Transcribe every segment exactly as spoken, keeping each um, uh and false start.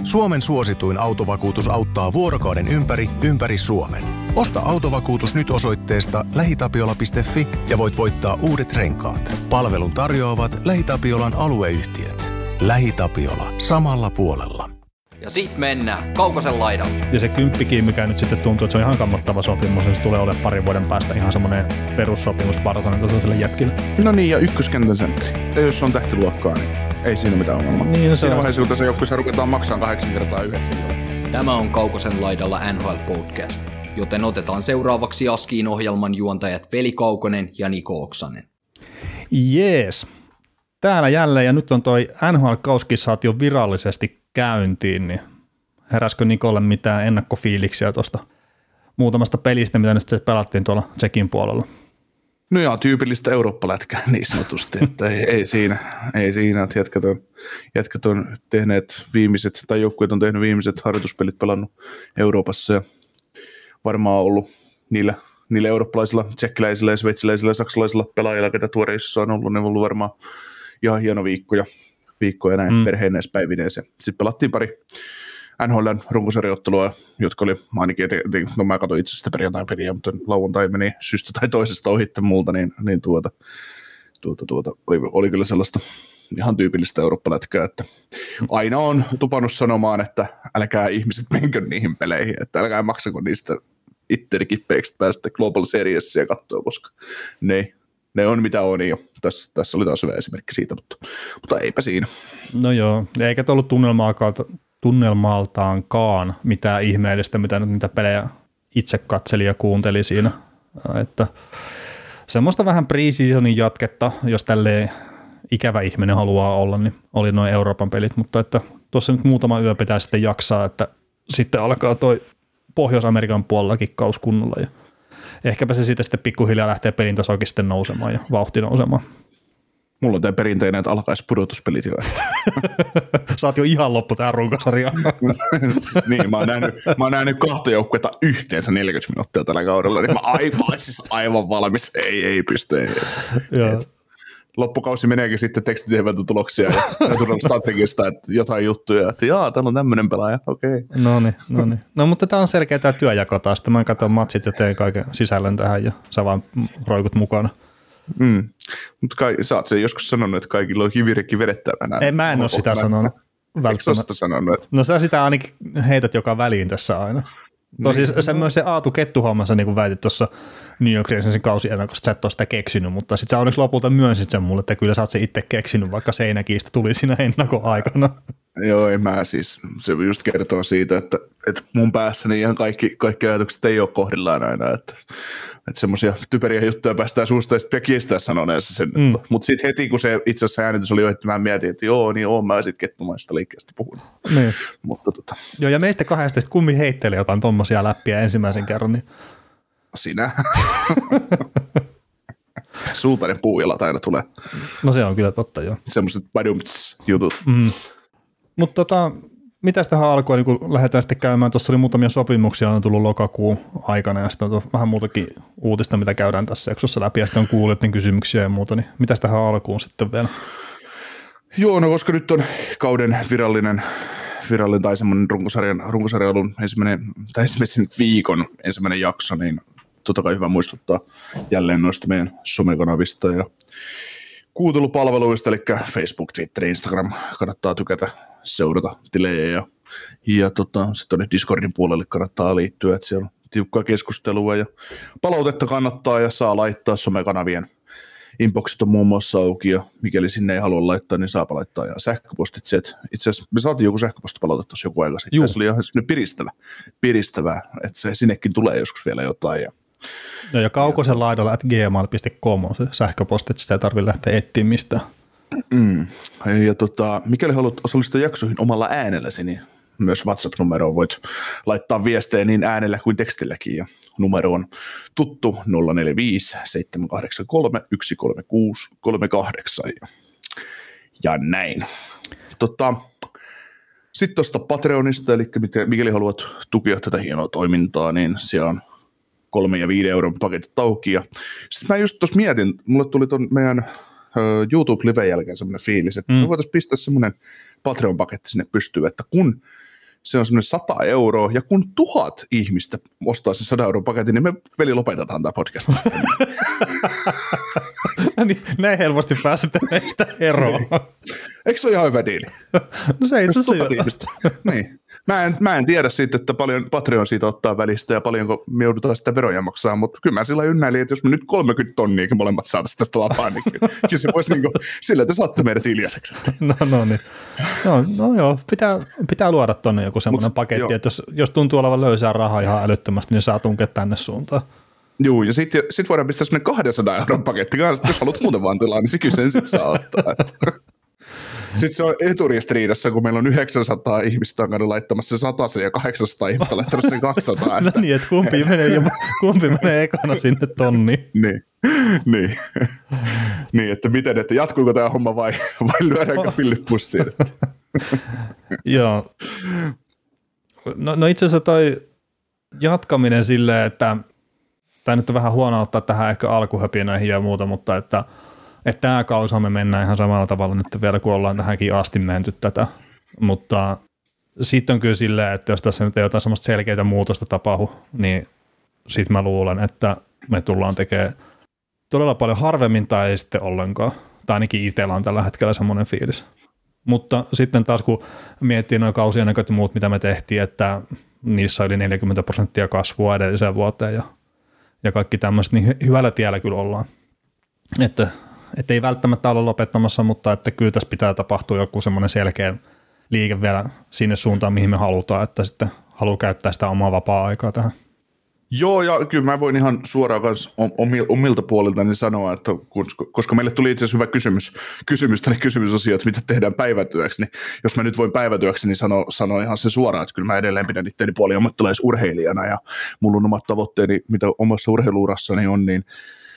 Suomen suosituin autovakuutus auttaa vuorokauden ympäri, ympäri Suomen. Osta autovakuutus nyt osoitteesta lähitapiola piste fi ja voit voittaa uudet renkaat. Palvelun tarjoavat LähiTapiolan alueyhtiöt. LähiTapiola. Samalla puolella. Ja sit mennään Kaukosen laidalle. Ja se kymppikin, mikä nyt sitten tuntuu, että se on ihan kammottava sopimus, ja se tulee olemaan parin vuoden päästä ihan semmoinen perussopimus Bartonen tasoiselle jätkille. No niin, ja ykköskentän sentteri. Ja jos on tähtiluokkaa, niin ei siinä mitään ongelmaa. Niin, no siinä on... vaiheessa, kun tässä joukkueessa ruvetaan maksamaan kahdeksan kertaa yhdeksän. Tämä on Kaukosen laidalla N H L Podcast, joten otetaan seuraavaksi Askiin ohjelman juontajat Veli Kaukonen ja Niko Oksanen. Jees. Täällä jälleen, ja nyt on toi N H L-kauskissaatio virallisesti käyntiin, niin heräskö Nikolle mitään ennakkofiiliksiä tuosta muutamasta pelistä, mitä nyt sitten pelattiin tuolla Tsekin puolella? No joo, tyypillistä Eurooppa-lätkää niin sanotusti, että ei, ei siinä, ei siinä, että jätkät on, jätkät on tehneet viimeiset, tai joukkueet on tehnyt viimeiset harjoituspelit pelannut Euroopassa, ja varmaan ollut niillä, niillä eurooppalaisilla, tsekkiläisillä ja sveitsiläisillä ja saksalaisilla pelaajilla, ketä tuoreissa on ollut, ne on ollut varmaan ihan hieno viikkoja, viikkoja näin mm. perheenäispäivineen. Sitten pelattiin pari N H L:n runkosarjoittelua, jotka oli ainakin, eten, no mä katsoin itse sitä perjantai-peliä, mutta lauantai meni syystä tai toisesta ohitte multa, niin, niin tuota, tuota, tuota, oli, oli kyllä sellaista ihan tyypillistä Eurooppa-lätkää, että aina on tupannut sanomaan, että älkää ihmiset menkö niihin peleihin, että älkää maksako niistä itteri kippeiksi, että pääsette Global Seriesia katsoa, koska ne, ne on mitä on jo. Tässä, tässä oli taas hyvä esimerkki siitä, mutta, mutta eipä siinä. No joo, eikä ollut tunnelmaakaan tunnelmaltaankaan mitään ihmeellistä, mitä nyt niitä pelejä itse katseli ja kuunteli siinä. Että semmoista vähän pre-seasonin jatketta, jos tälleen ikävä ihminen haluaa olla, niin oli noin Euroopan pelit, mutta että tuossa nyt muutama yö pitää sitten jaksaa, että sitten alkaa toi Pohjois-Amerikan puolellakin kaus kunnolla ja ehkäpä se siitä sitten pikkuhiljaa lähtee pelin tasoakin sitten nousemaan ja vauhti nousemaan. Mulla on tämä perinteinen, että alkaisi pudotuspelit jo. Sä oot jo ihan loppu tähän runkosarjaan. Niin, mä oon, nähnyt, mä oon nähnyt kahta joukkuetta yhteensä neljäkymmentä minuuttia tällä kaudella, niin mä aivan, siis aivan valmis. Ei, ei pysty. Ei. Et, loppukausi meneekin sitten tekstitehdään tuloksia ja strategista, että jotain juttuja, että jaa, täällä on tämmöinen pelaaja, okei. Okay. No niin, no niin. No mutta tää on selkeä tää työjako taas, että mä katson matsit ja teen kaiken sisällön tähän ja sä vaan roikut mukana. Mm. Mutta sä oot sen joskus sanonut, että kaikilla on kivirikki vedettävänä. Ei, mä en ole sitä sanonut. Eikö sä sitä sanonut? Että... No sä sitä ainakin heität joka väliin tässä aina. Tosi niin, sä no. Myös se Aatu Kettuhommassa niin kuin väitit tuossa New York Rangersin kausiennakosta, sä et ole sitä keksinyt, mutta sit sä onneksi lopulta myönsit sen mulle, että kyllä sä oot se itse keksinyt, vaikka Seinäkiistä tuli siinä ennakkoaikana. Joo, ei mä siis, se just kertoo siitä, että, että mun päässäni ihan kaikki, kaikki ajatukset ei ole kohdillaan aina, että, että semmoisia typeriä juttuja päästään suusta ja sitten kiistää sanoneessa sen, mm. mutta sitten heti kun se itse asiassa äänitys oli jo, että mä mietin, että joo, niin oon mä sitten kettumaisesta liikkeestä puhunut. Niin. Mutta tota. Joo, ja meistä kahdesta sitten kummin heittelee jotain tommosia läppiä ensimmäisen kerran, niin sinä. Sultainen puujalat aina tulee. No se on kyllä totta, joo. Semmoiset badumts jutut. Mm. Mutta tota, mitäs tähän alkoi, niin kun lähdetään sitten käymään, tuossa oli muutamia sopimuksia, on tullut lokakuun aikana, ja sitten on vähän muutakin uutista, mitä käydään tässä jaksossa läpi, ja sitten on kuulijoiden kysymyksiä ja muuta, niin mitäs tähän alkuun sitten vielä? Joo, no koska nyt on kauden virallinen, virallinen tai semmoinen runkosarjan, runkosarjan ollut ensimmäinen, tai ensimmäisen viikon ensimmäinen jakso, niin totta kai hyvä muistuttaa jälleen noista meidän somekanavista ja kuuntelupalveluista, eli Facebook, Twitter, Instagram, kannattaa tykätä, seurata tilejä ja, ja tota, sitten tuonne Discordin puolelle kannattaa liittyä, että siellä on tiukkaa keskustelua ja palautetta kannattaa ja saa laittaa somekanavien inboxit on muun muassa auki ja mikäli sinne ei halua laittaa, niin saapa laittaa ja sähköpostitse. Itse asiassa me saatiin joku sähköpostipalaute tuossa joku aika sitten. Se oli ihan piristävä, piristävää, että se sinnekin tulee joskus vielä jotain. Ja, no ja kaukosen laidalla at gmail piste com on se sähköposti, että sitä ei tarvitse lähteä etsiä mistään. Mm. Ja tota, mikäli haluat osallistua jaksoihin omalla äänelläsi, niin myös WhatsApp-numeroon voit laittaa viestejä niin äänellä kuin tekstilläkin. Ja numero on tuttu nolla neljä viisi seitsemän kahdeksan kolme yksi kolme kuusi kolme kahdeksan ja, ja näin. Tota, sitten tuosta Patreonista, eli mikäli haluat tukea tätä hienoa toimintaa, niin siellä on kolme ja viiden euron paketit auki. Sitten mä just tuossa mietin, mulle tuli ton meidän YouTube-liven jälkeen semmoinen fiilis, että mm. me voitaisiin pistää semmoinen Patreon-paketti sinne pystyyn, että kun se on semmoinen sata euroa, ja kun tuhat ihmistä ostaa sen sata euron paketin, niin me veli lopetetaan tämä podcast. niin, näin helposti pääsette meistä eroon. Niin. Eikö se ole ihan hyvä diili? No se itse asiassa niin. Mä en, mä en tiedä siitä, että paljon Patreon siitä ottaa välistä ja paljonko me joudutaan sitä veroja maksaa, mutta kyllä mä sillä ynnäilin, että jos me nyt kolmekymmentä tonnia molemmat saataisiin tästä lapaan, niin kyllä, kyllä se voisi niin kuin, sillä te saatte meidät hiljaiseksi. No, no niin. No, no joo, pitää, pitää luoda tonne joku semmoinen paketti, joo. Että jos, jos tuntuu olevan löysää rahaa ihan älyttömästi, niin saa tunkea tänne suuntaan. Joo, ja sitten sit voidaan pistää semmoinen kahdensadan euron paketti kanssa, jos haluat muuten vaan tilaa, niin se kyllä sen sitten saa ottaa. Sitten se on eturistiriidassa, kun meillä on yhdeksänsataa ihmistä takana laittamassa se satasen ja kahdeksansataa ihmistä laittanut sen kaksisataa. Että... no niin, että kumpi menee, kumpi menee ekana sinne tonniin. niin, niin. niin, että miten, että jatkuuko tämä homma vai, vai lyödäänkö pillit pussiin? Joo. No, no itse asiassa toi jatkaminen silleen, että tämä nyt on vähän huono ottaa tähän ehkä alkuhöpinöihin ja muuta, mutta että että tämä kausa me mennään ihan samalla tavalla nyt vielä, kun ollaan tähänkin asti menty tätä, mutta sitten on kyllä silleen, että jos tässä nyt ei jotain semmoista selkeitä muutosta tapahdu, niin sitten mä luulen, että me tullaan tekemään todella paljon harvemmin tai ei sitten ollenkaan, tai ainakin itsellä on tällä hetkellä semmoinen fiilis. Mutta sitten taas kun miettii nuo kausien näköt ja muut, mitä me tehtiin, että niissä oli neljäkymmentä prosenttia kasvua edelliseen vuoteen ja, ja kaikki tämmöiset, niin hyvällä tiellä kyllä ollaan. Että Että ei välttämättä olla lopettamassa, mutta että kyllä tässä pitää tapahtua joku semmoinen selkeä liike vielä sinne suuntaan, mihin me halutaan, että sitten haluaa käyttää sitä omaa vapaa-aikaa tähän. Joo, ja kyllä mä voin ihan suoraan kanssa omilta puoliltani sanoa, että koska meille tuli itse asiassa hyvä kysymys, kysymys tai kysymysosio, että mitä tehdään päivätyöksi, niin jos mä nyt voin päivätyöksi, niin sano, sano ihan se suoraan, että kyllä mä edelleen pidän itseäni puoli ammattilaisurheilijana, ja mulla on omat tavoitteeni, mitä omassa urheiluurassani on, niin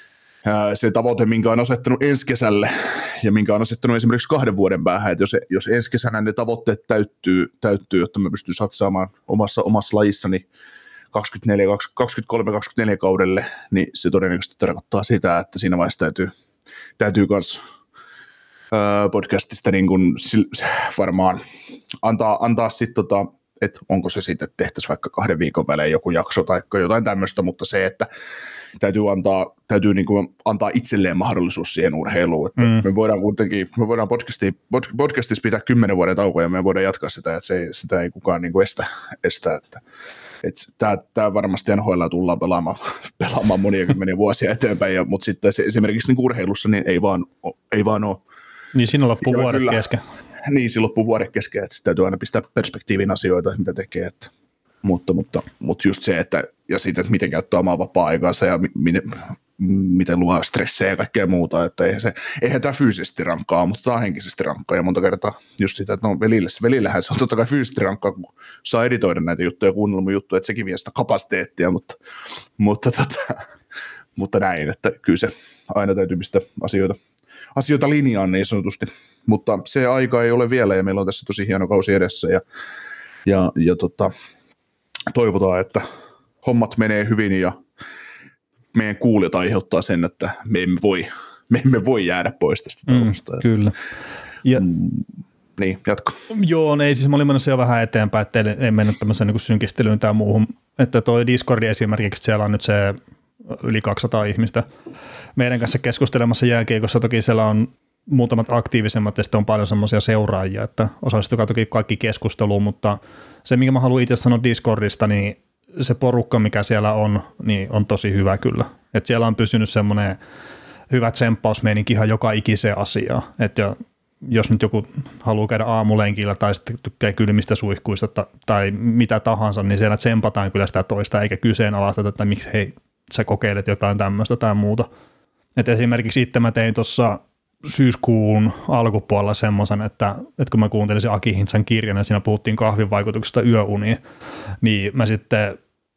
se tavoite, minkä on asettanut ensi kesälle ja minkä on asettanut esimerkiksi kahden vuoden päähän, että jos, jos ensi kesänä ne tavoitteet täyttyy, täyttyy jotta mä pystyn satsaamaan omassa, omassa lajissani kaksikymmentäneljä, kaksikymmentäkolme kaksikymmentäneljä kaudelle, niin se todennäköisesti tarkoittaa sitä, että siinä vaiheessa täytyy, täytyy myös podcastista niin kuin varmaan antaa, antaa sitten tota, että onko se sitten, että tehtäisiin vaikka kahden viikon välein joku jakso tai jotain tämmöistä, mutta se, että täytyy antaa, täytyy niin kuin antaa itselleen mahdollisuus siihen urheiluun, että mm. me voidaan kuitenkin, me voidaan podcastissa pitää kymmenen vuoden taukoja ja me voidaan jatkaa sitä, että se, sitä ei kukaan niin kuin estä, estä että, että tämä, tämä varmasti N H L tullaan pelaamaan, pelaamaan monia kymmeniä vuosia eteenpäin, ja, mutta sitten se, esimerkiksi niin kuin urheilussa niin ei vaan, ei vaan ole. Niin siinä loppuu vuodet kesken. Niin, siinä loppuu vuodet kesken, että täytyy aina pistää perspektiivin asioita, mitä tekee, että, mutta, mutta, mutta just se, että ja siitä, että miten käyttää omaa vapaa-aikaansa ja miten, miten luo stressejä ja kaikkea muuta, että eihän, se, eihän tämä fyysisesti rankkaa, mutta tämä on henkisesti rankkaa ja monta kertaa just sitä, että no velille, velillähän se on totta kai fyysisesti rankkaa, kun saa editoida näitä juttuja ja kuunnella mun juttuja, että sekin vie sitä kapasiteettia, mutta, mutta, tota, mutta näin, että kyllä se aina täytyy pistää asioita, asioita linjaan niin sanotusti, mutta se aika ei ole vielä ja meillä on tässä tosi hieno kausi edessä ja, ja, ja tota, toivotaan, että hommat menee hyvin ja meidän kuulijat aiheuttaa sen, että me emme voi, me emme voi jäädä pois tästä touhusta. Mm, kyllä. Ja, mm, niin, jatko. Joo, ei siis mä olin menossa jo vähän eteenpäin, että ei mennyt tämmöiseen niin synkistelyyn tai muuhun. Että toi Discordi esimerkiksi, siellä on nyt se yli kaksisataa ihmistä meidän kanssa keskustelemassa jääkiekossa. Toki siellä on muutamat aktiivisemmat ja sitten on paljon semmoisia seuraajia, että osallistukaa toki kaikki keskusteluun, mutta se, minkä mä haluan itse sanoa Discordista, niin se porukka, mikä siellä on, niin on tosi hyvä kyllä. Että siellä on pysynyt semmoinen hyvä tsemppausmeininki ihan joka ikiseen asiaan. Että jos nyt joku haluaa käydä aamulenkillä tai sitten tykkää kylmistä suihkuista tai mitä tahansa, niin siellä tsempataan kyllä sitä toista, eikä kyseenalaisteta, että miksi hei, sä kokeilet jotain tämmöistä tai muuta. Että esimerkiksi itse mä tein tuossa syyskuun alkupuolella semmoisen, että, että kun mä kuuntelin se Aki Hintsan kirjan ja siinä puhuttiin kahvin vaikutuksesta yöuniin, niin mä sitten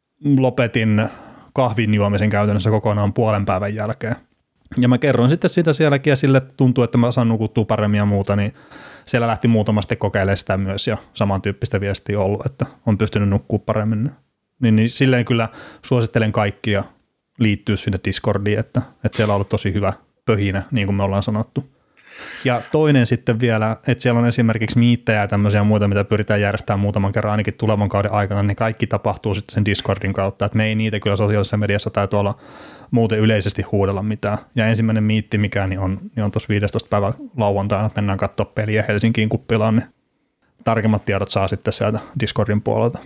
lopetin kahvin juomisen käytännössä kokonaan puolen päivän jälkeen. Ja mä kerron sitten siitä sielläkin ja sille tuntuu, että mä saan nukuttua paremmin ja muuta, niin siellä lähti muutama sitten kokeilemaan sitä myös ja samantyyppistä viestiä ollut, että on pystynyt nukkua paremmin. Niin, niin silleen kyllä suosittelen kaikkia liittyä sinne Discordiin, että, että siellä on ollut tosi hyvä pöhinä, niin kuin me ollaan sanottu. Ja toinen sitten vielä, että siellä on esimerkiksi miittejä ja tämmöisiä muita, mitä pyritään järjestämään muutaman kerran ainakin tulevan kauden aikana, niin kaikki tapahtuu sitten sen Discordin kautta, että me ei niitä kyllä sosiaalisessa mediassa tai tuolla muuten yleisesti huudella mitään. Ja ensimmäinen miitti, mikä niin on, niin on tuossa viidestoista päivä lauantaina, että mennään katsoa peliä Helsinkiin kuppilaan, niin tarkemmat tiedot saa sitten sieltä Discordin puolelta.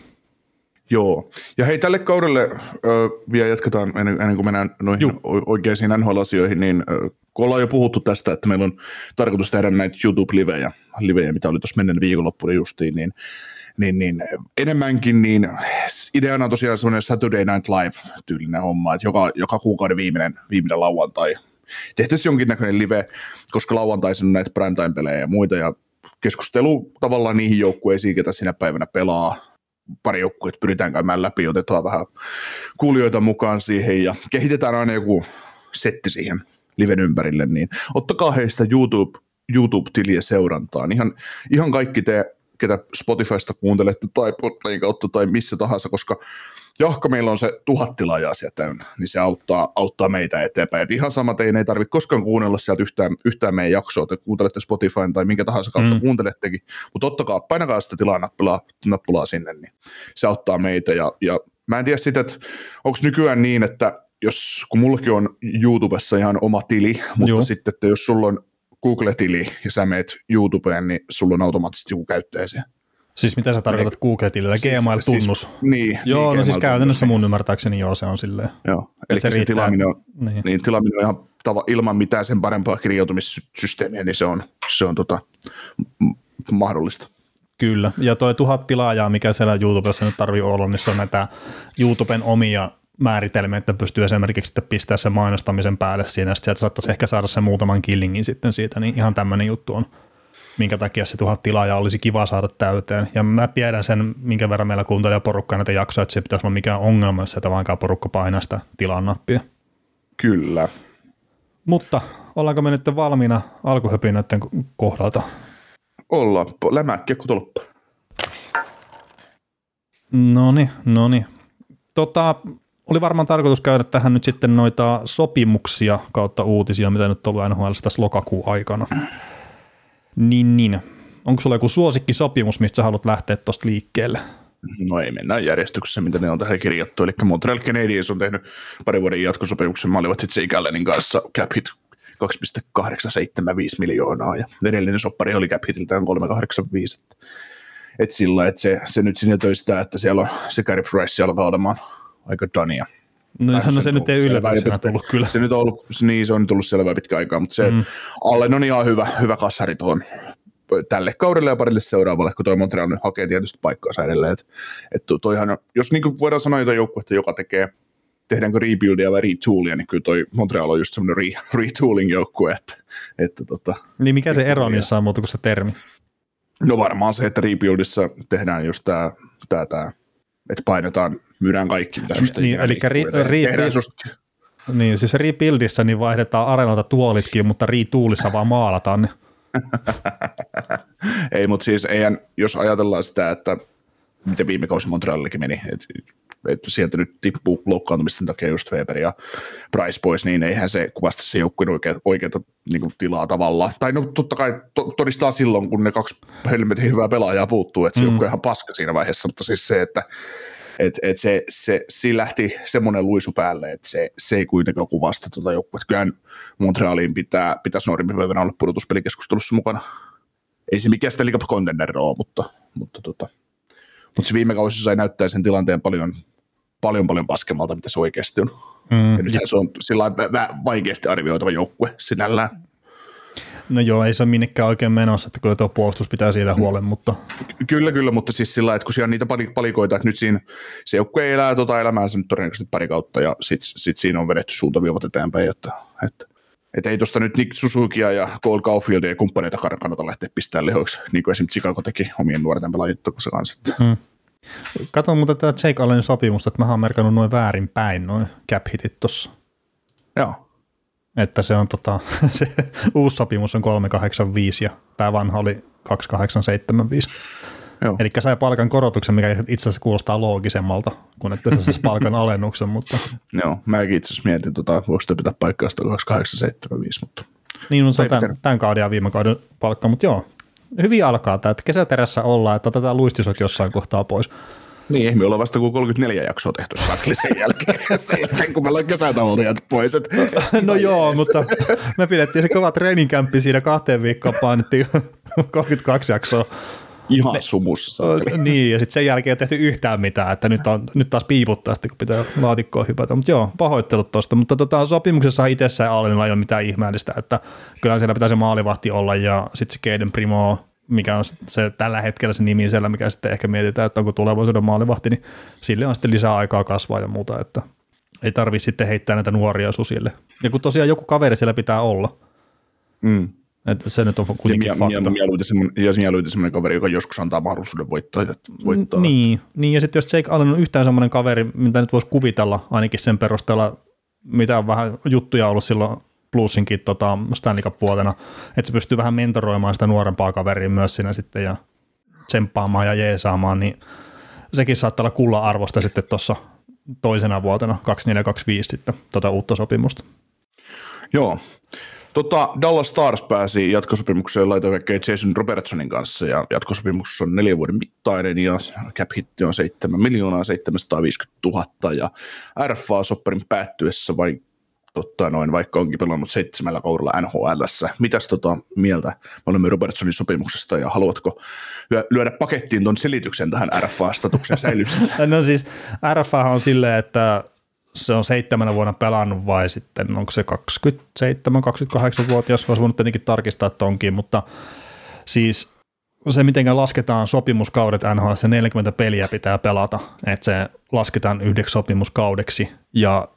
Joo, ja hei tälle kaudelle ö, vielä jatketaan ennen, ennen kuin mennään noihin Juh. oikeisiin N H L-asioihin, niin ö, kun ollaan jo puhuttu tästä, että meillä on tarkoitus tehdä näitä YouTube-livejä, livejä, mitä oli tuossa menneen viikonloppuna justiin, niin, niin, niin enemmänkin, niin ideana on tosiaan semmoinen Saturday Night Live-tyylinen homma, että joka, joka kuukauden viimeinen, viimeinen lauantai tehtäisiin jonkinnäköinen live, koska lauantaisin on näitä primetime-pelejä ja muita, ja keskustelu tavallaan niihin joukkueisiin, ketä sinä päivänä pelaa, pari joukkueet pyritään käymään läpi, otetaan vähän kuulijoita mukaan siihen ja kehitetään aina joku setti siihen liven ympärille, niin ottakaa heistä YouTube, YouTube-tiliä seurantaan. Ihan, ihan kaikki te, ketä Spotifysta kuuntelette tai Podplayn kautta tai missä tahansa, koska jahka meillä on se tuhat tilaajaa sieltä täynnä, niin se auttaa, auttaa meitä eteenpäin. Et ihan sama, teidän ei tarvitse koskaan kuunnella sieltä yhtään, yhtään meidän jaksoa, että kuuntelette Spotifyn tai minkä tahansa kautta mm. kuuntelettekin, mutta ottakaa, painakaa sitä tilaa-nappulaa nappulaa sinne, niin se auttaa meitä. Ja, ja mä en tiedä sitä, että onko nykyään niin, että jos, kun mullakin on YouTubessa ihan oma tili, mutta Joo. sitten, että jos sulla on Google-tili ja sä meet YouTubeen, niin sulla on automaattisesti joku käyttäjä siellä. Siis mitä sä tarkoitat Google-tilillä? Siis, Gmail-tunnus? Siis, niin. Joo, niin, no siis käytännössä mun ymmärtääkseni joo, se on silleen. Joo, eli se, se tilaaminen on, niin. Niin, tilaaminen on ihan tava, ilman mitään sen parempaa kirjautumissysteemiä, niin se on, se on tota, m- mahdollista. Kyllä, ja toi tuhat tilaajaa, mikä siellä YouTubessa nyt tarvii olla, niin se on näitä YouTuben omia määritelmiä, että pystyy esimerkiksi sitten pistää sen mainostamisen päälle siinä, ja sieltä saattaisi ehkä saada sen muutaman killingin sitten siitä, niin ihan tämmöinen juttu on. Minkä takia se tuhat tilaajaa olisi kiva saada täyteen. Ja mä tiedän sen, minkä verran meillä kuuntelee porukkaa näitä jaksoja, että se pitäisi olla mikään ongelma, jos sieltä vainkaan porukka painaa sitä tilan nappia. Kyllä. Mutta ollaanko me nyt valmiina alkuhöpinöiden kohdalta? Ollaan. Lämäkkiä kutolppa. Noniin, noniin. Tota, oli varmaan tarkoitus käydä tähän nyt sitten noita sopimuksia kautta uutisia, mitä nyt on ollut N H L:ssä tässä lokakuun aikana. Niin, niin. Onko sulla joku suosikkisopimus, mistä sä haluat lähteä tuosta liikkeelle? No ei mennään järjestyksessä, mitä ne on tähän kirjattu. Eli Montreal Canadiens on tehnyt parin vuoden jatkosopimuksen Maalivahti Jake Allenin kanssa cap hit kaksi pilkku kahdeksansataaseitsemänkymmentäviisi miljoonaa ja edellinen soppari oli cap hitiltään kolme pilkku kahdeksankymmentäviisi. Et sillä, että se, se nyt sinne töistää, että siellä on se Carey Price alkaa olemaan aika dania. No, no se nyt ei yllätyksenä tullut kyllä. Se nyt on ollut, niin se on tullut selvää pitkä aikaa, mutta se mm. Allen on ihan hyvä, hyvä kassari tuon tälle kaudelle ja parille seuraavalle, kun toi Montreal nyt hakee tietysti paikkaansa edelleen. Et, et toihan, jos niin kuin voidaan sanoa jotain joukkuetta, joka tekee, tehdäänkö rebuildia vai retoolia, niin kyllä toi Montreal on just semmoinen re, retooling joukkue. Että, että tota, niin mikä se ero niissä on muuta kuin se termi? No varmaan se, että rebuildissa tehdään just tämä, tää, tää, että painetaan, myydään kaikki, mitä susta niin, eli ri, ri, ri, susta. Niin, siis rebuildissä niin vaihdetaan areenalta tuolitkin, mutta retoolissa vaan maalataan ne. Ei, mutta siis eihän, jos ajatellaan sitä, että miten viime kausi Montrealillakin meni, että että sieltä nyt tippuu loukkaantumisten takia just Weber ja Price pois, niin eihän se kuvasta se joukkueen oikea, oikeata niin kuin tilaa tavallaan. Tai no totta kai to, todistaa silloin, kun ne kaksi helmetin hyvää pelaajaa puuttuu, että se mm. joukkue on ihan paska siinä vaiheessa, mutta siis se, että et, et se, se, siinä lähti semmoinen luisu päälle, että se, se ei kuitenkaan kuvasta tuota joukkuetta. Kyllähän Montrealiin pitää, pitäisi normipäivänä olla pudotuspelikeskustelussa mukana. Ei se mikään Stanley Cup contender ole, mutta, mutta, tota, mutta se viime kausi sai näyttää sen tilanteen paljon, paljon, paljon paskemmalta, mitä se oikeasti on. Mm. Ja nythän se on sillä vaikeasti arvioitava joukkue sinällään. No joo, ei se ole minnekään oikein menossa, että kyllä tuo puolustus pitää siitä huolen, mutta... Kyllä, kyllä, mutta siis sillä että kun siellä on niitä palikoita, että nyt siinä se joukkue elää tuota elämäänsä nyt todennäköisesti pari kautta, ja sitten sit siinä on vedetty suuntaviivat eteenpäin, että, että, että ei tuosta nyt Nick Suzukia ja Cole Caulfieldia ja kumppaneita kannata lähteä pistämään lehoiksi, niin kuin esimerkiksi Chicago teki omien nuorten pelaajien kanssa. Hmm. Katon muuten tämä Jake Allenin sopimusta, että mä oon merkannut noin väärinpäin, noin cap hitit tuossa. Joo. Että se on tota, se uusi sopimus on kolme kahdeksankymmentäviisi ja tämä vanha oli kaksi kahdeksansataaseitsemänkymmentäviisi. Joo. Eli sai palkan korotuksen, mikä itse asiassa kuulostaa loogisemmalta kuin että se saisi palkan alennuksen. Mutta... Joo, mäkin itse asiassa mietin, tota, voiko sitä pitää paikkaa sitä kaksi kahdeksansataaseitsemänkymmentäviisi, mutta Niin, no, se on tämän, tämän kauden ja viime kauden palkka, mutta joo, hyvin alkaa tämä, että kesäterässä ollaan, että otetaan luistisot jossain kohtaa pois. Niin, me ollaan vasta kuin kolmekymmentäneljä jaksoa tehty sakli sen jälkeen, sen jälkeen kun me ollaan kesätauolta jääty pois. Et, no joo, jees. Mutta me pidettiin se kova treeninkämppi siinä kahteen viikkoon, painettiin kolmekymmentäkaksi jaksoa. Ihan ne, sumussa. Niin, ja sitten sen jälkeen ei tehty yhtään mitään, että nyt, on, nyt taas piiputtaa sitten, kun pitää laatikkoa hypätä. Mutta joo, pahoittelut tuosta, mutta tota, sopimuksessa itsessään Allenilla ei ole mitään ihmeellistä, että kyllä siellä pitää se maalivahti olla, ja sitten se Caden Primo, mikä on se tällä hetkellä se nimi siellä, mikä sitten ehkä mietitään, että onko tulevaisuuden maalivahti, niin sille on sitten lisää aikaa kasvaa ja muuta, että ei tarvitse sitten heittää näitä nuoria susille. Ja kun tosiaan joku kaveri siellä pitää olla, mm. että se nyt on kuitenkin ja, fakta. Ja mieluiten semmoinen kaveri, joka joskus antaa mahdollisuuden voittaa. voittaa. Niin, niin, ja sitten jos Jake Allen on yhtään semmoinen kaveri, mitä nyt voisi kuvitella ainakin sen perusteella, mitä on vähän juttuja ollut silloin Bluesinkin tota Stanley Cup-vuotena, että se pystyy vähän mentoroimaan sitä nuorempaa kaveria myös siinä sitten ja tsemppaamaan ja jeesaamaan, niin sekin saattaa olla kullan arvosta sitten tuossa toisena vuotena kaksikymmentäneljä kaksikymmentäviisi sitten tota uutta sopimusta. Joo. Tota, Dallas Stars pääsi jatkosopimukseen laitovekkeen Jason Robertsonin kanssa ja jatkosopimus on neljän vuoden mittainen ja cap hitti on seitsemän miljoonaa seitsemänsataaviisikymmentätuhatta ja R F A-sopparin päättyessä vai totta noin, vaikka onkin pelannut seitsemällä kaudella N H L:ssä. Mitäs tota mieltä me olemme Robertsonin sopimuksesta ja haluatko lyödä pakettiin tuon selityksen tähän R F A-statuksen säilystä? No siis R F A on silleen, että se on seitsemänä vuonna pelannut vai sitten onko se kaksikymmentäseitsemän kaksikymmentäkahdeksan-vuotias, olisi voinut tietenkin tarkistaa, että onkin, mutta siis se miten lasketaan sopimuskaudet N H L, se neljäkymmentä peliä pitää pelata, että se lasketaan yhdeksi sopimuskaudeksi ja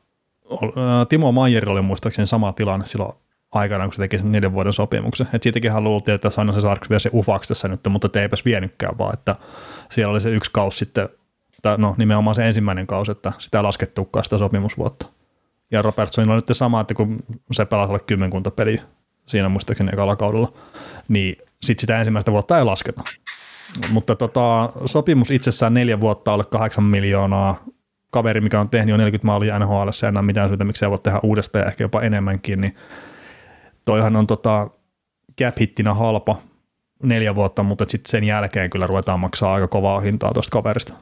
Timo Meijerillä oli muistaakseni sama tilanne silloin aikana, kun se teki sen neljän vuoden sopimuksen. Et siitäkin luultiin, että San Jose Sharks vie se ufaksi tässä nyt, mutta eipäs vienytkään vaan, että siellä oli se yksi kausi sitten, tai no nimenomaan se ensimmäinen kausi, että sitä ei laskettukaan sitä sopimusvuotta. Ja Robertsonilla on nyt sama, että kun se pelasi alle kymmenkunta peliä siinä muistaakseni ekalla kaudella, niin sitten sitä ensimmäistä vuotta ei lasketa. Mutta tota, sopimus itsessään neljä vuotta alle kahdeksan miljoonaa, kaveri, mikä on tehnyt jo neljäkymmentä maalia N H L:ssä, ei enää mitään syytä, miksi ei voi tehdä uudestaan ja ehkä jopa enemmänkin, niin toihan on tota cap-hittinä halpa neljä vuotta, mutta sitten sen jälkeen kyllä ruvetaan maksaa aika kovaa hintaa tuosta kaverista.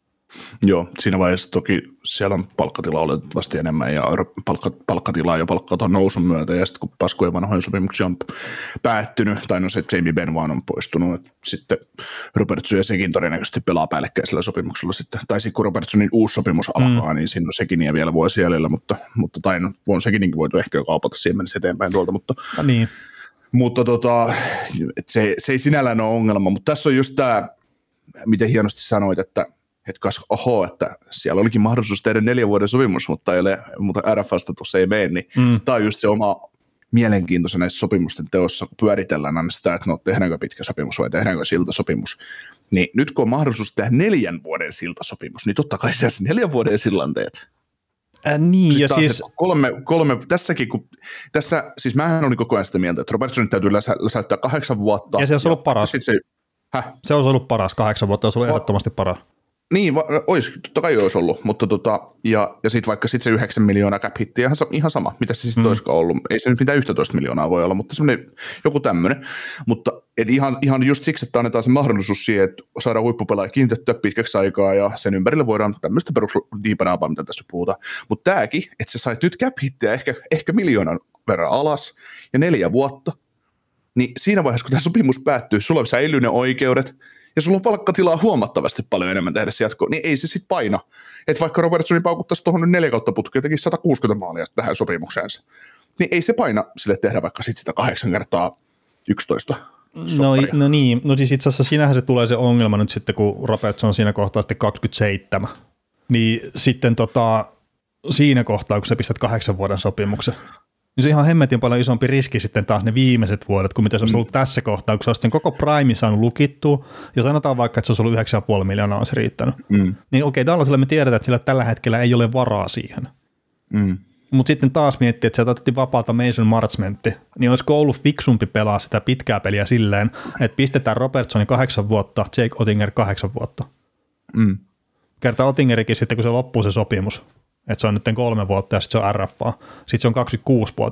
Joo, siinä vaiheessa toki siellä on palkkatila oletettavasti enemmän ja palkka, palkkatilaa ja palkkaton nousun myötä ja sitten kun paskojen vanhojen sopimuksia on päättynyt, tai no se Jamie Benn vaan on poistunut, että sitten Robertson ja sekin todennäköisesti pelaa päällekkäisellä sopimuksella sitten, tai sitten kun Robertsonin uusi sopimus alkaa, mm. niin siinä on sekin ja vielä vuosi jäljellä, mutta, mutta tai no, on sekin voitu ehkä jo kaupata siihen mennessä eteenpäin tuolta, mutta ja niin. Mutta tota, se, se ei sinällään ole ongelma, mutta tässä on just tämä, miten hienosti sanoit, että että kas, oho, että siellä olikin mahdollisuus tehdä neljän vuoden sopimus, mutta, ei ole, mutta R F A:sta tuossa ei mene, niin mm. tämä on just se oma mielenkiintoisen näissä sopimusten teossa, kun pyöritellään aina sitä, että no tehdäänkö pitkä sopimus vai tehdäänkö siltasopimus, niin nyt kun on mahdollisuus tehdä neljän vuoden siltasopimus, niin totta kai se neljän vuoden sillan teet. Äh, niin, sitten ja taas, siis... Kolme, kolme, tässäkin, kun, tässä, siis mähän olin koko ajan sitä mieltä, että Robertsonin täytyy läsä, läsäyttää kahdeksan vuotta. Ja se olisi ollut paras. Se, se olisi ollut paras, kahdeksan vuotta olisi ollut Va- ehdottomasti paras. Niin, va- olisi, totta kai olisi ollut, mutta tota, ja, ja sitten vaikka sit se yhdeksän miljoonaa cap hitti, ihan, ihan sama, mitä se sitten mm. olisikaan ollut. Ei se nyt mitään yksitoista miljoonaa voi olla, mutta semmoinen joku tämmöinen. Mutta et ihan, ihan just siksi, että annetaan se mahdollisuus siihen, että saadaan huippupelaaja kiinnitettyä pitkäksi aikaa ja sen ympärille voidaan tämmöistä perusdiipanaapaa, mitä tässä puhutaan. Mutta tämäkin, että sä sait nyt cap hittiä ehkä, ehkä miljoonan verran alas ja neljä vuotta, niin siinä vaiheessa, kun tämä sopimus päättyy, sulla on säilyy ne oikeudet, ja sulla on palkkatilaa huomattavasti paljon enemmän tehdä se jatkoa, niin ei se sitten paina. Että vaikka Robertsonin paukuttaisi tuohon nyt neljä kautta putkea, tekisi sata kuusikymmentä maalia tähän sopimukseensa, niin ei se paina sille tehdä vaikka sitten sitä kahdeksan kertaa yksitoista no, no niin, no siis itse asiassa siinähän se tulee se ongelma nyt sitten, kun Robertson on siinä kohtaa sitten kaksikymmentäseitsemän, niin sitten tota, siinä kohtaa, kun sä pistät kahdeksan vuoden sopimuksen, niin se on ihan hemmetin paljon isompi riski sitten taas ne viimeiset vuodet, kuin mitä se olisi ollut mm. tässä kohtaa, kun se olisi sen koko prime saanut lukittua, ja sanotaan vaikka, että se olisi ollut yhdeksän pilkku viisi miljoonaa on se riittänyt. Mm. Niin okei, Dallasilla me tiedetään, että sillä tällä hetkellä ei ole varaa siihen. Mm. Mutta sitten taas miettii, että sieltä otettiin vapaalta Mason Marchmentti, niin olisiko ollut fiksumpi pelaa sitä pitkää peliä silleen, että pistetään Robertsonin kahdeksan vuotta, Jake Oettinger kahdeksan vuotta. Mm. Kertaa Oettingerikin sitten, kun se loppuu se sopimus, että se on nyt kolme vuotta ja sitten se on R F A. Sitten se on kaksikymmentäkuusivuotias.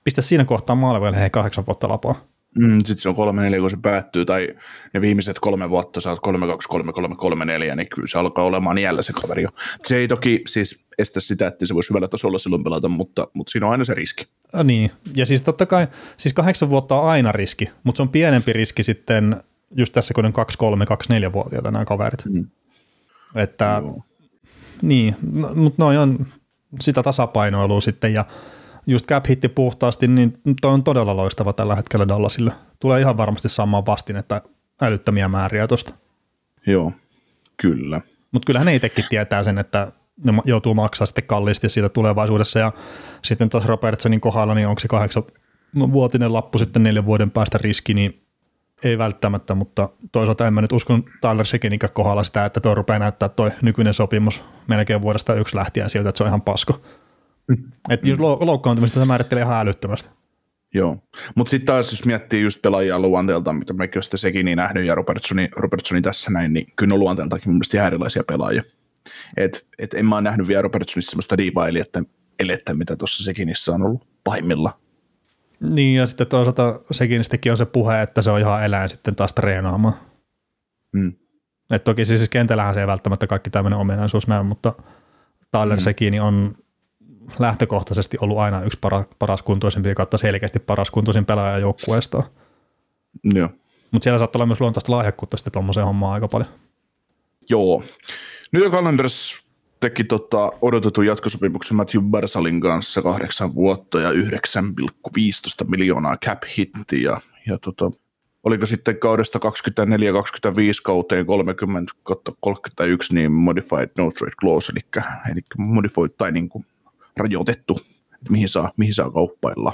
pistä siinä kohtaa maalivahdille hei kahdeksan vuotta lapaa. Mm, sitten se on kolme neljä, kun se päättyy, tai ne viimeiset kolme vuotta saat kolme kaksi, kolme kolme, kolme neljä, niin kyllä se alkaa olemaan jäljellä se kaveri jo. Se ei toki siis estä sitä, että se voisi hyvällä tasolla silloin pelata, mutta, mutta siinä on aina se riski. Ja niin, ja siis totta kai, siis kahdeksan vuotta on aina riski, mutta se on pienempi riski sitten just tässä, kun on kaksi kolme, kaksi neljä vuotiaita nämä kaverit. Mm. Että, no. niin, no, mutta noi on sitä tasapainoilua sitten, ja just cap hitti puhtaasti, niin toi on todella loistava tällä hetkellä Dallasille. Tulee ihan varmasti saamaan vastinetta älyttömiä määriä tuosta. Joo, kyllä. Mutta kyllähän ne itsekin tietää sen, että ne joutuu maksaa sitten kalliisti siitä tulevaisuudessa, ja sitten taas Robertsonin kohdalla, niin onko se kahdeksan vuotinen lappu sitten neljän vuoden päästä riski, niin ei välttämättä, mutta toisaalta en mä nyt uskon Tyler Seguininkään kohdalla sitä, että tuo rupeaa näyttää toi nykyinen sopimus melkein vuodesta yksi lähtien siltä, että se on ihan pasko. Että jos loukkaantumista se määrittelee ihan älyttömästi. Joo, mutta sitten taas jos miettii just pelaajia luonteeltaan, mitä mekin on sitten sekin niin nähnyt ja Robertsoni, Robertsoni tässä näin, niin kyllä on luonteeltaankin mun mielestä ihan erilaisia pelaajia. Et, et en mä ole nähnyt vielä Robertsonissa semmoista diipailijoiden elettä, mitä tuossa Sekinissä on ollut pahimmilla. Niin ja sitten toisaalta Sekinistäkin on se puhe, että se on ihan eläin sitten taas treenaamaan. Mm. Et toki siis kentällähän se ei välttämättä kaikki tämmöinen ominaisuus näy, mutta Tyler mm. Seguini on lähtökohtaisesti ollut aina yksi para, paras kuntoisempi kautta selkeästi paras kuntoisin pelaaja joukkueesta. Joo. Mutta siellä saattaa olla myös luontaista lahjakkuutta sitten tuommoiseen hommaan aika paljon. Joo. New York Islanders teki tota odotetun jatkosopimuksen Matthew Barzalin kanssa kahdeksan vuotta ja yhdeksän pilkku viisitoista miljoonaa cap hitti ja, ja tota, oliko sitten kaudesta kaksikymmentäneljä kaksikymmentäviisi kauteen kolmekymmentä kolmekymmentäyksi niin modified no trade clause, eli, eli modified tai niin kuin rajoitettu, että mihin saa, mihin saa kauppailla.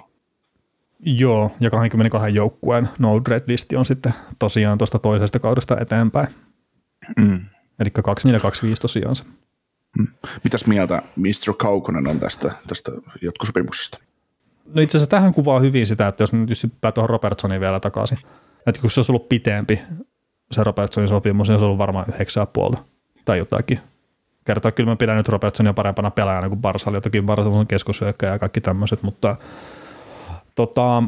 Joo, ja kaksikymmentäkaksi joukkueen no trade listi on sitten tosiaan tuosta toisesta kaudesta eteenpäin. Mm. Eli kaksikymmentäneljä kaksikymmentäviisi tosiaan se. Mm. Mitäs mieltä mister Kaukonen on tästä, tästä jatkosopimuksesta? No itse asiassa tähän kuvaa hyvin sitä, että jos nyt hyppää tuohon Robertsoniin vielä takaisin, että kun se olisi ollut pitempi se Robertsonin sopimus, niin se olisi ollut varmaan yhdeksän ja puolta tai jotakin. Kertaa kyllä mä pidän nyt Robertsonia parempana pelaajana kuin Barzal, toki Barzal on keskushyökkäjä ja kaikki tämmöiset, mutta tota,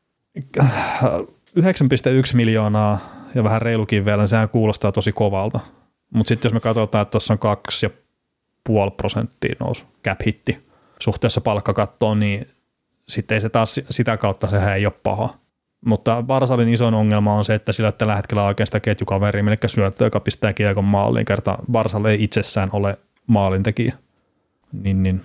yhdeksän pilkku yksi miljoonaa ja vähän reilukin vielä, niin sehän kuulostaa tosi kovalta. Mutta sitten jos me katsotaan, että tuossa on kaksi pilkku viisi prosenttia nousu cap hitti suhteessa palkkakattoon, niin sitten ei se taas sitä kautta sehän ei ole paha. Mutta Barzalin isoin ongelma on se, että sillä tällä hetkellä on oikein sitä ketjukaveria, millekä syöttö, joka pistää kiekon maaliin, kerta Barzal ei itsessään ole maalintekijä. Niin, niin.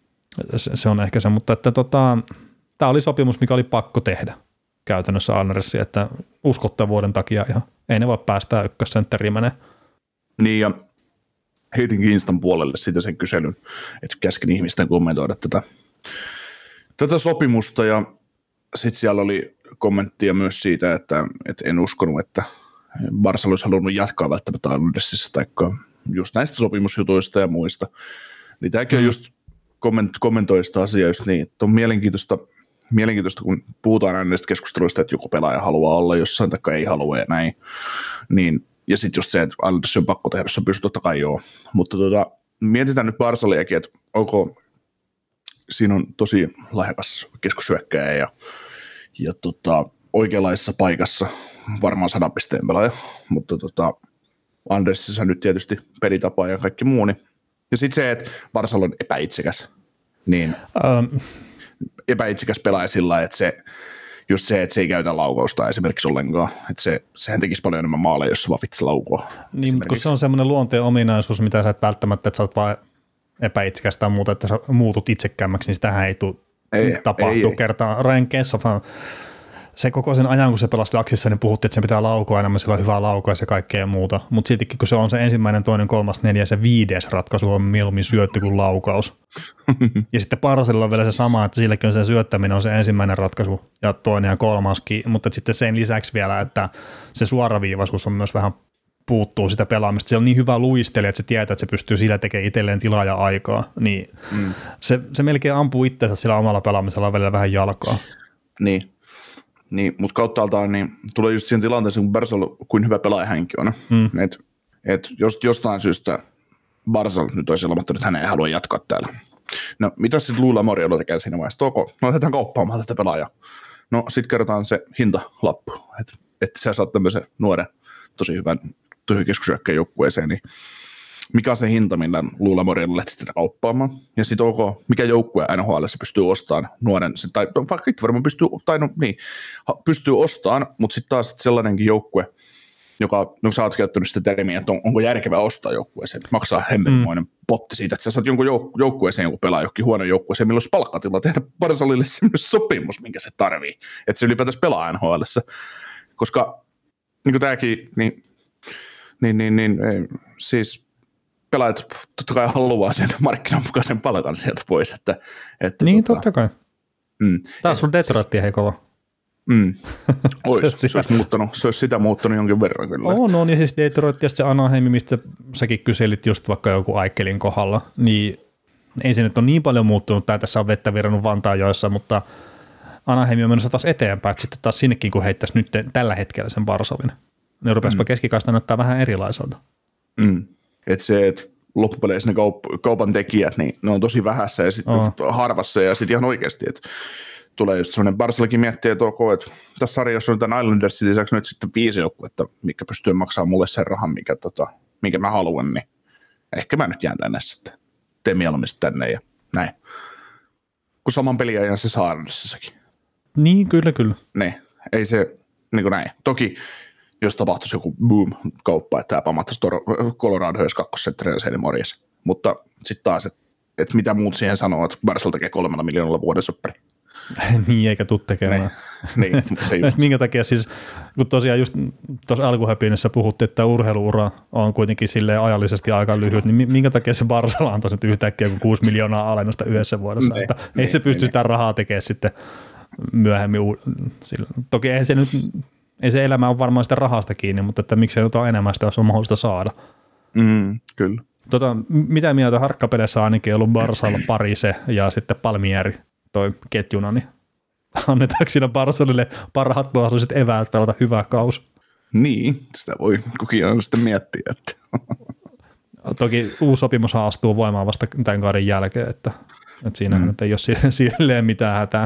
Se on ehkä se, mutta että tota, tämä oli sopimus, mikä oli pakko tehdä käytännössä Islandersiin, että uskottavuuden takia ihan ei ne voi päästää ykkössentteriin menee. Niin ja heitinkin Instan puolelle sitä sen kyselyn, että käskin ihmisten kommentoida tätä, tätä sopimusta ja sitten siellä oli kommenttia myös siitä, että, että en uskonut, että Barzal olisi halunnut jatkaa välttämättä Islandersissa tai just näistä sopimusjutuista ja muista. Niin tämäkin on just komment, kommentoista asiaa just niin, että on mielenkiintoista, mielenkiintoista, kun puhutaan aina näistä keskusteluista, että joku pelaaja haluaa olla jossain tai ei halua ja näin, niin ja sitten just se, että Islanders on pakko tehdä, se pystyy totta kai joo. Mutta tota, mietitään nyt Barzaliakin, että onko, siinä on tosi lahjakas keskushyökkäjä ja, ja tota, oikeanlaisessa paikassa varmaan sadan pisteen pelaaja, mutta tota, Andersissa nyt tietysti pelitapa ja kaikki muu. Niin. Ja sitten se, että Barzal on epäitsekäs, niin um. epäitsekäs pelaaja sillä lailla, että se just se, että se ei käytä laukausta esimerkiksi ollenkaan. Että se, sehän tekisi paljon enemmän maaleja, jos se vaan vitsi laukoo. Niin, mutta kun se on semmoinen luonteen ominaisuus, mitä sä et välttämättä, että sä oot vaan epäitsekäs tai muuta, että sä muutut itsekkäämmäksi, niin sitähän ei tule tapahtuu kertaan. Ryan Kessoffhan, se koko sen ajan, kun se pelasi Daxissa, niin puhuttiin, että se pitää laukoa enemmän, sillä on hyvää laukoa ja kaikkea muuta. Mutta sittenkin, kun se on se ensimmäinen, toinen, kolmas, neljäs ja viides ratkaisu on mieluummin syötty kuin laukaus. Ja sitten Barzalilla on vielä se sama, että silläkin on se syöttäminen on se ensimmäinen ratkaisu ja toinen ja kolmaskin, mutta sitten sen lisäksi vielä, että se suoraviivaisuus on myös vähän puuttuu sitä pelaamista. Se on niin hyvä luistelija, että se tietää, että se pystyy sillä tekemään itselleen tilaa ja aikaa. Niin mm. se, se melkein ampuu itseensä sillä omalla pelaamisella välillä vähän jalkaa. Niin. Niin, mutta kauttaaltaan niin tulee just siihen tilanteeseen, kun Barzal kuin hyvä pelaaja hänkin on. Mm. Että et jos, jostain syystä Barzal nyt olisi ilmoittanut, että hän ei halua jatkaa täällä. No, mitä sitten Lula Moriolo tekee siinä vaiheessa? Ok, no lähdetään kauppaamaan tätä pelaajaa. No, sitten kerrotaan se hintalappu, että et sä saat tämmöisen nuoren, tosi hyvän, tosi keskushyökkäjän joukkueeseen, niin mikä on se hinta, millä Lula Moriolo lähti sitä kauppaamaan? Ja sitten ok, mikä joukkue N H L:ssä pystyy ostamaan nuoren, tai vaikka kaikki varmaan pystyy, tai no niin, pystyy ostamaan, mutta sitten taas sellainenkin joukkue, joka, no sä oot käyttänyt sitä termiä, että on, onko järkevää ostaa joukkueeseen, maksaa hemmelimoinen mm. potti siitä, että sä saat jonkun jouk- joukkueeseen, joku pelaa jokin huono joukkueeseen, millä olisi palkkatila tehdä Barsalille sellainen sopimus, minkä se tarvii, että se ylipäätänsä pelaa N H L:ssä, koska niin kuin tämäkin, niin, niin, niin, niin siis pelaajat totta kai haluaa sen markkinan mukaisen palkan sieltä pois, että, että niin tota, totta kai. Mm, Taas on Detroitia hei kova. Mm. Ois, se, olisi muuttanut, se olisi sitä muuttanut jonkin verran kyllä. On, no niin siis Detroit ja se Anaheim, mistä säkin kyselit just vaikka joku Aikelin kohdalla, niin ei se nyt ole niin paljon muuttunut, tai tässä on vettä virannut Vantaajoissa, mutta Anaheim on menossa taas eteenpäin, että sitten taas sinnekin kun heittäisi nyt tällä hetkellä sen Barsovin, niin rupesipa mm. keskikaista näyttää vähän erilaiselta. Mm. Että se, että loppupeleissä ne kaup- kaupan tekijät, niin ne on tosi vähässä ja sitten oh. harvassa ja sitten ihan oikeasti, että tulee just sellainen, Barcelonakin miettii, että ok, että tässä sarjassa on tämän Islandersin lisäksi nyt sitten viisi joukkuetta, mikä pystyy maksamaan mulle sen rahan, mikä, tota, mikä mä haluan, niin ehkä mä nyt jään tänne sitten. Tee mieluummin tänne ja näin. Kun saman peliajan se saa Islandersissakin. Niin, kyllä, kyllä. Niin, ei se, niin kuin näin. Toki, jos tapahtuisi joku boom-kauppa, että tämä pamattaisi Colorado olisi kakkosentterinä se morjes. Mutta sitten taas, että et mitä muut siihen sanoo, että Barcelona tekee kolmella miljoonalla vuoden soppari. Niin, eikä tule tekemään. Niin, niin, se just. Minkä takia siis, kun tosiaan just tuossa alkuhäpiinessä puhuttiin, että urheiluura on kuitenkin silleen ajallisesti aika lyhyt, niin minkä takia se Barcelona antaisi nyt yhtäkkiä kuin kuusi miljoonaa alennusta yhdessä vuodessa, niin, että niin, ei se pysty niin, sitä rahaa tekemään sitten myöhemmin. Toki ei se nyt, ei se elämä ole varmaan sitä rahasta kiinni, mutta että miksei nyt ole enemmän sitä, jos on mahdollista saada. Mm, kyllä. Tota, mitä mieltä harkkapeleissä ainakin ollut Barsalla Parise ja sitten Palmieri toi ketjuna, niin annetaanko siinä Barcelille parhaat mahdolliset eväät pelata hyvää kausi? Niin, sitä voi kukin aina sitten miettiä. Että. Toki uusi sopimus astuu voimaan vasta tämän kauden jälkeen, että, että siinä mm. ei ole silleen mitään hätää.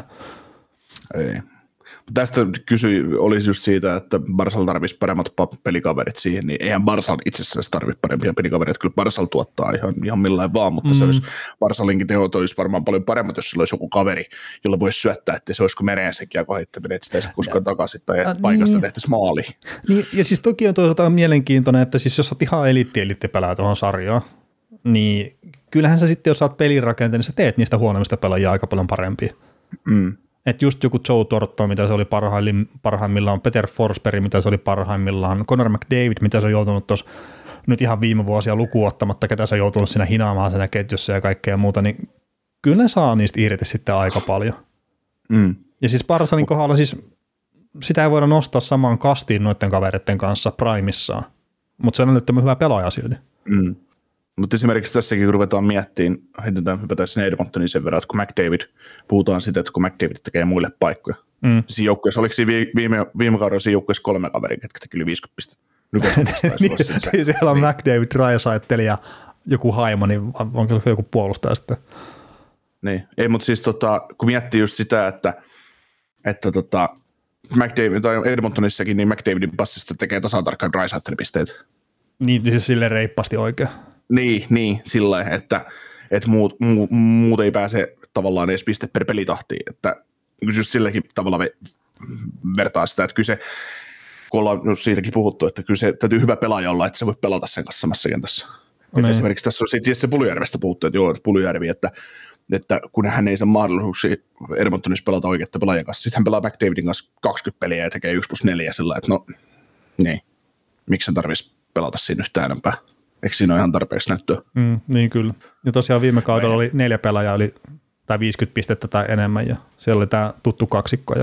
Ei. Tästä kysyi, olisi just siitä, että Barsal tarvitsisi paremmat pelikaverit siihen, niin eihän Barsal itse asiassa tarvitse parempia pelikavereita, kyllä Barsal tuottaa ihan, ihan millään vaan, mutta mm. se olisi, Barsalinkin tehot olisi varmaan paljon paremmat, jos sillä olisi joku kaveri, jolla voisi syöttää, että se olisiko mereen se kiekko heittäminen, että sitä ei se koskaan takaisin tai äh, paikasta niin. tehtäisiin maali. Niin, ja siis toki on toisaalta mielenkiintoinen, että siis jos olet ihan eliitti-eliitti pelaa tuohon sarjaan, niin kyllähän sä sitten, jos saat pelin rakenteen, niin sä teet niistä huonommista pelaajia aika paljon parempia. Mm. Että just joku Joe Torto, mitä se oli parhaimmillaan, Peter Forsberg, mitä se oli parhaimmillaan, Connor McDavid, mitä se on joutunut tuossa nyt ihan viime vuosia lukuun ottamatta, ketä se on joutunut siinä hinaamaan siinä ketjussa ja kaikkea muuta, niin kyllä ne saa niistä irti sitten aika paljon. Mm. Ja siis Barcelin kohdalla siis sitä ei voida nostaa samaan kastiin noiden kavereiden kanssa primissaan, mutta se on älyttömän hyvä pelaaja silti. Mm. Mutta esimerkiksi tässäkin, kun ruvetaan miettimään, heitetään hypätään sinne Edmontoniin sen verran, että kun McDavid, puhutaan sitä, että kun McDavid tekee muille paikkoja. Mm. Siinä joukkueessa, oliko siinä viime, viime kaudella siinä joukkueessa kolme kaveria, ketkä teki yli viisikymmentä pistettä? niin, siellä on McDavid, Draisaitl ja joku Haima, niin onko joku puolustaja sitten? Niin, ei, mutta siis tota, kun miettii just sitä, että, että tota, McDavid, tai Edmontonissakin, niin McDavidin passista tekee tasan tarkkaan Draisaitl-pisteet. Niin, siis silleen reippaasti oikein. Niin, niin sillä lailla, että, että muut, muut, muut ei pääse tavallaan edes piste per pelitahtiin, että just silläkin tavalla vertaa sitä, että kyllä se, kun ollaan siitäkin puhuttu, että kyllä se täytyy hyvä pelaaja olla, että se voi pelata sen kanssa samassa kentässä. No esimerkiksi tässä on siitä se Puljujärvestä puhuttu, että joo, että Puljujärvi, että, että kun hän ei saa mahdollisuuksia Edmontonissa pelata oikeutta pelaajan kanssa, sitten hän pelaa McDavidin kanssa kaksikymmentä peliä ja tekee yksi plus neljä sillä että no, niin, miksi sen tarvitsisi pelata siinä yhtään enempää. Eikö siinä ole ihan tarpeeksi näyttöä? Mm, niin kyllä. Ja tosiaan viime kaudella oli neljä pelaajaa yli tai viisikymmentä pistettä tai enemmän ja siellä oli tämä tuttu kaksikko ja,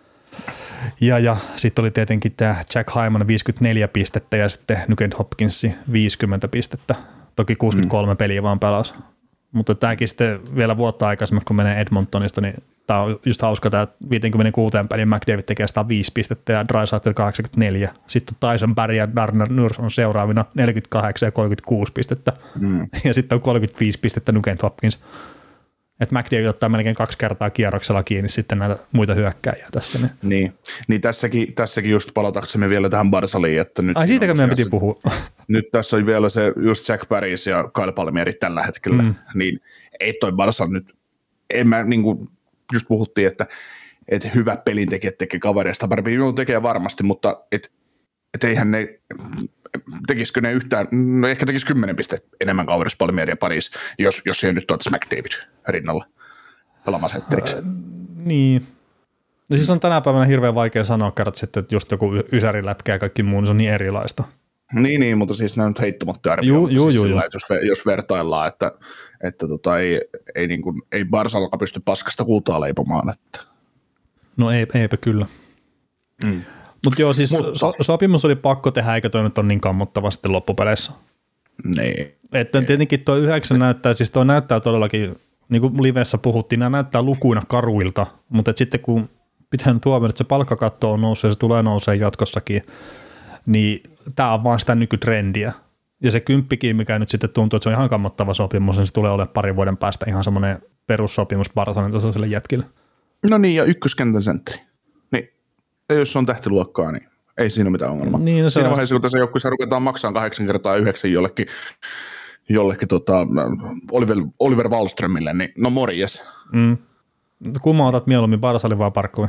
ja, ja sitten oli tietenkin tämä Jack Hyman viisikymmentäneljä pistettä ja sitten Nugent Hopkins viisikymmentä pistettä. Toki kuusikymmentäkolme mm. peliä vaan pelasi. Mutta tämäkin sitten vielä vuotta aikaisemmin, kun menee Edmontonista, niin tämä on just hauska, tämä viisikymmentäkuusi pelin McDavid tekee sata viisi pistettä ja Draisaitl kahdeksankymmentäneljä. Sitten Tyson Barrie ja Darnell Nurse on seuraavina neljäkymmentäkahdeksan ja kolmekymmentäkuusi pistettä. Mm. Ja sitten on kolmekymmentäviisi pistettä Nugent Hopkins. Että McDavid ottaa melkein kaksi kertaa kierroksella kiinni sitten näitä muita hyökkääjiä tässä. Niin, niin, niin tässäkin, tässäkin just palataksemme vielä tähän Barsaliin, että nyt... Ai siitäkö meidän piti se, puhua? Nyt tässä on vielä se just Jack Paris ja Kyle Palmieri tällä hetkellä, mm. niin ei toi Barsal nyt, en mä niin kuin just puhuttiin, että, että hyvät pelintekijät tekee kavereista, parempi tekee varmasti, mutta et, et eihän ne... Tekisikö ne yhtään, no ehkä tekisi kymmenen pistettä enemmän kaudessa Palmieri ja Paris, jos, jos siihen nyt tuotaisi McDavid rinnalla pelaamaan sentteriksi. Äh, niin. No siis on tänä päivänä hirveän vaikea sanoa, kerrat sitten, että just joku ysärilätkä ja kaikki muu, se on niin erilaista. Niin, niin, mutta siis nämä nyt heittomatta arvioon. Juu, juu, juu. Jos, jos vertaillaan, että, että tota, ei, ei, niin kuin, ei Barsalka pysty paskasta kultaa leipomaan. Että. No ei, eipä kyllä. Mm. Mutta joo, siis Mutta. So, sopimus oli pakko tehdä, eikä toi nyt ole niin kammottava sitten loppupeleissä. Niin. Että niin. Tietenkin tuo yhdeksän näyttää, siis tuo näyttää todellakin, niin kuin livessä puhuttiin, nämä näyttää lukuina karuilta, mutta sitten kun pitää nyt huomioida, että se palkkakatto on noussut ja se tulee nousee jatkossakin, niin tämä on vaan sitä nykytrendiä. Ja se kymppikin, mikä nyt sitten tuntuu, että se on ihan kammottava sopimus, niin se tulee olemaan parin vuoden päästä ihan semmoinen perussopimus Barcelonan tasoiselle jätkille. No niin, ja ykköskentän sentteri. Niin, ja jos se on tähtiluokkaa, niin ei siinä ole mitään ongelmaa. Niin, no siinä on... vaiheessa, kun tässä joukkueessa ruvetaan maksamaan kahdeksan kertaa yhdeksän jollekin, jollekin tota, Oliver, Oliver Wallströmille, niin no morjes. Mm. Kumma otat mieluummin, Barsalin vai Parkkovin?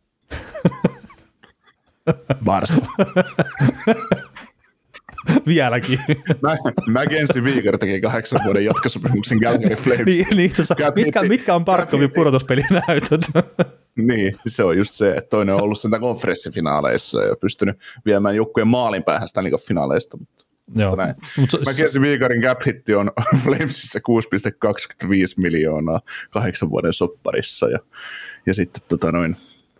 Barsal. Vieläkin. Mä, Mackenzie Weegar teki kahdeksan vuoden jatkosopimuksen Calgary Flames. Niin, niin mitkä, mitkä on Parkkovin pudotuspelinäytöt? Niin, se on just se, että toinen on ollut sen konferenssifinaaleissa ja pystynyt viemään joukkueen maalin päähän Stanley Cup-finaaleista. Joo. Mutta Mackenzie Weegarin cap-hitti on Flamesissa kuusi pilkku kaksikymmentäviisi miljoonaa kahdeksan vuoden sopparissa. Ja, ja sitten tota noin,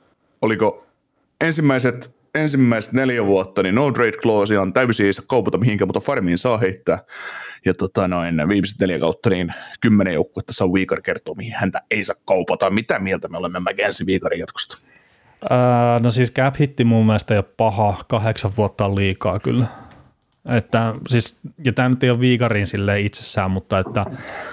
oliko ensimmäiset ensimmäiset neljä vuotta, niin no trade clause on täysin, ei saa kaupata mihinkään, mutta farmiin saa heittää. Ja tota noin, viimeiset neljä kautta, niin kymmenen joukkuetta saa Weegar kertoa, mihin häntä ei saa kaupata. Mitä mieltä me olemme Mackenzie Weegarin jatkosta? Ää, no siis cap hitti mun mielestä ei ole paha, kahdeksan vuotta on liikaa kyllä. Että siis, ja tämä nyt ei ole Weegarin silleen itsessään, mutta että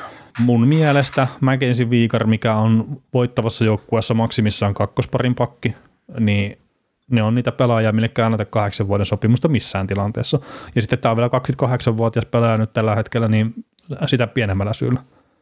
mun mielestä Mackenzie Weegar, mikä on voittavassa joukkueessa maksimissaan kakkosparin pakki, niin ne on niitä pelaajia, mille kannata kahdeksan vuoden sopimusta missään tilanteessa. Ja sitten tämä on vielä kaksikymmentäkahdeksanvuotias pelaaja nyt tällä hetkellä, niin sitä pienemmällä syyllä.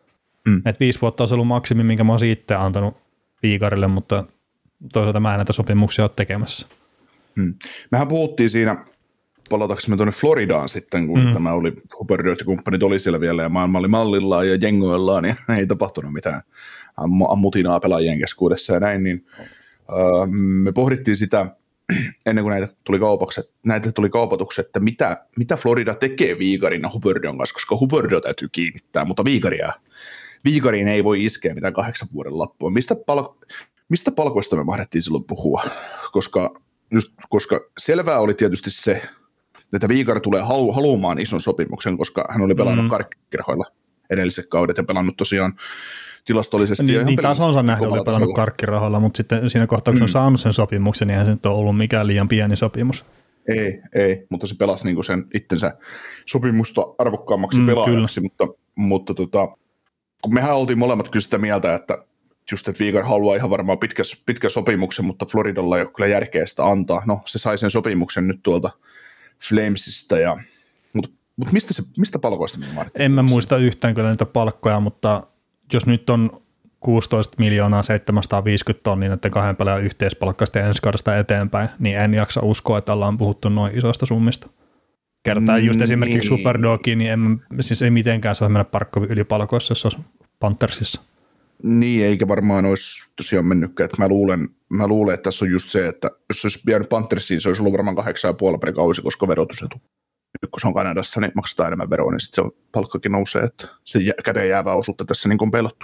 Mm. Et viisi vuotta olisi ollut maksimi, minkä mä olisin itse antanut Weegarille, mutta toisaalta mä en näitä sopimuksia ole tekemässä. Mm. Mehän puhuttiin siinä, palataanko me tuonne Floridaan sitten, kun mm. tämä oli, Huberdeut ja kumppanit oli siellä vielä, ja maailma oli mallillaan ja jengoillaan, ja ei tapahtunut mitään ammutinaa pelaajien keskuudessa ja näin, niin öö, me pohdittiin sitä, ennen kuin näitä tuli kaupaksi, näitä tuli kaupatuksi, että mitä, mitä Florida tekee Weegarin ja Huberdeun kanssa, koska Huberdeau täytyy kiinnittää, mutta Weegaria, Weegariin ei voi iskeä mitään kahdeksan vuoden lappua. Mistä, pal- mistä palkoista me mahdettiin silloin puhua? Koska, just, koska selvää oli tietysti se, että Weegar tulee halu- haluamaan ison sopimuksen, koska hän oli pelannut mm. karkkirahoilla edelliset kaudet ja pelannut tosiaan tilastollisesti. Niin, niin tasonsa nähden oli pelannut karkkirahoilla, mutta sitten siinä kohtaa, kun mm. on saanut sen sopimuksen, niin eihän se nyt ole ollut mikään liian pieni sopimus. Ei, ei, mutta se pelasi niinku sen itsensä sopimusta arvokkaammaksi mm, pelaajaksi, mutta, mutta tota, kun mehän oltiin molemmat kyllä sitä mieltä, että just, että Weegar haluaa ihan varmaan pitkä, pitkä sopimuksen, mutta Floridalla ei ole kyllä järkeä sitä antaa. No, se sai sen sopimuksen nyt tuolta Flamesista, ja, mutta, mutta mistä, se, mistä palkoista me mahdettiin? En mä muista yhtään kyllä niitä palkkoja, mutta jos nyt on kuusitoista miljoonaa seitsemänsataaviisikymmentä tonnia näiden kahden pelaajan yhteispalkkasta ensi kaudesta eteenpäin, niin en jaksa uskoa, että ollaan puhuttu noin isoista summista. Kertaa just esimerkiksi niin. Superdogiin, niin en, siis ei mitenkään saa mennä Parkkovin ylipalkoissa, jos olisi Panthersissa. Niin, eikä varmaan olisi tosiaan mennytkään. Että mä, luulen, mä luulen, että tässä on just se, että jos se olisi jäänyt Panthersiin, se olisi ollut varmaan kahdeksan ja puoli per kausi, koska verotusetu. Kun se on Kanadassa, niin maksetaan enemmän veroa, niin sitten se palkkakin nousee, että se käteen jäävää osuutta tässä niin kuin pelattu.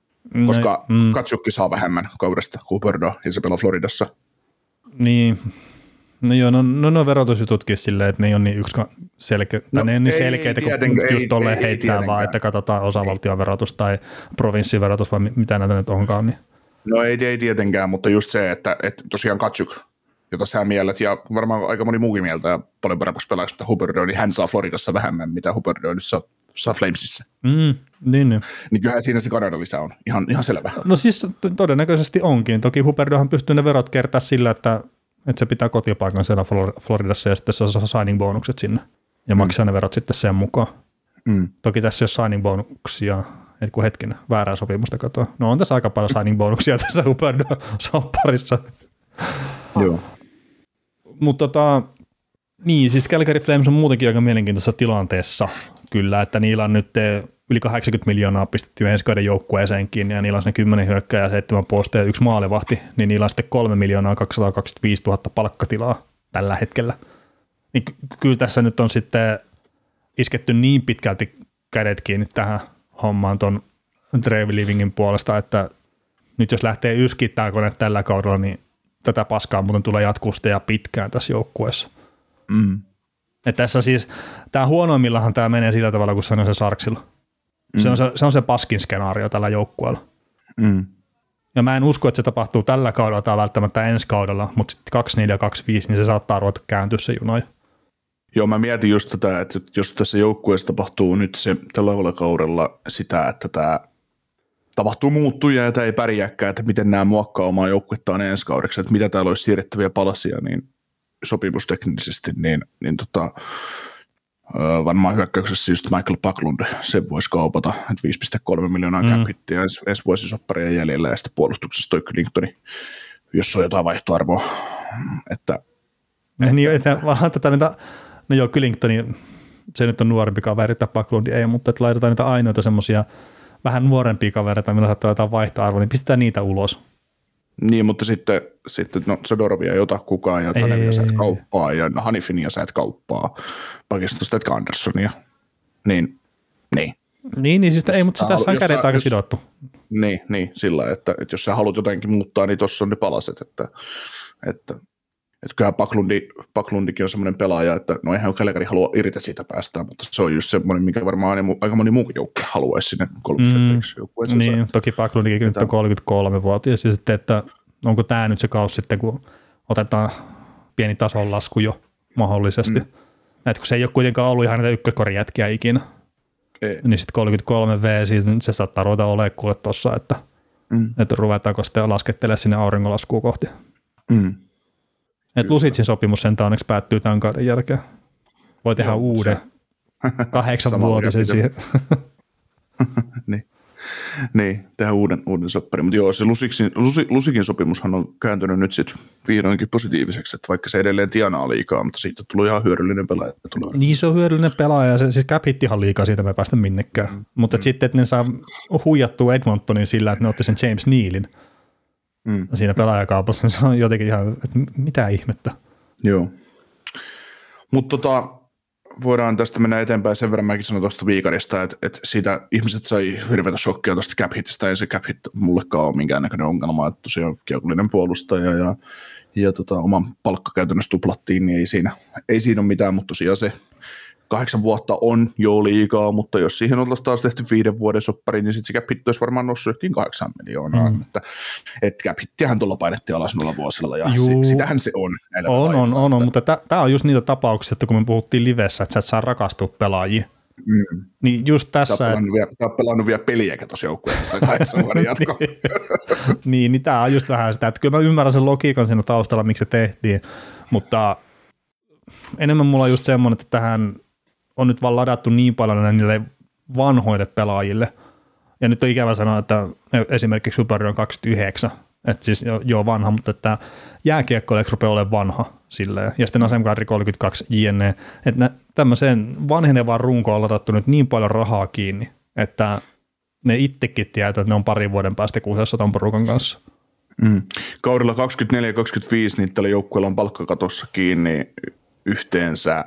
Koska no, mm. Katsukki saa vähemmän kaudesta kuin Huberdeau, ja se pelaa Floridassa. Niin, no joo, no, no, no verotusjututkin silleen, että ne ei ole niin yksi selkeä, no, ne ei niin selkeitä, kun just tolleen heittää tietenkään. Vaan, että katsotaan osavaltion verotus tai provinssiverotus, vai mitä näitä nyt onkaan. Niin. No ei, ei tietenkään, mutta just se, että, että tosiaan Katsuk, jota sä miellet, ja varmaan aika moni muukin mieltä, ja paljon paremmaksi pelaajaksi, mutta Huberdeau, niin hän saa Floridassa vähemmän, mitä Huberdeau nyt saa, saa Flamesissa. Mm. Niin, niin. Niin kyllähän siinä se Kanadan lisä on ihan, ihan selvä. No siis todennäköisesti onkin. Toki Huberdeauhan pystyy ne verot kertaa sillä, että, että se pitää kotipaikan siellä Floridassa ja sitten se saa signing-bonukset sinne ja maksaa mm. ne verot sitten sen mukaan. Mm. Toki tässä ei ole signing-bonuksia, että kun hetkinen, väärää sopimusta katoa. No on tässä aika paljon signing-bonuksia tässä Huberdeau-sopparissa. Joo. Mutta tota, niin, siis Calgary Flames on muutenkin aika mielenkiintoisessa tilanteessa kyllä, että niillä on nyt yli kahdeksankymmentä miljoonaa pistetty ensi kauden joukkueeseen kiinni ja niillä on sen kymmenen hyökkääjää, seitsemän puolustajaa ja yksi maalivahti, niin niillä on sitten kolme miljoonaa kaksisataakaksikymmentäviisituhatta palkkatilaa tällä hetkellä. Niin ky- kyllä tässä nyt on sitten isketty niin pitkälti kädet kiinni tähän hommaan ton Trevor Livingin puolesta, että nyt jos lähtee yskiin tämä kone tällä kaudella, niin tätä paskaa muuten tulee jatkusta ja pitkään tässä joukkueessa. Mm. Et tässä siis, tämä huonoimmillahan tämä menee sillä tavalla, kun se on se Sarksilla. Mm. Se, on se, se on se paskin skenaario tällä joukkueella. Mm. Ja mä en usko, että se tapahtuu tällä kaudella tai välttämättä ensi kaudella, mutta sitten kaksikymmentäneljä kaksikymmentäviisi, niin se saattaa ruveta kääntyä se juna. Joo, mä mietin just tätä, että jos tässä joukkueessa tapahtuu nyt se tällä kaudella sitä, että tämä tapahtuu muuttuja ja tämä ei pärjääkään, että miten nämä muokkaa omaa joukkuettaan ensi kaudeksi, että mitä täällä olisi siirrettäviä palasia, niin sopimusteknisesti, niin, niin tota, varmaan hyökkäyksessä just Michael Backlund, se voisi kaupata, että viisi pilkku kolme miljoonaa mm. cap-hittiä ensi, ensi vuosisopparia jäljellä, ja sitten puolustuksessa toi Clintoni, jos on jotain vaihtoarvoa, että... että niin, että vaan tätä niitä, no joo, Clintoni, se nyt on nuorempi kaveri, että Backlund ei, mutta että laitetaan niitä ainoita semmoisia vähän nuorempia kavereita, millä saattaa jotain vaihtoarvoa, niin pistetään niitä ulos. Niin, mutta sitten, sitten no, Sodorovia ei ota kukaan, ja Tanevia sä et kauppaa, ja Hanifinia sä et kauppaa, Pakistosta etkä Andersonia, niin, niin. Niin, niin siis ei, mutta siis tässä on kädet aika sidottu. Niin, niin sillä että, että jos sä haluat jotenkin muuttaa, niin tuossa on ne palaset, että, että, että kyllähän Backlundi, Backlundikin on semmoinen pelaaja, että no eihän Calgary halua irti siitä päästään, mutta se on just semmoinen, mikä varmaan aika moni muukin joukkue haluaisi sinne kolmosentteriksi mm, joukkueeseen. Niin, toki Backlundikin nyt on kolmekymmentäkolme-vuotias, ja sitten, että onko tämä nyt se kausi sitten, kun otetaan pieni tasonlasku jo mahdollisesti. Mm. Että kun se ei ole kuitenkaan ollut ihan näitä ykköskorijätkiä ikinä, ei. Niin sitten kolmekymmentäkolme vuotias, siis se saattaa ruveta olemaan kuule tuossa, että, mm. että ruvetaanko sitten laskettelemaan sinne auringonlaskuun kohti. Mm. Että Lusitsin sopimus sentään onneksi päättyy tämän kauden jälkeen. Voi tehdä Joo, uuden kahdeksanvuotisen siihen. niin. Niin, tehdään uuden, uuden sopparin. Mutta joo, se Lusiksin, Lusi, Lusikin sopimushan on kääntynyt nyt sitten vihdoinkin positiiviseksi, että vaikka se edelleen tienaa liikaa, mutta siitä tuli ihan hyödyllinen pelaaja. Niin, se on hyödyllinen pelaaja, se, siis cap-hittihan liikaa, siitä me ei päästä minnekään. Mm. Mutta mm. sitten, että ne saa huijattua Edmontonin sillä, että ne otti sen James Nealin mm. siinä pelaajakaupassa, se on jotenkin ihan, että mitä ihmettä. Joo. Mutta tota... voidaan tästä mennä eteenpäin, sen verran mäkin sanoin tuosta Viikarista, että, että siitä ihmiset sai hirveätä shokkia tuosta cap-hitistä, ei se cap-hit mullekaan ole minkäännäköinen ongelma, että tosiaan kiekollinen puolustaja ja, ja tota, oman palkka käytännössä tuplattiin, niin ei siinä, ei siinä ole mitään, mutta tosiaan se kahdeksan vuotta on jo liikaa, mutta jos siihen oltaisiin taas tehty viiden vuoden soppari, niin sitten se cap-hit olisi varmaan noussut jokin kahdeksan miljoonaa, mm. että, että cap-hittiähän tuolla painettiin alas noilla vuosilla, ja Juu. sitähän se on. On, on, on, on, mutta tämä on just niitä tapauksia, että kun me puhuttiin livessä, että sä et saa rakastua pelaajia, mm. niin just tässä... Sä oot pelannut vielä peliäkä tuossa joukkueessa kahdeksan vuoden jatko. niin, niin tämä on just vähän sitä, että kyllä mä ymmärrän sen logiikan siinä taustalla, miksi se tehtiin, mutta enemmän mulla on just semmoinen, että tähän on nyt vaan ladattu niin paljon niille vanhoille pelaajille. Ja nyt on ikävä sanoa, että esimerkiksi Super on kaksikymmentäyhdeksän, että siis joo vanha, mutta että jääkiekkoileksi rupeaa olemaan vanha silleen. Ja sitten Asemkaari kolmekymmentäkaksi jne. Että tämmöiseen vanhenevaan runkoon on ladattu nyt niin paljon rahaa kiinni, että ne itsekin tietää, että ne on parin vuoden päästä kuusessa ton porukan kanssa. Mm. Kaudella kaksikymmentäneljä kaksikymmentäviisi niin tällä joukkueella on palkkakatossa kiinni yhteensä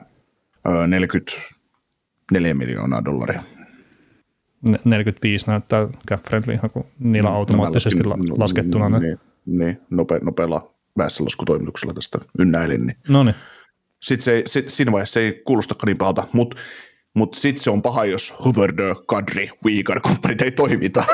neljäkymmentäneljä miljoonaa dollaria. neljäkymmentäviisi näyttää cap-friendly ihan kuin niillä no, automaattisesti la- laskettuna. Ne. Niin, niin nope, nopealla väestölaskutoimituksella tästä ynnäilin. Niin. No niin. Sitten se, se, siinä vaiheessa se ei kuulostakaan niin pahalta, mutta mut sitten se on paha, jos Huberdeau, Kadri, Weegar, kumppanit ei toimita.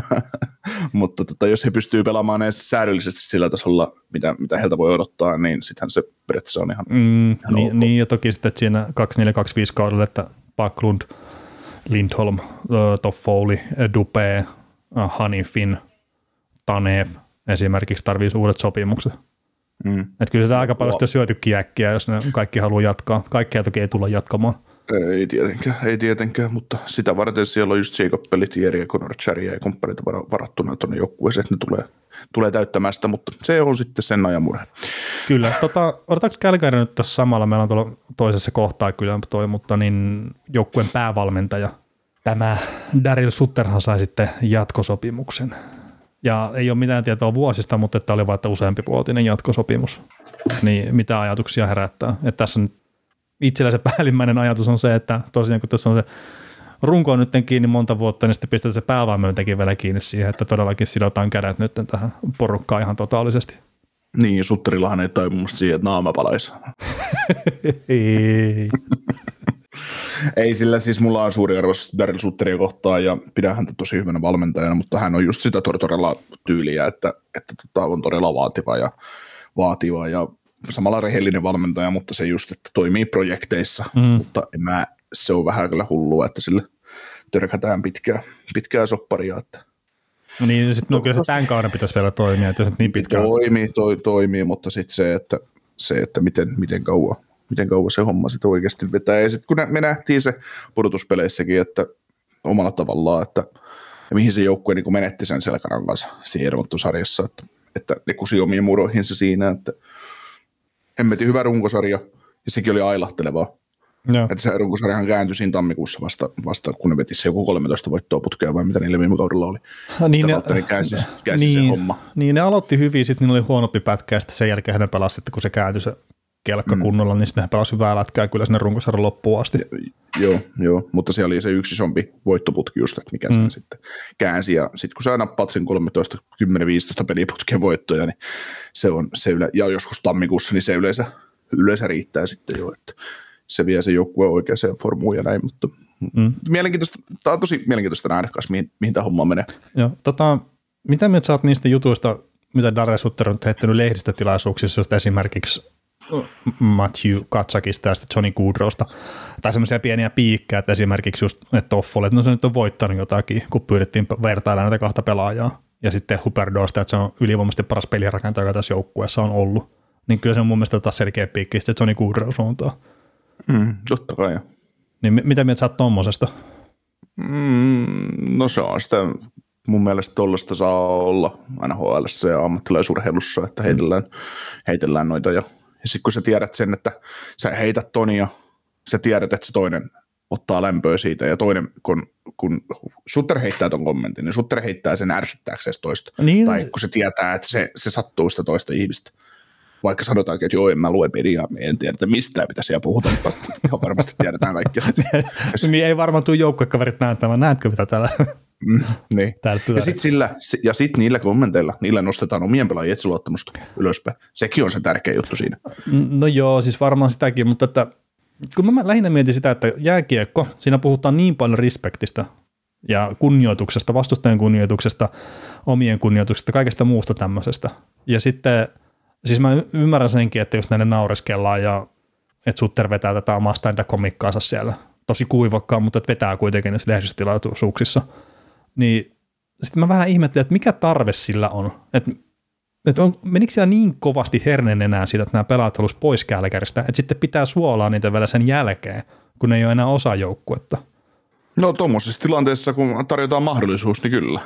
Mutta tota, jos he pystyy pelaamaan edes säädöllisesti sillä tasolla, mitä, mitä heiltä voi odottaa, niin sittenhän se periaatteessa on ihan, mm, ihan niin, niin, ja toki sitten, että siinä kaksikymmentäneljä kaksikymmentäviisi kaudella, että Backlund Lindholm, Toffoli, Dupé, Hanifin, Tanev esimerkiksi tarvitsisi uudet sopimukset. Mm. Että kyllä sitä aika paljon no. syötykin äkkiä, jos ne kaikki haluaa jatkaa. Kaikkea toki ei tulla jatkamaan. Ei tietenkään, ei tietenkään, mutta sitä varten siellä on just Jacob Pelletieri ja Conor Charia ja kumppanit varattuna tuonne joukkueeseen, että ne tulee, tulee täyttämään sitä, mutta se on sitten sen ajan murhe. Kyllä, tota, odotaanko Calgary nyt tässä samalla, meillä on tuolla toisessa kohtaa kyllä toi, mutta niin joukkueen päävalmentaja, tämä Daryl Sutterhan sai sitten jatkosopimuksen. Ja ei ole mitään tietoa vuosista, mutta että oli vain useampi vuotinen jatkosopimus. Niin mitä ajatuksia herättää? Että tässä nyt itsellä se päällimmäinen ajatus on se, että tosiaan kun tässä on se runko on nyt kiinni monta vuotta, niin sitten pistetään se päävalmentajakin vielä kiinni siihen, että todellakin sidotaan kädet nyt tähän porukkaan ihan totaalisesti. Niin, Sutterillahan ei toivu musta siihen, että naama palaisi. ei. Ei sillä siis mulla on suuri arvostus Daryl Sutteria kohtaan ja pidän häntä tosi hyvänä valmentajana, mutta hän on just sitä todella tyyliä, että, että tota, on todella vaativa ja, vaativa ja samalla rehellinen valmentaja, mutta se just, että toimii projekteissa, mm. mutta en mä, se on vähän kyllä hullua, että sille törkätään pitkää, pitkää sopparia. Että no niin, sitten no, kyllä se tämän kauden pitäisi vielä toimia, että jos niin pitkään. Toimii, toi, toimii, mutta sitten se, että, se, että miten, miten kauan. miten kauan se homma sitten oikeasti vetää. Ja sitten kun me nähtiin se pudotuspeleissäkin, että omalla tavallaan, että ja mihin se joukkue niin menetti sen selkärankansa siinä Edmonton-sarjassa, että, että ne kusi omiin muroihinsa siinä, että hemmetin hyvä runkosarja, ja sekin oli ailahtelevaa. No. Että se runkosarjahan kääntyi siinä tammikuussa vasta, vasta kun ne veti se joku kolmetoista voittoa putkea, vai mitä niillä viime kaudella oli. Niin Sitä ne, ne käänsi, käänsi niin, se homma. Niin, ne aloitti hyvin, sitten niillä oli huonompi pätkä, ja sitten sen jälkeen ne pelasi, että kun se kääntyi se kelkka mm. kunnolla, niin sitten ne pelasi hyvää lätkää kyllä sinne runkosarjan loppuun asti. Joo, joo, mutta siellä oli se yksi isompi voittoputki just, että mikä mm. sen sitten käänsi, ja sitten kun sä nappaat sen kolmetoista, kymmenen, viisitoista peliputken voittoja, niin se on se yle, ja joskus tammikuussa, niin se yleensä, yleensä riittää sitten jo, että se vie se joukkue oikeaan formuun ja näin, mutta mm. mielenkiintoista, tämä on tosi mielenkiintoista nähdä kanssa, mihin, mihin tämä homma menee. Joo, tota, mitä mieltä sä oot niistä jutuista, mitä Daryl Sutter on heittänyt lehdistötilaisuuksissa, just esimerkiksi Matthew Katsakista ja sitten Johnny Goodrowsta, tai semmoisia pieniä piikkejä, että esimerkiksi just ne Toffoli, että no se nyt on voittanut jotakin, kun pyydettiin vertailla näitä kahta pelaajaa, ja sitten Huberdeausta, että se on ylivoimaisesti paras pelirakentaja, joka tässä joukkueessa on ollut, niin kyllä se on mun mielestä taas selkeä piikki sitten Johnny Goodrow suuntaan. Mm, totta kai jo. Niin mitä mieltä sä oot tommosesta? Mm, no se on sitä, mun mielestä tollaista saa olla N H L:ssä ja ammattilaisurheilussa, että heitellään, heitellään noita ja Ja sitten kun sä tiedät sen, että sä heität tonia, sä tiedät, että se toinen ottaa lämpöä siitä, ja toinen, kun, kun Sutter heittää ton kommentin, niin Sutter heittää sen ärsyttääkseen toista. Niin, tai kun se tietää, että se, se sattuu sitä toista ihmistä. Vaikka sanotaankin, että joo, en mä lue mediaa, me en tiedä, että mistään mitä siellä puhutaan, mutta ihan varmasti tiedetään kaikki. Niin ei varmaan tule joukkuekaverit näyttämään, näetkö mitä täällä, mm, niin. täällä pyörii. Ja sitten sillä, ja sit niillä kommenteilla, niillä nostetaan omien pelaajien itseluottamusta ylöspäin. Sekin on se tärkeä juttu siinä. No joo, siis varmaan sitäkin, mutta että, kun mä lähinnä mietin sitä, että jääkiekko, siinä puhutaan niin paljon respektistä ja kunnioituksesta, vastustajan kunnioituksesta, omien kunnioituksesta, kaikesta muusta tämmöisestä. Ja sitten siis mä ymmärrän senkin, että just näiden naureskellaan ja että Sutter vetää tätä omaa stand-up-komikkaansa siellä. Tosi kuivakkaan, mutta että vetää kuitenkin näissä lehdistötilaisuuksissa. Niin sitten mä vähän ihmettelin, että mikä tarve sillä on. Että, että on, menikö siellä niin kovasti herneen enää siitä, että nämä pelaat halusi pois Kälkäristä, että sitten pitää suolaa niitä vielä sen jälkeen, kun ne ei ole enää osa joukkuetta. No tuommoisessa tilanteessa, kun tarjotaan mahdollisuus, niin kyllä.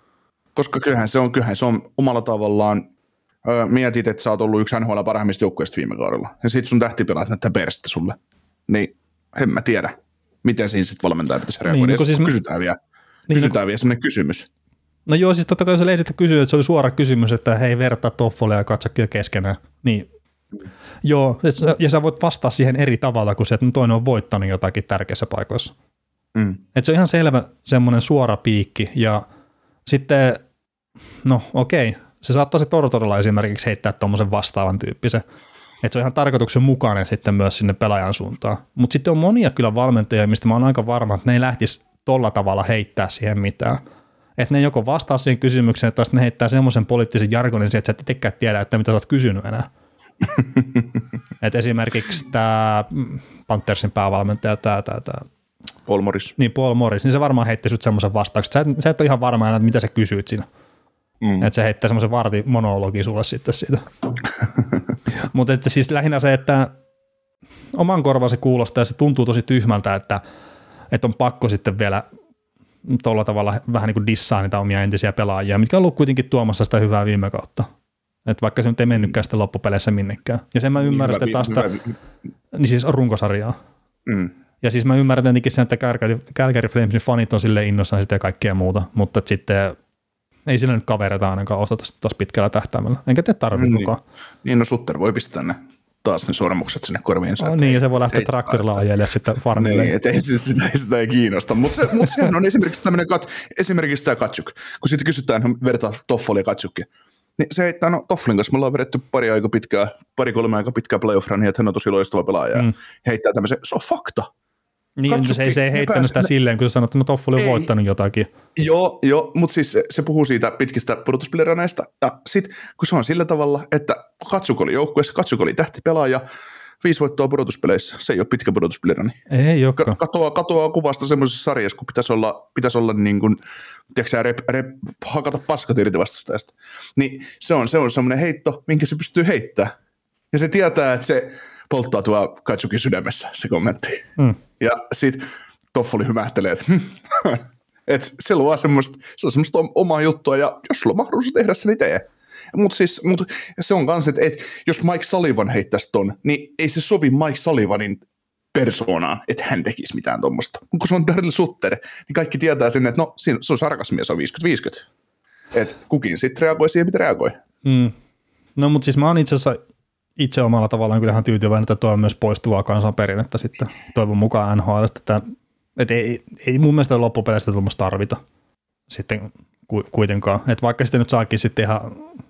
Koska kyllähän se on, kyllähän se on omalla tavallaan. Öö, mietit, että sä oot ollut yksi N H L parhaimmista joukkueista viime kaudella, ja sit sun tähtipelaat näyttää perstä sulle, niin en mä tiedä, miten siinä sit valmentaja pitäisi reagoida, niin, no, siis kysytään vielä, niin, kysytään no, vielä semmoinen kysymys. No joo, siis totta kai se lehdistä kysyy, että se oli suora kysymys, että hei, vertaa Toffolia ja Katsakia keskenään, niin mm. joo, ja sä voit vastaa siihen eri tavalla kuin se, että toinen on voittanut jotakin tärkeissä paikoissa. Mm. Että se on ihan selvä semmoinen suora piikki, ja sitten, no okei, okay. Se saattaa se Tortorella esimerkiksi heittää tuommoisen vastaavan tyyppisen, että se on ihan tarkoituksenmukainen sitten myös sinne pelaajan suuntaan. Mutta sitten on monia kyllä valmentajia, mistä mä oon aika varma, että ne ei lähtisi tolla tavalla heittää siihen mitään. Että ne joko vastaa siihen kysymykseen, tai sitten ne heittää semmoisen poliittisen jargonin, että sä et itsekään tiedä, että mitä sä oot kysynyt enää. Että esimerkiksi tämä Panthersin päävalmentaja, tämä, tämä, tämä Paul Morris. Niin, Paul Morris, niin se varmaan heitti sut semmoisen vastauksen. Sä et, sä et ole ihan varma enää, että mitä sä kysyit siinä. Mm. Että se heittää semmoisen vartimonologin sulle sitten siitä. Mutta että siis lähinnä se, että oman korvan se kuulostaa ja se tuntuu tosi tyhmältä, että, että on pakko sitten vielä tuolla tavalla vähän niin kuin dissaa niitä omia entisiä pelaajia, mitkä on ollut kuitenkin tuomassa sitä hyvää viime kautta. Että vaikka se nyt ei mennytkään sitten loppupeleissä minnekään. Ja sen mä ymmärrän sitten taas, sitä, niin siis runkosarjaa. Mm. Ja siis mä ymmärrän tietenkin sen, että Calgary, Calgary Flamesin fanit on silleen innossaan sitä ja kaikkea muuta, mutta sitten ei sillä nyt kavereita ainakaan osteta taas pitkällä tähtäimellä. Enkä tee tarvitse niin, mukaan. Niin, no Sutter voi pistää ne taas ne sormukset sinne korviinsa. No, niin, ja se voi lähteä ei, traktorilla ajelemaan sitten farmille. Niin, että ei, sitä, sitä, sitä ei kiinnosta. Mutta se, mut sehän on esimerkiksi tämmöinen, kat, esimerkiksi tämä Katsuk. Kun sitten kysytään, vertaa Toffoli ja Katsukia, niin se heittää, no Toffolin kanssa me ollaan vedetty pari aika pitkää, pari kolme aika pitkää playoff-runia, että hän on tosi loistava pelaaja. Mm. Heittää tämmöisen, se on fakta. Niin, Katsukki, se, se ei heittänyt pääs, sitä ne, silleen, kun sä sanot, että no Toffoli on ei, voittanut jotakin. Joo, joo, mutta siis se, se puhuu siitä pitkistä pudotuspeliraneista. Ja sitten kun se on sillä tavalla, että Katsuk oli joukkueessa, Katsuk oli tähtipelaaja, viisi voittoa pudotuspeleissä, se ei ole pitkä pudotuspelirani. Ei olekaan. Katoaa, katoaa kuvasta semmoisessa sarjassa, kun pitäisi olla, pitäisi olla niin kuin, tiedätkö rep, rep, hakata paskat irti vastustajasta. Niin se on, se on semmoinen heitto, minkä se pystyy heittämään. Ja se tietää, että se polttaa tuo Katsukin sydämessä, se kommentti. Mm. Ja sitten Toffoli hymähtelee, että et se luo semmoista, se on semmoista omaa juttua, ja jos sulla on mahdollisuus tehdä se, niin tee. Mutta siis, mut, se on kans, että et, jos Mike Sullivan heittäisi ton, niin ei se sovi Mike Sullivanin persoonaan, että hän tekisi mitään tuommoista. Kun se on Daryl Sutter, niin kaikki tietää sen, että no, se on sarkasmia, se on viisikymmentä viisikymmentä. Että kukin sitten reagoi siihen, mitä reagoi. Mm. No mutta siis mä oon itse asiassa itse omalla tavallaan kyllähän tyytyväinen, että tuo on myös poistuvaa kansanperinnettä sitten toivon mukaan N H L, että, että ei, ei mun mielestä loppupeleistä tuommoista tarvita sitten kuitenkaan. Että vaikka sitten nyt saakin sitten ihan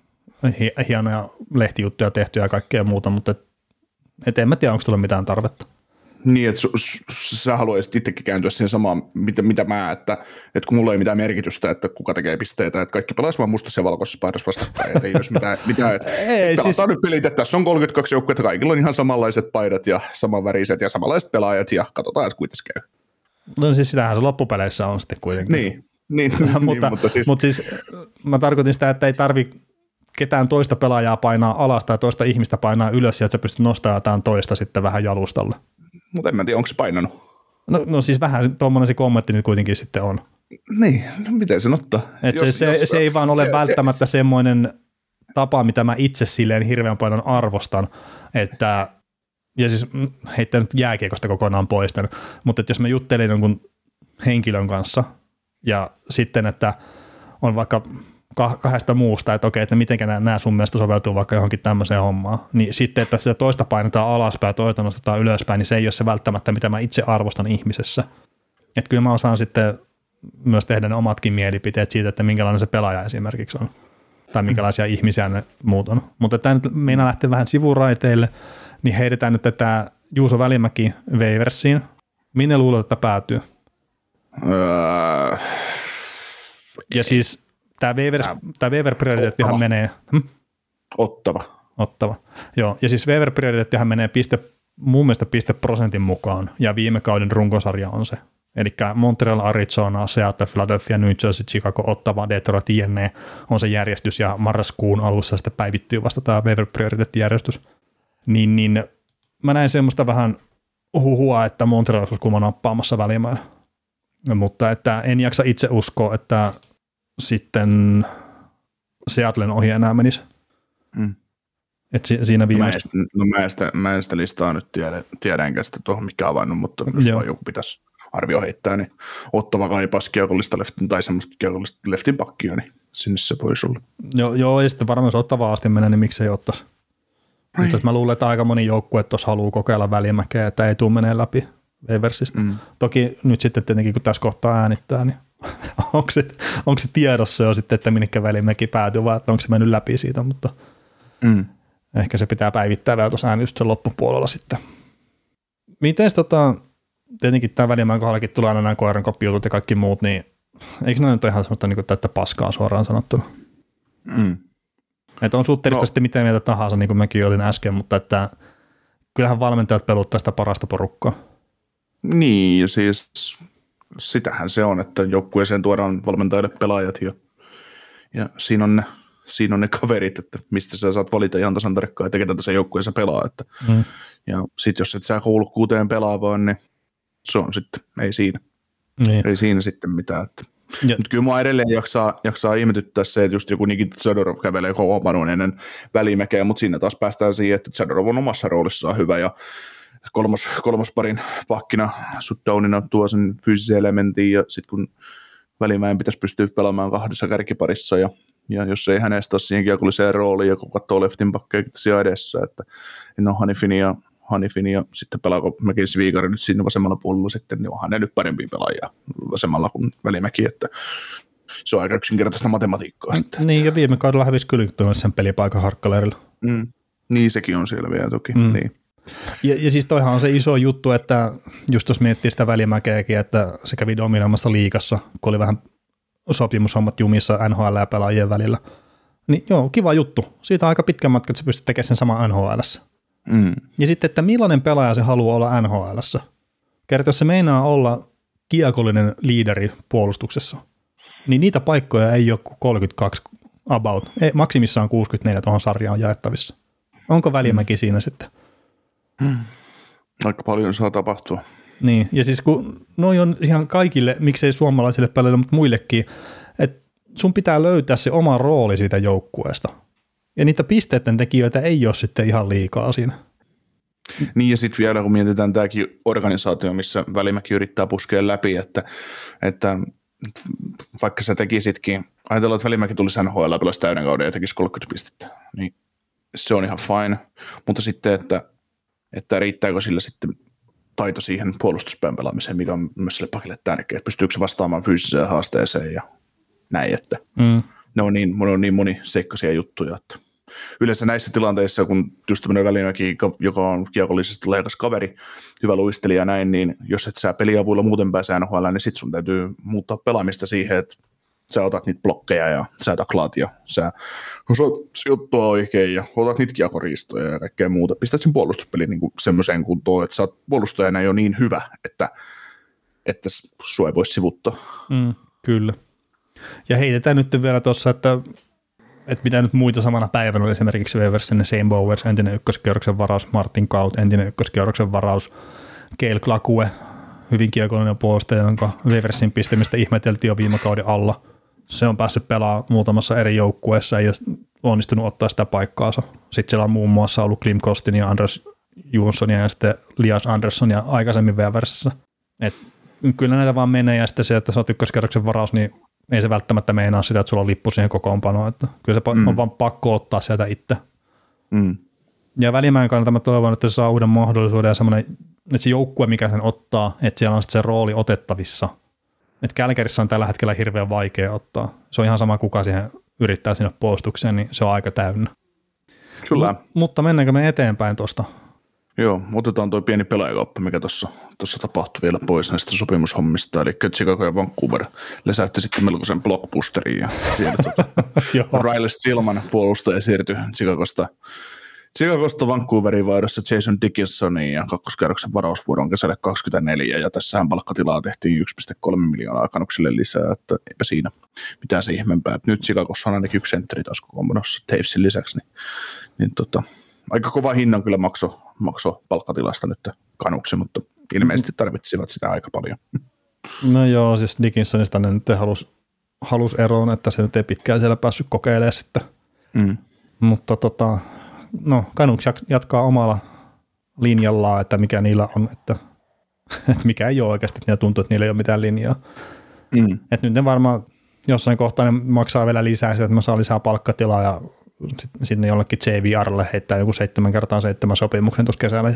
hienoja lehtijuttuja tehtyä ja kaikkea muuta, mutta et, et en mä tiedä, onko tulla mitään tarvetta. Niin, että sä haluaisit itsekin kääntyä siihen samaan, mitä, mitä mä, että, että kun mulla ei mitään merkitystä, että kuka tekee pisteitä, että kaikki pelaisi vaan mustassa ja valkoisessa paidassa vastakkain, että ei olisi mitään, mitään että ei, siis nyt pelit, että tässä on kolmekymmentäkaksi joukkuetta, kaikilla on ihan samanlaiset paidat ja samanväriset ja samanlaiset pelaajat ja katsotaan, että kuitenkin käy. No siis sitähän se loppupeleissä on sitten kuitenkin. Niin, niin, mutta, niin mutta, siis. mutta siis mä tarkoitin sitä, että ei tarvitse ketään toista pelaajaa painaa alas tai toista ihmistä painaa ylös ja että sä pystyt nostamaan jotain toista sitten vähän jalustalle. Mutta en mä tiedä, onko se painanut. No, no siis vähän tuommoinen se kommentti nyt kuitenkin sitten on. Niin, no miten sen ottaa? Että jos, se, jos, se ei vaan ole se, välttämättä se, semmoinen tapa, mitä mä itse silleen hirveän paljon arvostan, että, ja siis heittänyt jääkiekosta kokonaan pois, mutta että jos mä juttelin jonkun henkilön kanssa ja sitten, että on vaikka kahdesta muusta, että okei, että miten nämä sun mielestä soveltuu vaikka johonkin tämmöiseen hommaan, niin sitten, että sitä toista painetaan alaspäin ja toista nostetaan ylöspäin, niin se ei ole se välttämättä, mitä mä itse arvostan ihmisessä. Että kyllä mä osaan sitten myös tehdä ne omatkin mielipiteet siitä, että minkälainen se pelaaja esimerkiksi on, tai minkälaisia mm. ihmisiä ne muut on. Mutta tämä nyt meinaa lähteä vähän sivuraiteille, niin heitetään nyt tätä Juuso Välimäki Waversiin. Minne luulet, että päätyy? Öö, ja siis tämä waiver-prioriteettihan menee... Hm? Ottava. Ottava. Joo, ja siis waiver-prioriteettihan menee piste, mun mielestä pisteprosentin mukaan, ja viime kauden runkosarja on se. Eli Montreal, Arizona, Seattle, Philadelphia, New Jersey, Chicago, Ottawa, Detroit, jne. on se järjestys, ja marraskuun alussa sitten päivittyy vasta tämä waiver-prioriteettijärjestys. Niin, niin mä näin semmoista vähän huhua, että Montreal olisi kuma nappaamassa välimäärä. Mutta että en jaksa itse uskoa, että sitten Seattlen ohi enää menisi. Mm. Et si- siinä viimeistä... Mä en, no mä en, sitä, mä en sitä listaa nyt tiedä, tiedä enkä sitä tuohon mikä avannut, mutta jos vaan joku pitäisi arvio heittää, niin Ottava kaipaisi kiekollista leftin tai semmoista kiekollista leftin pakkia, niin sinne se voisi olla. Joo, joo ja sitten varmaan jos Ottavaa asti menee, niin miksei ottaisi. Mutta mä luulen, että aika moni joukkue tuossa haluaa kokeilla Välimäkeä, että ei tule menee läpi Waversista. Mm. Toki nyt sitten tietenkin, kun tässä kohtaa äänittää, niin onko, se, onko se tiedossa jo sitten, että minnekä Välimäki päätyy, vai että onko se mennyt läpi siitä, mutta mm. ehkä se pitää päivittää vielä tuossa äänityksen loppupuolella sitten. Miten tota, tietenkin tämä Välimäen kohdallakin tulee aina nämä koirankoppiutut ja kaikki muut, niin eikö nämä nyt ole ihan semmoista niin täyttä paskaa suoraan sanottuna? Mm. Että on suhteellisesti no. sitten miten mieltä tahansa, niin kuin mäkin olin äsken, mutta että kyllähän valmentajat peluttaa sitä parasta porukkaa. Niin, ja siis sitähän se on, että joukkueeseen tuodaan valmentajille pelaajat ja, ja siinä, on ne, siinä on ne kaverit, että mistä sä saat valita ihan tasan tarkkaan, että ketä tässä joukkueessa pelaa. Että, mm. Ja sitten jos et sä kuulu kuuteen pelaavaan, niin se on sitten, ei siinä, niin. ei siinä sitten mitään. Että. Mutta kyllä mua edelleen jaksaa, jaksaa ihmetyttää se, että just joku Nikita Zadorov kävelee kokoonpanoon ennen Välimäkeä, mutta siinä taas päästään siihen, että Zadorov on omassa roolissaan hyvä ja kolmos, kolmosparin pakkina shutdownina tuo sen fyysisen elementin ja sitten kun Välimäen pitäisi pystyä pelaamaan kahdessa kärkiparissa ja, ja jos ei hänestä ole siihen kiekolliseen rooliin ja kun katsoo leftin pakkeja siellä edessä, että no Hanifin ja, Hanifin ja sitten pelaako Mäkisi Viikari nyt siinä vasemmalla puolella sitten, niin onhan ne nyt parempia pelaajia vasemmalla kuin Välimäki, että se on aika yksinkertaista matematiikkaa sitten. Niin ja viime kaudella hävisi kyllä sen pelipaikan Harkkaleirillä. Mm. Niin sekin on siellä vielä toki, mm. niin. Ja, ja siis toihan on se iso juttu, että just jos miettii sitä Välimäkeäkin, että se kävi dominoimassa liigassa, kun oli vähän sopimushommat jumissa N H L ja pelaajien välillä. Niin joo, kiva juttu. Siitä on aika pitkä matka, että sä pystyt tekemään sen saman N H L:ssä. Mm. Ja sitten, että millainen pelaaja se haluaa olla N H L:ssä. Kerta, jos se meinaa olla kiekollinen liideri puolustuksessa, niin niitä paikkoja ei ole kuin kolmekymmentäkaksi about. Ei, maksimissaan kuusikymmentäneljä tuohon sarjaan jaettavissa. Onko Välimäki mm. siinä sitten? Hmm. Aika paljon saa tapahtua. Niin, ja siis kun noi on ihan kaikille, miksei suomalaisille pelaajille, mutta muillekin, että sun pitää löytää se oma rooli siitä joukkueesta. Ja niitä pisteiden tekijöitä ei ole sitten ihan liikaa siinä. Niin ja sitten vielä kun mietitään tämäkin organisaatio, missä Välimäki yrittää puskea läpi, että, että vaikka sä tekisitkin, ajatellaan, että Välimäki tulisi N H L pelasi täyden kauden ja tekisi kolmekymmentä pistettä, niin se on ihan fine, mutta sitten, että että riittääkö sillä sitten taito siihen puolustuspään pelaamiseen, mikä on myös sille pakille tärkeää, että pystyykö se vastaamaan fyysiseen haasteeseen ja näin, että mm. ne, on niin, ne on niin moniseikkaisia juttuja, että yleensä näissä tilanteissa, kun just tämmöinen Välimäki, joka on kiekollisesti lahjakas kaveri, hyvä luistelija ja näin, niin jos et sä peliavuilla muuten pääse N H L, niin sit sun täytyy muuttaa pelaamista siihen, että sä otat niitä blokkeja ja sä taklaat ja sä osaat sijoittua oikein ja otat niitä kiekoriistoja ja kaikkea muuta. Pistät sen puolustuspelin niin semmoiseen kuntoon, että sä oot puolustajana jo niin hyvä, että, että sua ei voi sivuttaa. Mm, kyllä. Ja heitetään nyt vielä tuossa, että, että mitä nyt muita samana päivänä oli esimerkiksi Weversen, Shane Bowers, entinen ykköskierroksen varaus, Martin Kaut, entinen ykköskierroksen varaus, Cale Klakue, hyvin kiekollinen puolustaja, jonka Weversin pistämistä ihmeteltiin jo viime kauden alla. Se on päässyt pelaamaan muutamassa eri joukkueessa, ei ole onnistunut ottaa sitä paikkaansa. Sitten siellä on muun muassa ollut Klim Kostin ja Anders Johanssonia ja sitten Lias Anderssonia aikaisemmin Weversissä. Et kyllä näitä vaan menee ja sitten se, että sä oot ykköskerroksen varaus, niin ei se välttämättä meinaa sitä, että sulla on lippu siihen kokoonpanoon. Että kyllä se mm. on vaan pakko ottaa sieltä itse. Mm. Ja Välimäen kannalta mä toivon, että se saa uuden mahdollisuuden ja semmoinen, että se joukkue, mikä sen ottaa, että siellä on sitten se rooli otettavissa. Että Kälkärissä on tällä hetkellä hirveän vaikea ottaa. Se on ihan sama, kuka siihen yrittää sinne puolustukseen, niin se on aika täynnä. Kyllä. M- mutta mennäänkö me eteenpäin tuosta? Joo, otetaan tuo pieni pelaajakauppa, mikä tuossa tapahtui vielä pois näistä sopimushommista. Eli Chicago ja Vancouver lesäytti sitten melkoisen blockbusterin. Ja siellä tuota, Riley Stillman puolustaja siirtyi Chicagosta. Chicagosta Vancouverin vaihdossa Jason Dickinsonin ja kakkoskerroksen varausvuoron kesälle kaksikymmentäneljä, ja tässähän palkkatilaa tehtiin yksi pilkku kolme miljoonaa kanuksille lisää, että eipä siinä mitään se ihmeempää. Nyt Chicagossa on ainakin yksi sentteri taas kokoonpanossa Tavesin lisäksi, niin, niin tota, aika kova hinnan kyllä makso, makso palkkatilasta nyt kanuksi, mutta ilmeisesti tarvitsivat sitä aika paljon. No joo, siis Dickinsonista ne nyt halusi halus eroon, että se nyt ei pitkään siellä päässyt kokeilemaan sitten, mm. mutta tota... No, Canucks jatkaa omalla linjallaan, että mikä niillä on, että, että mikä ei ole oikeasti, että niillä tuntuu, että niillä ei ole mitään linjaa. Mm. Että nyt ne varmaan jossain kohtaa ne maksaa vielä lisää sitä, että mä saan lisää palkkatilaa ja sitten sit ne jollekin J V R:lle heittää joku seitsemän kertaa seitsemän sopimuksen tuossa kesällä.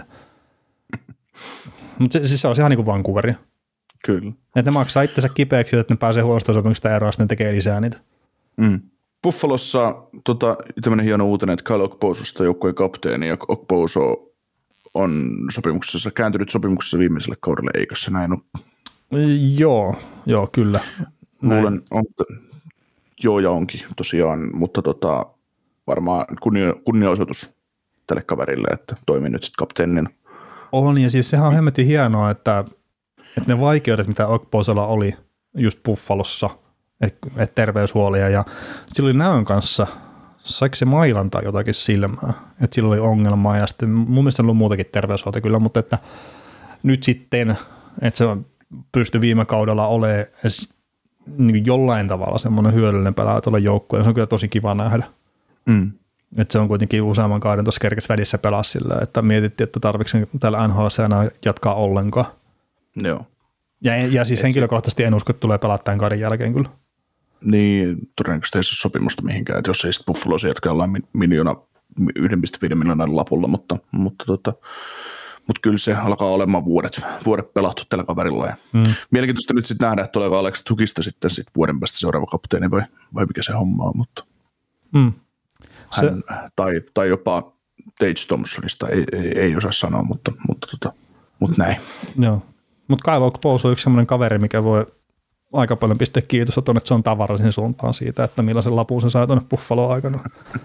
Mutta se, siis se on ihan niin kuin Vancouveria. Kyllä. Että ne maksaa itsensä kipeäksi, että ne pääsee huonosta sopimuksesta eroon, sitten ne tekee lisää niitä. Mm. Buffalossa tota, tämmöinen hieno uutinen, että Kyle Okpososta joukkueen kapteeni, ja Okposo on sopimuksessa, kääntynyt sopimuksessa viimeiselle kaudelle, eikö se näin ole? Joo, joo, kyllä. Luulen, on, joo ja onkin tosiaan, mutta tota, varmaan kunnia, kunniaosoitus tälle kaverille, että toimii nyt sitten kapteenina. On, ja siis sehän on hemmetin hienoa, että että ne vaikeudet, mitä Okposella oli just Buffalossa, että et terveyshuolia ja sillä oli näön kanssa, saiko se mailantaa jotakin silmää, että sillä oli ongelmaa ja sitten mun mielestä on ollut muutakin terveyshuolta kyllä, mutta että nyt sitten, että se pystyi viime kaudella olemaan niin jollain tavalla semmoinen hyödyllinen pelaaja tuolla joukkueella, se on kyllä tosi kiva nähdä. Mm. Että se on kuitenkin useamman kauden tuossa kerkes välissä pelaa sillä, että mietittiin, että tarvitsen täällä N H L:ssä enää jatkaa ollenkaan. Joo. Ja, ja siis henkilökohtaisesti en usko, että tulee pelaa tämän kauden jälkeen kyllä. Niin, todennäköisesti ei se sopimusta mihinkään, että jos ei sitten Buffalossa jatka jollain miljoona, yksi pilkku viisi miljoonan lapulla, mutta, mutta, tota, mutta kyllä se alkaa olemaan vuodet, vuodet pelattu tällä kaverilla. Ja mm. Mielenkiintoista nyt sitten nähdä, että tuleeko Alex Tukista sitten sit vuoden päästä seuraava kapteeni vai, vai mikä se homma on, mutta mm. se... hän, tai, tai jopa Tage Thompsonista ei, ei, ei osaa sanoa, mutta, mutta, tota, mutta näin. Joo, mutta Kyle Okposo on yksi sellainen kaveri, mikä voi aika paljon pistää kiitosta tuonne John Tavarasin suuntaan siitä, että millaisen lapun se sai tuonne Buffaloon aikana.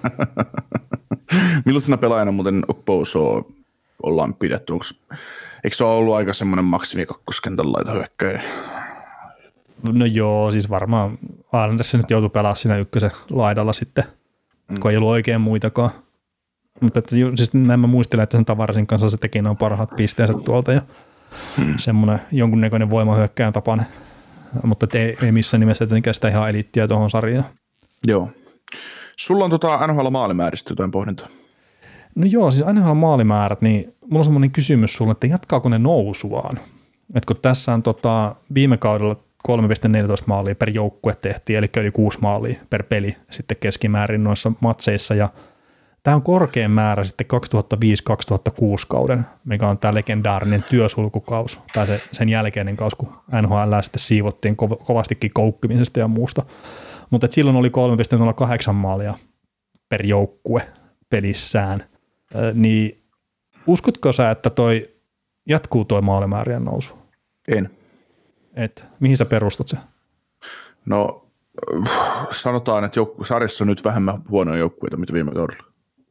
Millaisena pelaajana muuten Okposo ollaan pidetty? Onko, eikö se ole ollut aika semmoinen maksimi kakkoskentän laita hyökkäjä? No joo, siis varmaan Islanders nyt joutui pelaamaan siinä ykkösen laidalla sitten, mm. kun ei ollut oikein muitakaan. Mutta että, siis näin mä muistelen, että sen Tavarasin kanssa se teki noin parhaat pisteensä tuolta ja mm. semmoinen jonkunnäköinen voimahyökkäjän tapainen. Mutta ei, ei missään nimessä tietenkään sitä ihan eliittiä tuohon sarjaan. Joo. Sulla on tota N H L-maalimääristä jotain pohdintaa? No joo, siis N H L-maalimäärät, niin mulla on semmoinen kysymys sulle, että jatkaako ne nousuaan? Et kun tässä on tota, viime kaudella kolme pilkku neljätoista maalia per joukkue tehtiin, eli yli kuusi maalia per peli sitten keskimäärin noissa matseissa, ja tämä on korkein määrä sitten kaksituhattaviisi kaksituhattakuusi kauden, mikä on tämä legendaarinen työsulkukaus, tai se, sen jälkeinen kaus, kun N H L sitten siivottiin ko- kovastikin koukkimisesta ja muusta. Mutta silloin oli kolme pilkku nolla kahdeksan maalia per joukkue pelissään. Ö, niin uskotko sä, että toi jatkuu toi maalimäärien nousu? En. Et, mihin sä perustat se? No sanotaan, että joukku- sarjassa on nyt vähemmän huonoja joukkueita, mitä viime kaudella.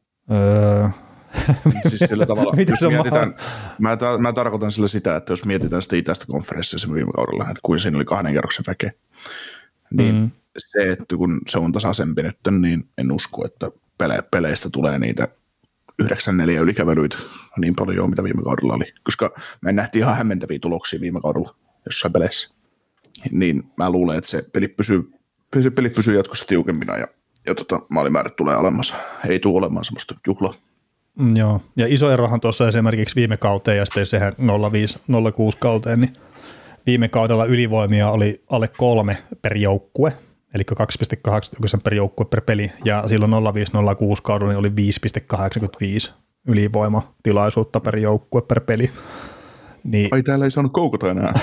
Öö. Siis sillä tavalla, jos mietitään, mä, ta- mä tarkoitan sillä sitä, että jos mietitään sitä itäistä konferenssia viime kaudella, että kuin siinä oli kahden kerroksen väkeä, niin mm. se, että kun se on tasaisempi nyt, niin en usko, että pele- peleistä tulee niitä yhdeksän neljä ylikävelyitä niin paljon, mitä viime kaudella oli, koska me nähtiin ihan hämmentäviä tuloksia viime kaudella jossain peleissä, niin mä luulen, että se peli pysyy, se peli pysyy jatkossa tiukempina ja ja tota, maalimäärät tulee alemmas. Ei tule olemaan semmoista juhlaa. Mm, joo, ja iso erohan tuossa esimerkiksi viime kauteen ja sitten sehän nolla viisi nolla kuusi kauteen, niin viime kaudella ylivoimia oli alle kolme per joukkue, eli kaksi pilkku kahdeksankymmentäyhdeksän per joukkue per peli, ja silloin nolla viisi nolla kuusi kaudella oli viisi pilkku kahdeksankymmentäviisi ylivoimatilaisuutta per joukkue per peli. Niin, ai täällä ei saanut koukota enää.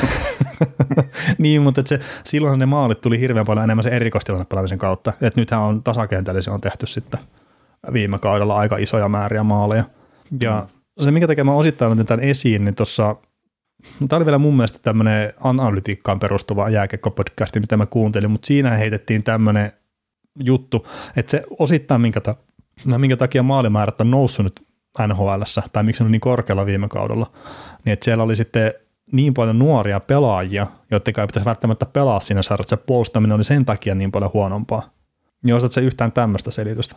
niin, mutta se, silloin ne maalit tuli hirveän paljon enemmän sen erikoistilanne pelaamisen kautta. Et nythän on tasakentällisiä on tehty sitten viime kaudella aika isoja määriä maaleja. Ja mm. se, minkä takia mä osittain otin tämän esiin, niin tuossa, tämä oli vielä mun mielestä tämmöinen analytiikkaan perustuva jääkiekkopodcasti, mitä mä kuuntelin, mutta siinä heitettiin tämmöinen juttu, että se osittain minkä, ta- minkä takia maalimäärät on noussut nyt N H L:ssä, tai miksi ne on niin korkealla viime kaudella, niin että siellä oli sitten niin paljon nuoria pelaajia, joiden ei pitäisi välttämättä pelaa siinä sarjassa, se puolustaminen oli sen takia niin paljon huonompaa. Niin osaat se yhtään tämmöistä selitystä?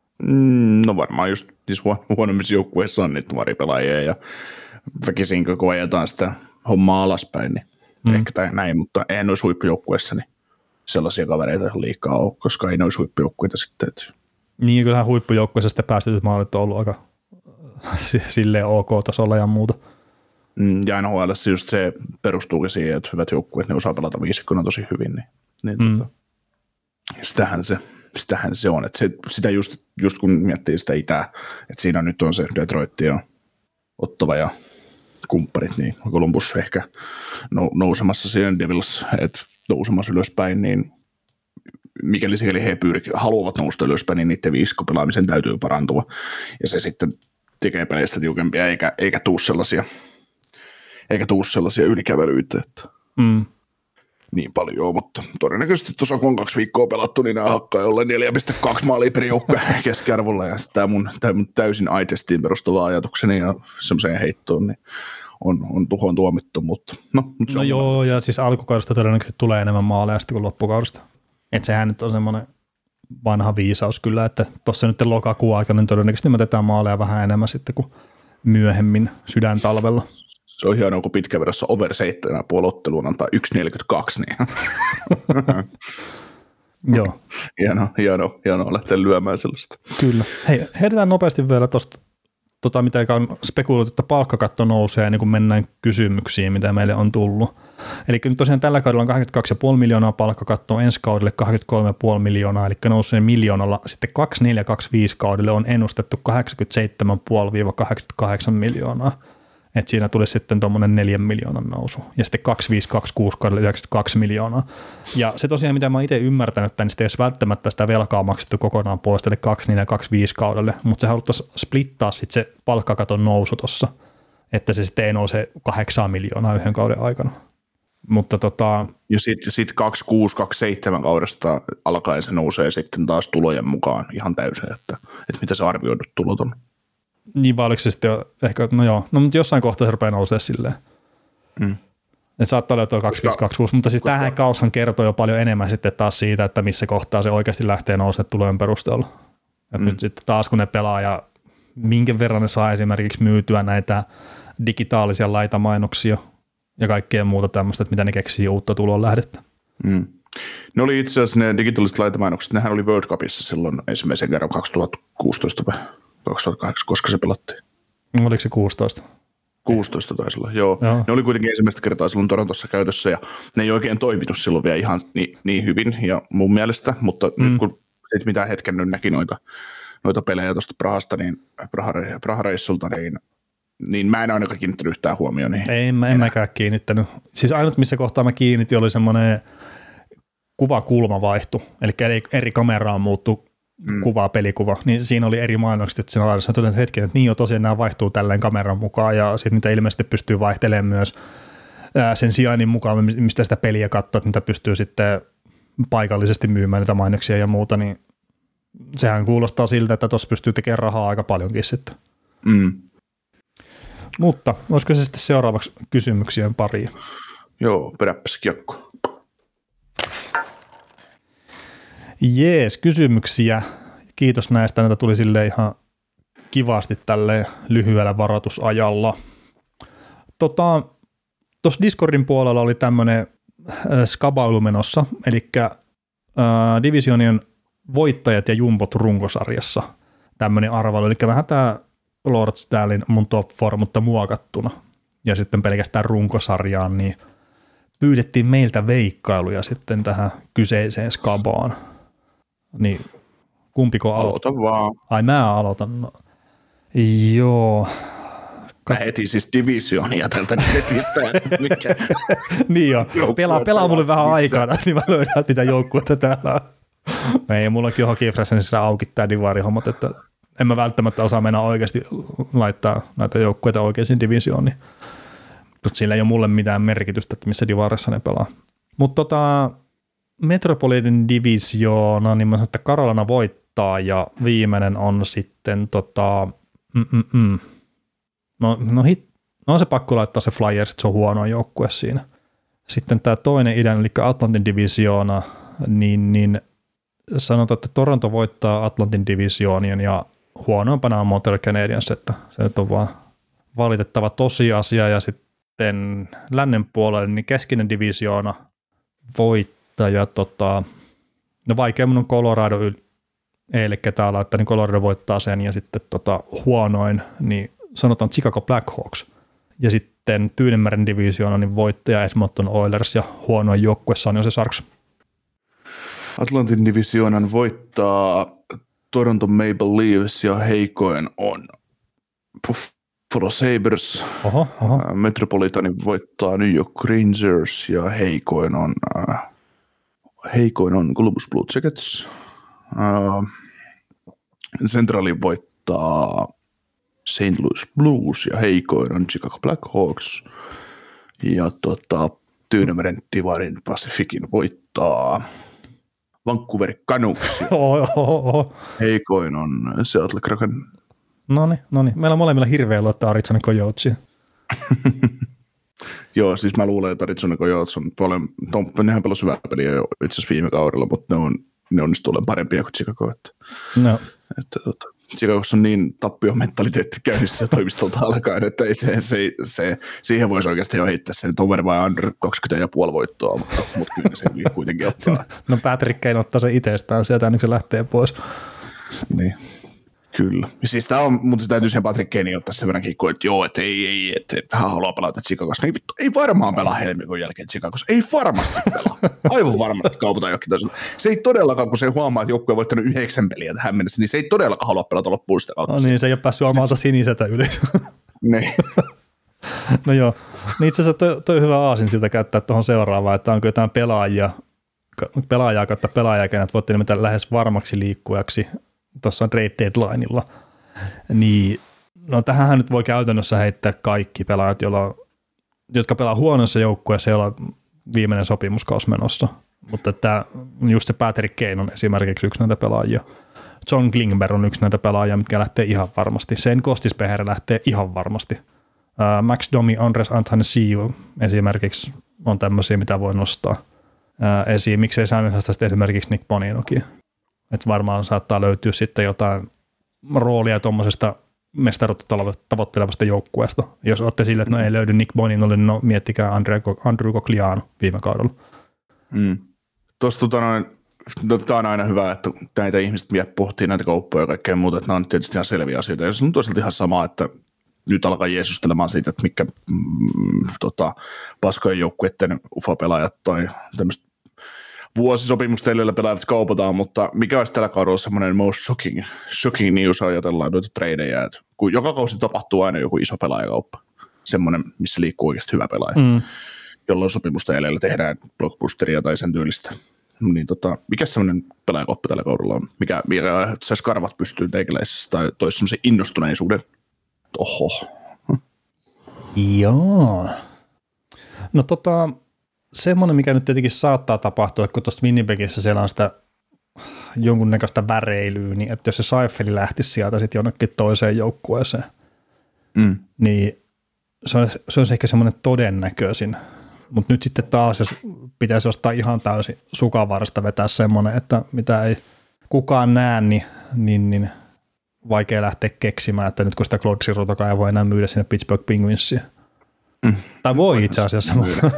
Mm, no varmaan just siis huonommissa joukkueissa on niitä nuoria pelaajia, ja väkisin kun ajetaan sitä hommaa alaspäin, niin mm. ehkä tai näin, mutta eihän noissa huippujoukkueissa niin sellaisia kavereita liikaa ole, koska ei noissa huippujoukkueita sitten. Että... Niin, kyllähän huippujoukkueissa sitten päästetyt maalit on ollut aika silleen ok-tasolla ja muuta. Ja N H L:ssä just se perustuukin siihen, että hyvät joukkueet, ne osaa pelata viisikkona tosi hyvin, niin, niin mm. tota, sitähän, se, sitähän se on. Että se, sitä just, just kun miettii sitä itää, että siinä nyt on se Detroit ja Ottava ja kumpparit, niin Columbus ehkä nousemassa siihen Devils, että nousemassa ylöspäin, niin mikäli sikäli he pyrkivät, haluavat nousta ylöspäin, niin niiden viisikko-pelaamisen täytyy parantua, ja se sitten tekee peleistä tiukempia, eikä, eikä tuu sellaisia eikä tuu sellaisia ylikävelyitä, että mm. niin paljon, mutta todennäköisesti tuossa kun on kaksi viikkoa pelattu, niin nämä hakkaa jollain neljä pilkku kaksi maalia per joukkue keskiarvolla, ja tämä mun, tämä mun täysin eye-testiin perustuva ajatukseni ja semmoiseen heittoon, niin on, on tuhoon tuomittu, mutta no. Mutta no joo, paljon. Ja siis alkukaudesta todennäköisesti tulee enemmän maaleja sitten kuin loppukaudesta. Että sehän nyt on semmoinen vanha viisaus kyllä, että tuossa nyt lokakuun aikana niin todennäköisesti me otetaan maaleja vähän enemmän sitten kuin myöhemmin sydäntalvella. Se on hienoa, kun pitkä verrassa over seitsemän puoli otteluun antaa yksi neljäkymmentäkaksi, niin joo. hienoa, hienoa, hienoa lähteä lyömään sellaista. Kyllä. Hei, heitetään nopeasti vielä tuosta, tota, mitä on spekuloitu, että palkkakatto nousee, niin kun mennään kysymyksiin, mitä meille on tullut. Eli nyt tosiaan tällä kaudella on kaksikymmentäkaksi pilkku viisi miljoonaa palkkakattoa, ensi kaudelle kaksikymmentäkolme pilkku viisi miljoonaa, eli nousee miljoonalla. Sitten kaksikymmentäneljä kaksikymmentäviisi kaudelle on ennustettu kahdeksankymmentäseitsemän pilkku viisi kahdeksankymmentäkahdeksan miljoonaa. Että siinä tuli sitten tuommoinen neljän miljoonan nousu. Ja sitten kaksikymmentäviisi kaksikymmentäkuusi kaudelle yhdeksänkymmentäkaksi miljoonaa. Ja se tosiaan, mitä mä oon itse ymmärtänyt, niin sitten ei olisi välttämättä sitä velkaa maksettu kokonaan pois tälle kaksikymmentäneljä kaksikymmentäviisi kaudelle, mutta se haluttaisiin splittaa sitten se palkkakaton nousu tuossa, että se sitten ei nouse kahdeksan miljoonaa yhden kauden aikana. Mutta tota... Ja sitten sit kaksikymmentäkuusi kaksikymmentäseitsemän kaudesta alkaen se nousee sitten taas tulojen mukaan ihan täysin, että, että mitä se arvioidut tulot on. Niin vai oliko se sitten jo, ehkä, no joo, no mutta jossain kohtaa se rupeaa nousee silleen. Mm. Että saattaa olla tuo kaksikymmentäviisi kaksikymmentäkuusi, mutta siis tähän kaushan kertoo jo paljon enemmän sitten taas siitä, että missä kohtaa se oikeasti lähtee nousemaan tulojen perusteella. Mm. Nyt sitten taas kun ne pelaa ja minkä verran ne saa esimerkiksi myytyä näitä digitaalisia laitamainoksia ja kaikkea muuta tämmöistä, että mitä ne keksii uutta tulon lähdettä. Mm. Ne oli itse asiassa ne digitaaliset laitamainokset, nehän oli World Cupissa silloin ensimmäisen kerran kaksituhattakuusitoista kaksituhattakahdeksan, koska se pelattiin. Oliko se kuusitoista? kuusitoista taisi olla, joo. joo. Ne oli kuitenkin ensimmäistä kertaa silloin Torontossa käytössä, ja ne ei oikein toiminut silloin vielä ihan niin, niin hyvin, ja mun mielestä, mutta mm. nyt kun et mitään hetken nyt näki noita, noita pelejä tuosta Prahasta, niin Praha-reissulta, niin, niin mä en ainakaan kiinnittänyt yhtään huomioon. Niin ei, mä en mäkään kiinnittänyt. Siis ainut, missä kohtaa mä kiinnitin, oli semmoinen kuvakulma vaihtu, eli eri, eri kameraan muuttui mm. kuva, pelikuva, niin siinä oli eri mainokset, että siinä laidassa todennut hetken, että niin jo tosiaan nämä vaihtuu tälleen kameran mukaan, ja sitten niitä ilmeisesti pystyy vaihtelemaan myös ää, sen sijainnin mukaan, mistä sitä peliä katsoo, että niitä pystyy sitten paikallisesti myymään niitä mainoksia ja muuta, niin sehän kuulostaa siltä, että tuossa pystyy tekemään rahaa aika paljonkin sitten. Mm. Mutta olisiko se sitten seuraavaksi kysymyksien pariin? Joo, peräppäs kiekko. Jees, kysymyksiä. Kiitos näistä, näitä tuli silleen ihan kivasti tälleen lyhyellä varoitusajalla. Tota, tuossa Discordin puolella oli tämmöinen äh, skabailu menossa, eli äh, divisionien voittajat ja jumbot runkosarjassa tämmöinen arvailu, eli vähän tämä Lord Stallin mun top four, mutta muokattuna, ja sitten pelkästään runkosarjaan, niin pyydettiin meiltä veikkailuja sitten tähän kyseiseen skabaan. Niin kumpiko aloittaa? Aloita vaan. Ai mä aloitan. No. Joo. Mä etin siis divisionia tältä netistä. Mikä? Niin joo. Pelaa, pelaa mulle vähän aikaa, niin mä löydän, että mitä joukkuetta täällä on. No ei, mullakin on Hockey-Freshensissä auki tää divarihommat, että en mä välttämättä osaa mennä oikeasti laittaa näitä joukkueita oikeisiin divisiooniin. Mutta sillä ei ole mulle mitään merkitystä, että missä divarissa ne pelaa. Mutta tota, Metropolitan divisioona, niin mä sanon, että Carolina voittaa ja viimeinen on sitten tota, mm, mm, mm. No, no, hit, no on se pakko laittaa se Flyers, että se on huono joukkue siinä. Sitten tämä toinen idän, eli Atlantin divisioona, niin, niin sanotaan, että Toronto voittaa Atlantin divisioonien ja huonompana on Montreal Canadiens, että se nyt on vaan valitettava tosiasia. Ja sitten lännen puolelle, niin keskinen divisioona voittaja, tota, no vaikea mun on Colorado yl- eilen ketään laittaa, niin Colorado voittaa sen, ja sitten tota, huonoin, niin sanotaan Chicago Blackhawks. Ja sitten Tyynenmeren divisioona, niin voittaja Edmonton Oilers, ja huonoin joukkuessa on jo se Sharks. Atlantin divisioonan voittaa Toronto Maple Leafs, ja heikoin on Buffalo Sabres. Oho, oho. Metropolitanin voittaa New York Rangers, ja heikoin on, äh, heikoin on Columbus Blue Jackets. Äh, Centralin voittaa Saint Louis Blues, ja heikoin on Chicago Blackhawks. Ja tota, Tyynenmeren divarin Pacificin voittaa Vancouver Canucks. Oho, oho. Heikoin on Seattle Kraken. Noniin, noniin. Meillä on molemmilla hirveä luottaa Arizona Coyotesia. Joo, siis mä luulen, että Arizona Coyotes on paljon, nehän pelasi hyvää peliä jo itse asiassa viime kaudella, mutta ne, on, ne onnistuu olemaan parempia kuin Chicago. Että, no. että, että, Chicagossa on niin tappiomentaliteetti käynnissä toimistolta alkaen, että ei se, se, se, siihen voisi oikeasti jo heittää sen over vai under kaksikymmentä ja puoli voittoa, mutta, mutta kyllä se kuitenkin ottaa. No Patrick Kane ottaa se itsestään sieltä, niin se lähtee pois. Niin. Kyllä. Siis tämä on, mutta täytyy siihen Patrick Kanein ottaa sen verran kikkua, että joo, että ei, ei, että hän haluaa pelata Chicagossa. Ei vittu, ei varmaan pelaa helmikuun jälkeen Chicagossa. Ei varmasti pelaa. Aivan varmasti kaupataan jokin toisella. Se ei todellakaan, kun se huomaa, että joukkue on voittanut yhdeksän peliä tähän mennessä, niin se ei todellakaan halua pelata loppuun sitä kautta. No niin, se ei ole päässyt omalta siniseltä yli. Niin. No joo. No itse asiassa toi, toi hyvä aasin siltä käyttää tuohon seuraavaan, että onko jotain pelaajia, pelaajaa kautta pelaajaa, kenet voitte nimetä lähes varmaksi liikkujaksi tuossa trade deadlineilla, niin no tähänhän nyt voi käytännössä heittää kaikki pelaajat, joilla, jotka pelaa huonossa joukkueessa, joilla on viimeinen sopimuskaus menossa, mutta tämä, just se Patrick Kane on esimerkiksi yksi näitä pelaajia. John Klingberg on yksi näitä pelaajia, mitkä lähtee ihan varmasti. Sen Kostisbehere lähtee ihan varmasti. Uh, Max Domi, Andres Antanasiu esimerkiksi on tämmöisiä, mitä voi nostaa uh, esiin. Miksei säännössä sitten esimerkiksi Nick Boninokin. Että varmaan saattaa löytyä sitten jotain roolia tuommoisesta mestaruutta tavoittelevasta joukkueesta. Jos olette sille, että no ei löydy Nick Boninolle, no miettikää Andrew Cogliano viime kaudella. Mm. Tuossa tota noin, no, tämä on aina hyvä, että näitä ihmiset pohtii näitä kauppoja ja kaikkea muuta, että nämä on tietysti ihan selviä asioita. Jos on toisaalta ihan sama, että nyt alkaa jeesustelemaan siitä, että mitkä mm, tota, paskojen joukkueiden U F A-pelaajat tai tämmöistä vuosisopimukset edellä pelaajat kaupataan, mutta mikä olisi tällä kaudella semmoinen most shocking, shocking news, ajatellaan noita tradeja, että kun joka kausi tapahtuu aina joku iso pelaajakauppa, semmoinen, missä liikkuu oikeasti hyvä pelaaja, mm. jolloin sopimusta edellä tehdään blockbusteria tai sen tyylistä. Niin tota, mikä semmoinen pelaajakauppa tällä kaudella on? Mikä, mikä saisi karvat pystyy teikäläisessä tai toisi semmoisen innostuneisuuden? Oho. Joo. No tota, semmoinen, mikä nyt tietenkin saattaa tapahtua, että kun tuossa Winnipegissä siellä on sitä jonkunnäköistä väreilyä, niin että jos se Seifeli lähtisi sieltä sitten jonnekin toiseen joukkueeseen, mm. niin se on, se on ehkä semmoinen todennäköisin. Mutta nyt sitten taas, jos pitäisi ostaa ihan täysin sukavarasta vetää semmoinen, että mitä ei kukaan näe, niin, niin, niin vaikea lähteä keksimään, että nyt kun sitä Claude Girouxtakaan ei voi enää myydä sinne Pittsburgh Penguinsiin. Mm. Tai voi itse asiassa.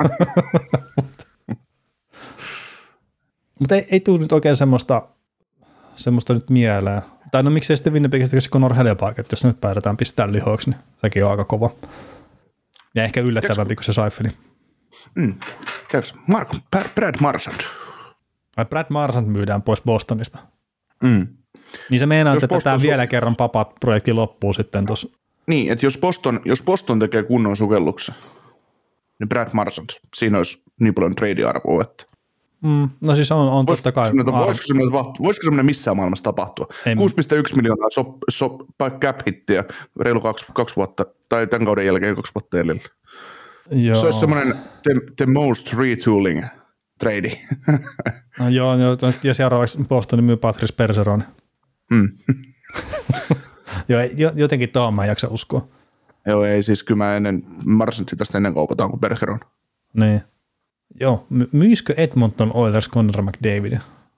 Mutta ei, ei tule nyt oikein semmoista, semmoista nyt mieleen. Tai no miksei sitten Winnipegistä tekisi Connor Hellebuyck, että jos nyt päätetään pistää lihoiksi, niin sekin on aika kova. Ja ehkä yllättävämpi kuin se Seifeli. Mm. Mark, Brad Marchand. Vai Brad Marchand myydään pois Bostonista. Mm. Niin se meinaa, että tämä vielä kerran papat-projekti loppuu sitten tuossa. Niin, että jos Boston, jos Boston tekee kunnon sukelluksen, niin Brad Marchand, siinä olisi niin paljon trade-arvoa, että mm, no siis on, on totta kai. Voisiko semmoinen, voisiko semmoinen missään maailmassa tapahtua? Ei, kuusi pilkku yksi miljoonaa sop, sop, cap-hittiä reilu kaksi, kaksi vuotta, tai tämän kauden jälkeen kaksi vuotta jäljellä. Joo. Se olisi semmoinen the, the most retooling trade. No joo, ja seuraavaksi Bostonin myy Patrice Bergeron. Mm. Joo, jotenkin tuohon mä en jaksa uskoa. Joo, ei siis kyllä mä ennen, Marchandia tästä ennen kaupataan kuin Bergeron. Niin. Joo, my, myisikö Edmonton Oilers Connor McDavid?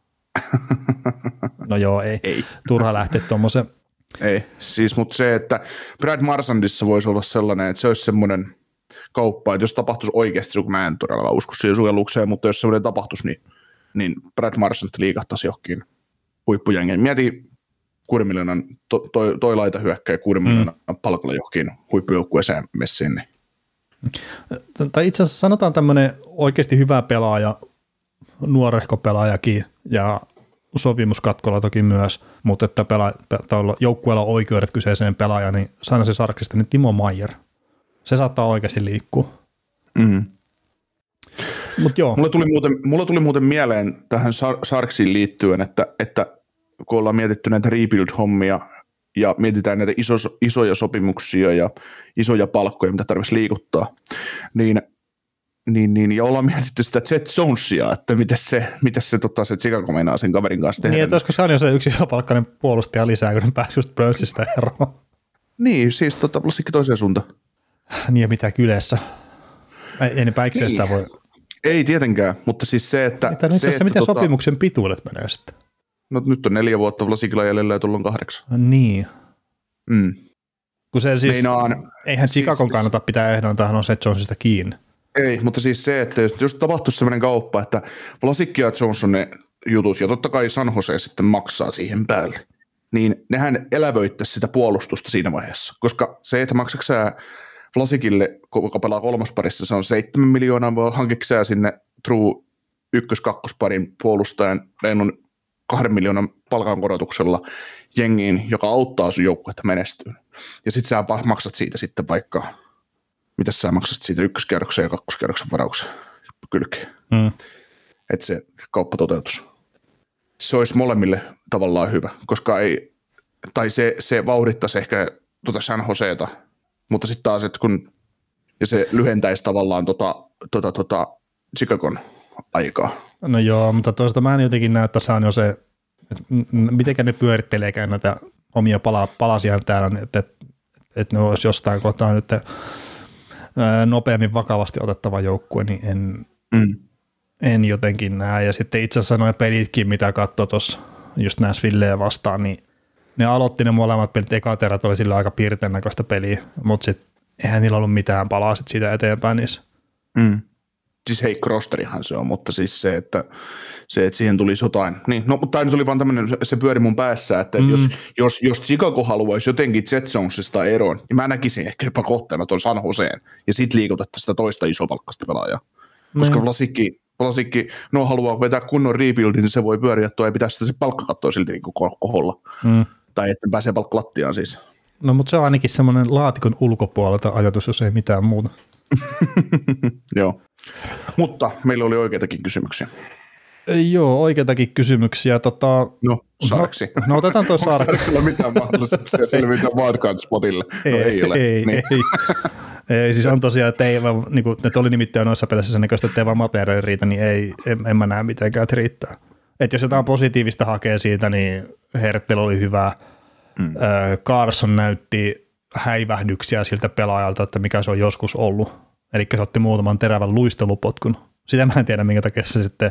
No joo, ei. ei. Turha lähteä tuommoisen. Ei, siis mutta se, että Brad Marchandissa voisi olla sellainen, että se olisi semmoinen kauppa, että jos tapahtuisi oikeasti, kun mä en todella usko siihen sukellukseen, mutta jos semmoinen tapahtuisi, niin, niin Brad Marchand liikahtaisi johonkin huippujängeen. Mieti kuuden miljoonan, to, toi, toi laita hyökkää kuuden mm. miljoonan palkalla johonkin huippujoukkueeseen messiin. Niin. Tai itse asiassa sanotaan tämmöinen oikeasti hyvä pelaaja, nuorehko pelaajakin ja sopimuskatkolla toki myös, mutta että pela, joukkueella on oikeudet kyseiseen pelaajaan, niin saina se Sarksista, niin Timo Meier. Se saattaa oikeasti liikkua. Mm. Mut joo. Mulla tuli muuten, mulla tuli muuten mieleen tähän Sarksiin liittyen, että, että kun ollaan mietitty näitä rebuild-hommia ja mietitään näitä iso, isoja sopimuksia ja isoja palkkoja, mitä tarvitsisi liikuttaa, niin, niin, niin ja ollaan mietitty sitä Jet Jonesia, että miten se, miten se, tota, se Chicago meinaa sen kaverin kanssa tehdä. Niin, että olisiko se aina se yksi isopalkkainen puolustaja lisää, kun ne pääsi just Brownsista eroon. Niin, siis tota, plussikki toiseen suuntaan. Niin ja mitä kylässä. Ei ne päikseen sitä voi... Ei tietenkään, mutta siis se, että... Että itse asiassa miten tota... sopimuksen pituudet menee sitten? No nyt on neljä vuotta Vlasikilla jäljellä ja tullut on kahdeksan. Niin. Mm. Kun se siis... Meinaan, eihän Chicagon siis, kannata pitää ehdon, tähän on Seth Jonesista kiinni. Ei, mutta siis se, että jos, jos tapahtuisi sellainen kauppa, että Vlasikki ja Jones on ne jutut, ja totta kai San Jose sitten maksaa siihen päälle, niin nehän elävöittäisi sitä puolustusta siinä vaiheessa, koska se, että maksaksää Vlasikille, joka pelaa kolmosparissa, se on seitsemän miljoonaa, vaan hankiksää sinne True ykkös-kakkosparin puolustajan reilun kahden miljoonan palkankorotuksella jengiin, joka auttaa sun joukkuetta menestyä. Ja sit sä maksat siitä sitten vaikka, mitä sä maksat siitä ykköskierroksen ja kakkoskierroksen varauksen kylkeen. Mm. Että se kauppa toteutus. Se olisi molemmille tavallaan hyvä, koska ei, tai se, se vauhdittaisi ehkä tuota San Joseta, mutta sitten taas, että kun, ja se lyhentäisi tavallaan tota, tota, tota Chicagon aikaa. No joo, mutta toisaalta mä en jotenkin näe, että San Jose, että mitenkä ne pyöritteleekään näitä omia pala, palasiaan täällä, että, että, että ne olisi jostain kohtaa nyt nopeammin vakavasti otettava joukkue, niin en, mm. en jotenkin näe. Ja sitten itse asiassa nuo pelitkin, mitä katsoi tuossa just Nashvilleä vastaan, niin ne aloitti ne molemmat pelit, eka terät oli sillä aika piirteen näköistä peliä, mutta sitten eihän niillä ollut mitään palaa sit siitä eteenpäin niissä. Mm. Siis heikko rosterihan se on, mutta siis se, että, se, että siihen tulisi jotain. Niin, no, mutta tämä nyt oli vaan tämmöinen, se pyöri mun päässä, että mm. jos, jos, jos Chicago haluaisi jotenkin Seth Jonesista eroon, niin mä näkisin ehkä jopa kohteena tuon San Joseen, ja sitten liikutettaisiin sitä toista isopalkkasta pelaajaa. Koska Vlasikki, Vlasikki, no haluaa vetää kunnon rebuildin, niin se voi pyöriä tuo, ei pitää sitä se palkkakattoa silti niin kuin koholla. Mm. Tai että pääsee palkkalattiaan siis. No mutta se on ainakin semmoinen laatikon ulkopuolelta ajatus, jos ei mitään muuta. Joo. Mutta meillä oli oikeitakin kysymyksiä. Joo, oikeitakin kysymyksiä. Tota, no, Sarksi. No, no otetaan tuo Sarksi. Onko Sarksilla mitään mahdollisuuksia selvitä wildcard-spotille? Ei, no ei ole. Ei, niin. ei. Ei, siis on tosiaan, että, ei vaan, niin kuin, että oli nimittäin noissa pelissä sen näköistä, että ei vaan materiaali riitä, niin ei, en, en mä näe mitenkään, että riittää. Että jos jotain positiivista hakee siitä, niin Hertel oli hyvä. Mm. Carson näytti häivähdyksiä siltä pelaajalta, että mikä se on joskus ollut. Eli se otti muutaman terävän luistelupotkun. Sitä mä en tiedä, minkä takia se sitten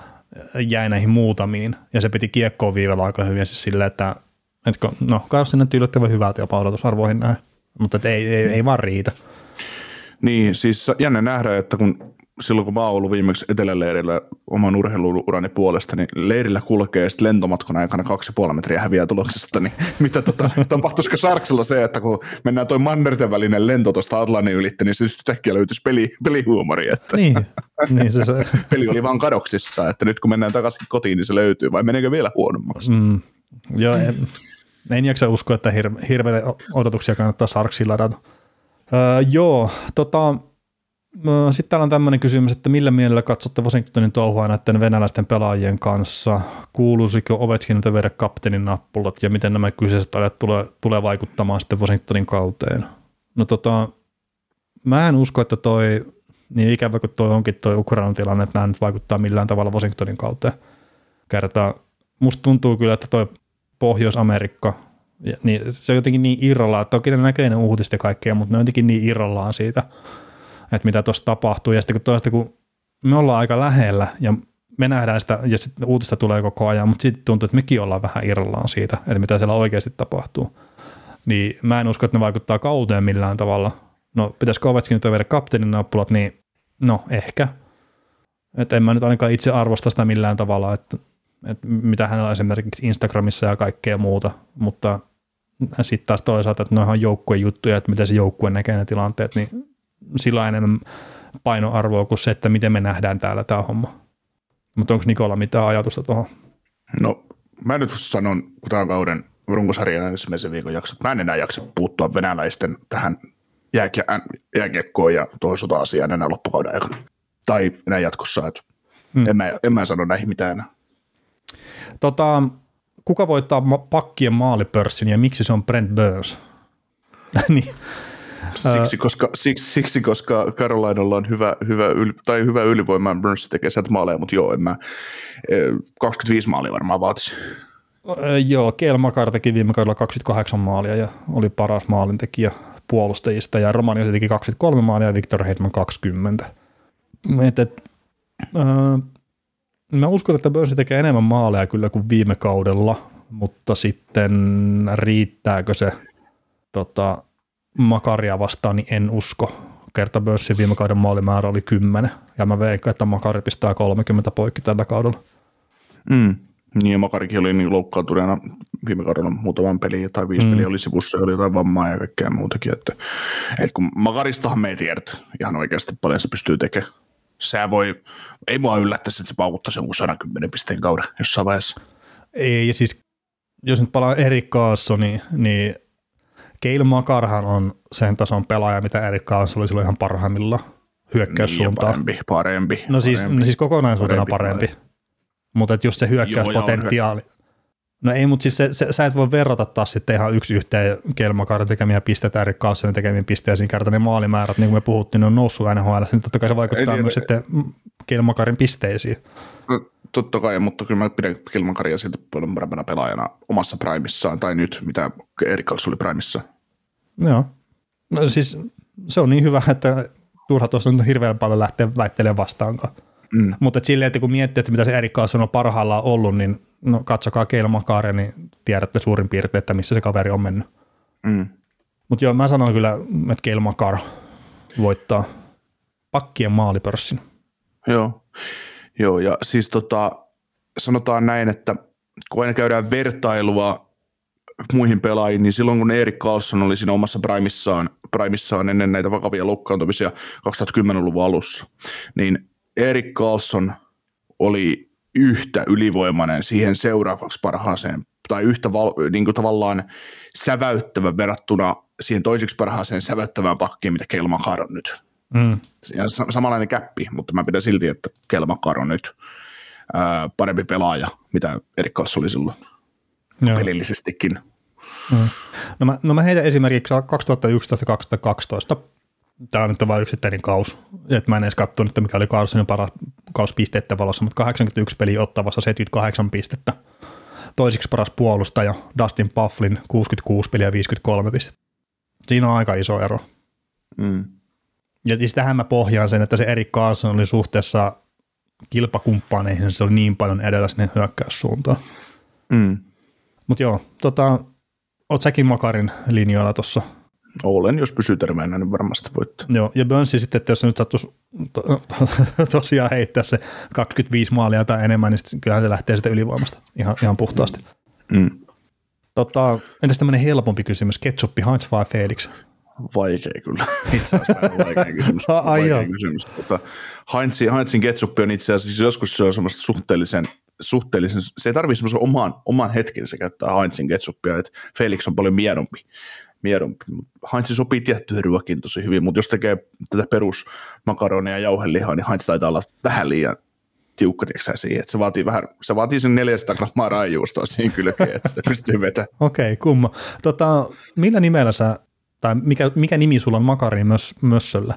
jäi näihin muutamiin. Ja se piti kiekkoon viivellä aika hyvin siis silleen, että, että no, Carson näytti yllättävän hyvältä jopa odotusarvoihin näin. Mutta ei, ei, ei vaan riitä. Niin, siis jännä nähdä, että kun silloin kun mä oon ollut viimeksi eteläleirillä oman urheiluurani puolesta, niin leirillä kulkee sitten lentomatkan aikana kaksi ja puoli metriä häviää tuloksesta, niin mitä tota, tapahtuisiko Sarksella se, että kun mennään toi mannerten välinen lento tuosta Atlantin ylitte, niin se yhtäkkiä löytyisi peli, pelihuumori. Että niin, niin se, se. Peli oli vaan kadoksissa, että nyt kun mennään takaisin kotiin, niin se löytyy, vai meneekö vielä huonommaksi? Mm, joo, en, en jaksa uskoa, että hir- hirveitä odotuksia kannattaa Sarksilla ladata. Öö, joo, tota... Sitten täällä on tämmöinen kysymys, että millä mielellä katsotte Washingtonin touhua näiden venäläisten pelaajien kanssa? Kuuluisiko Ovechkinilta viedä kapteenin nappulat ja miten nämä kyseiset ajat tulee, tulee vaikuttamaan sitten Washingtonin kauteen? No tota, mä en usko, että toi, niin ikävä kuin toi onkin toi Ukrainan tilanne, että nämä nyt vaikuttaa millään tavalla Washingtonin kauteen. Kertaa, musta tuntuu kyllä, että toi Pohjois-Amerikka, niin se on jotenkin niin irrallaan, että toki ne näkee ne uutiset ja kaikkea, mutta ne on jotenkin niin irrallaan siitä, että mitä tuossa tapahtuu, ja sitten kun toista, kun me ollaan aika lähellä, ja me nähdään sitä, ja sitten uutista tulee koko ajan, mutta sitten tuntuu, että mekin ollaan vähän irrallaan siitä, että mitä siellä oikeasti tapahtuu. Niin mä en usko, että ne vaikuttaa kauteen millään tavalla. No, pitäisikö Ovechkin nyt viedä kapteenin nappulat, niin no, ehkä. Että en mä nyt ainakaan itse arvosta sitä millään tavalla, että, että mitä hänellä on esimerkiksi Instagramissa ja kaikkea muuta, mutta sitten taas toisaalta, että noihan on joukkueen juttuja, että miten se joukkue näkee ne tilanteet, niin sillä on enemmän painoarvoa kuin se, että miten me nähdään täällä tämä homma. Mutta onko Nikola mitään ajatusta tuohon? No mä nyt sanon, kun tämän kauden runkosarjan ensimmäisen viikon jaksot, mä en enää jaksa puuttua venäläisten tähän jääkiekkoon ja tuohon sota-asiaan enää loppukauden aikana. Tai enää jatkossa, että hmm. en, mä, en mä sano näihin mitään enää. Tota, kuka voittaa pakkien maalipörssin ja miksi se on Brent Burns? niin. Siksi, koska, siksi, siksi, koska Carolinalla on hyvä, hyvä, yli, tai hyvä ylivoima, Burns tekee sieltä maaleja, mutta joo, en mä, kaksikymmentäviisi maalia varmaan vaatisi. Joo, Cale Makar teki viime kaudella kaksikymmentäkahdeksan maalia ja oli paras maalintekijä puolustajista, ja Romagnoli teki kaksikymmentäkolme maalia ja Victor Hedman kaksikymmentä. Et, et, äh, mä uskon, että Burnley tekee enemmän maaleja kyllä kuin viime kaudella, mutta sitten riittääkö se tota, Makaria vastaan, niin en usko. Kerta Burnleyn viime kauden maalimäärä oli kymmenen, ja mä veikkaan, että Makari pistää kolmekymmentä poikki tällä kaudella. Mm. Niin, ja Makarikin oli niin loukkaantuneena viime kaudella muutaman peliä, tai viisi mm. peliä oli sivussa, oli jotain vammaa ja kaikkea muutakin. Että, että kun Makaristahan me ei tiedä ihan oikeasti paljon se pystyy tekemään. Sehän voi, ei mua yllättäisi, että se paukuttaisi jonkun sata kymmenen pisteen kauden jossain vaiheessa. Ei, ja siis jos nyt palaan Erik Karlssoniin, niin Cale Makarhan on sen tason pelaaja, mitä Erik Karlsson oli silloin ihan parhaimmillaan hyökkäyssuuntaan. Niin, parempi, parempi. No siis, parempi, no siis kokonaisuutena parempi. parempi. Mutta just se hyökkäyspotentiaali. No ei, mutta siis se, se, sä et voi verrata taas sitten ihan yksi yhteen Cale Makarin tekemiä pisteitä Erik Karlssonin tekemiä pisteisiin kertaa ne maalimäärät, niin kuin me puhuttiin, ne on noussut N H L, niin totta kai se vaikuttaa myös sitten Cale Makarin pisteisiin. No, totta kai, mutta kyllä mä pidän Cale Makaria siitä paljon parempana pelaajana omassa primissaan, tai nyt, mitä Erik Karlsson oli primissaan. Joo. No siis se on niin hyvä, että turha tuossa on hirveän paljon lähteä väittelemään vastaankaan. Mm. Mutta et silleen, että kun miettii, että mitä se Erik Karlsson on parhaillaan ollut, niin no katsokaa Cale Makaria, niin tiedätte suurin piirtein, että missä se kaveri on mennyt. Mm. Mutta joo, mä sanon kyllä, että Cale Makar voittaa pakkien maalipörssin. Joo, joo ja siis tota, sanotaan näin, että kun aina käydään vertailua muihin pelaajiin, niin silloin kun Erik Karlsson oli siinä omassa primissaan, primissaan ennen näitä vakavia loukkaantumisia kaksituhattakymmenluvun alussa, niin Erik Karlsson oli yhtä ylivoimainen siihen seuraavaksi parhaaseen, tai yhtä val, niin kuin tavallaan säväyttävä verrattuna siihen toiseksi parhaaseen säväyttävään pakkiin, mitä Cale Makar on nyt. Mm. Ja samanlainen käppi, mutta mä pidän silti, että Cale Makar on nyt ää, parempi pelaaja, mitä Erik Karlsson oli silloin. Joo. Pelillisestikin. Mm. No, mä, no mä heitän esimerkiksi kaksituhattayksitoista kaksituhattakaksitoista. Tämä on nyt vain yksittäinen kaus. Et mä en edes katsonut, että mikä oli Karlssonin paras kaus pisteiden valossa, mutta kahdeksankymmentäyksi peliä Ottavassa seitsemänkymmentäkahdeksan pistettä. Toiseksi paras puolustaja Dustin Byfuglien kuusikymmentäkuusi peliä viisikymmentäkolme pistettä. Siinä on aika iso ero. Mm. Ja siis tähän mä pohjaan sen, että se Erik Karlsson oli suhteessa kilpakumppaneihin, se oli niin paljon edellä sinne hyökkäyssuuntaan. Mm. Mutta joo, tota, oot säkin Makarin linjoilla tuossa? Olen, jos pysyy terveenä, niin varmasti voittaa. Joo, ja Burnley sitten, että jos se nyt sattuisi to, to, tosiaan heittää se kaksikymmentäviisi maalia tai enemmän, niin kyllähän se lähtee sitä ylivoimasta ihan, ihan puhtaasti. Mm. Tota, entäs tämmöinen helpompi kysymys, ketchuppi, Heinz vai Felix? Vaikea kyllä. Itse asiassa vaikea kysymys. Vaikea kysymys. Tota, Heinzin, Heinzin ketchuppi on itse asiassa, joskus se on semmoista suhteellisen, suhteellisen se ei tarvitse semmoisen oman, oman hetken se käyttää Heinzin ketchuppia, että Felix on paljon miedompi. miedompi. Heinz sopii tiettyihin ruokiin tosi hyvin, mutta jos tekee tätä perusmakaronia ja jauhelihaa, niin Heinz taitaa olla vähän liian tiukka siihen, että se vaatii vähän, se vaatii sen neljäsataa grammaa raijuustoa siihen kylkeen, että sitä pystyy vetämään. Okei, okay, kumma. Tota, millä nimellä sä, tai mikä, mikä nimi sulla on Makarin mös, mössöllä?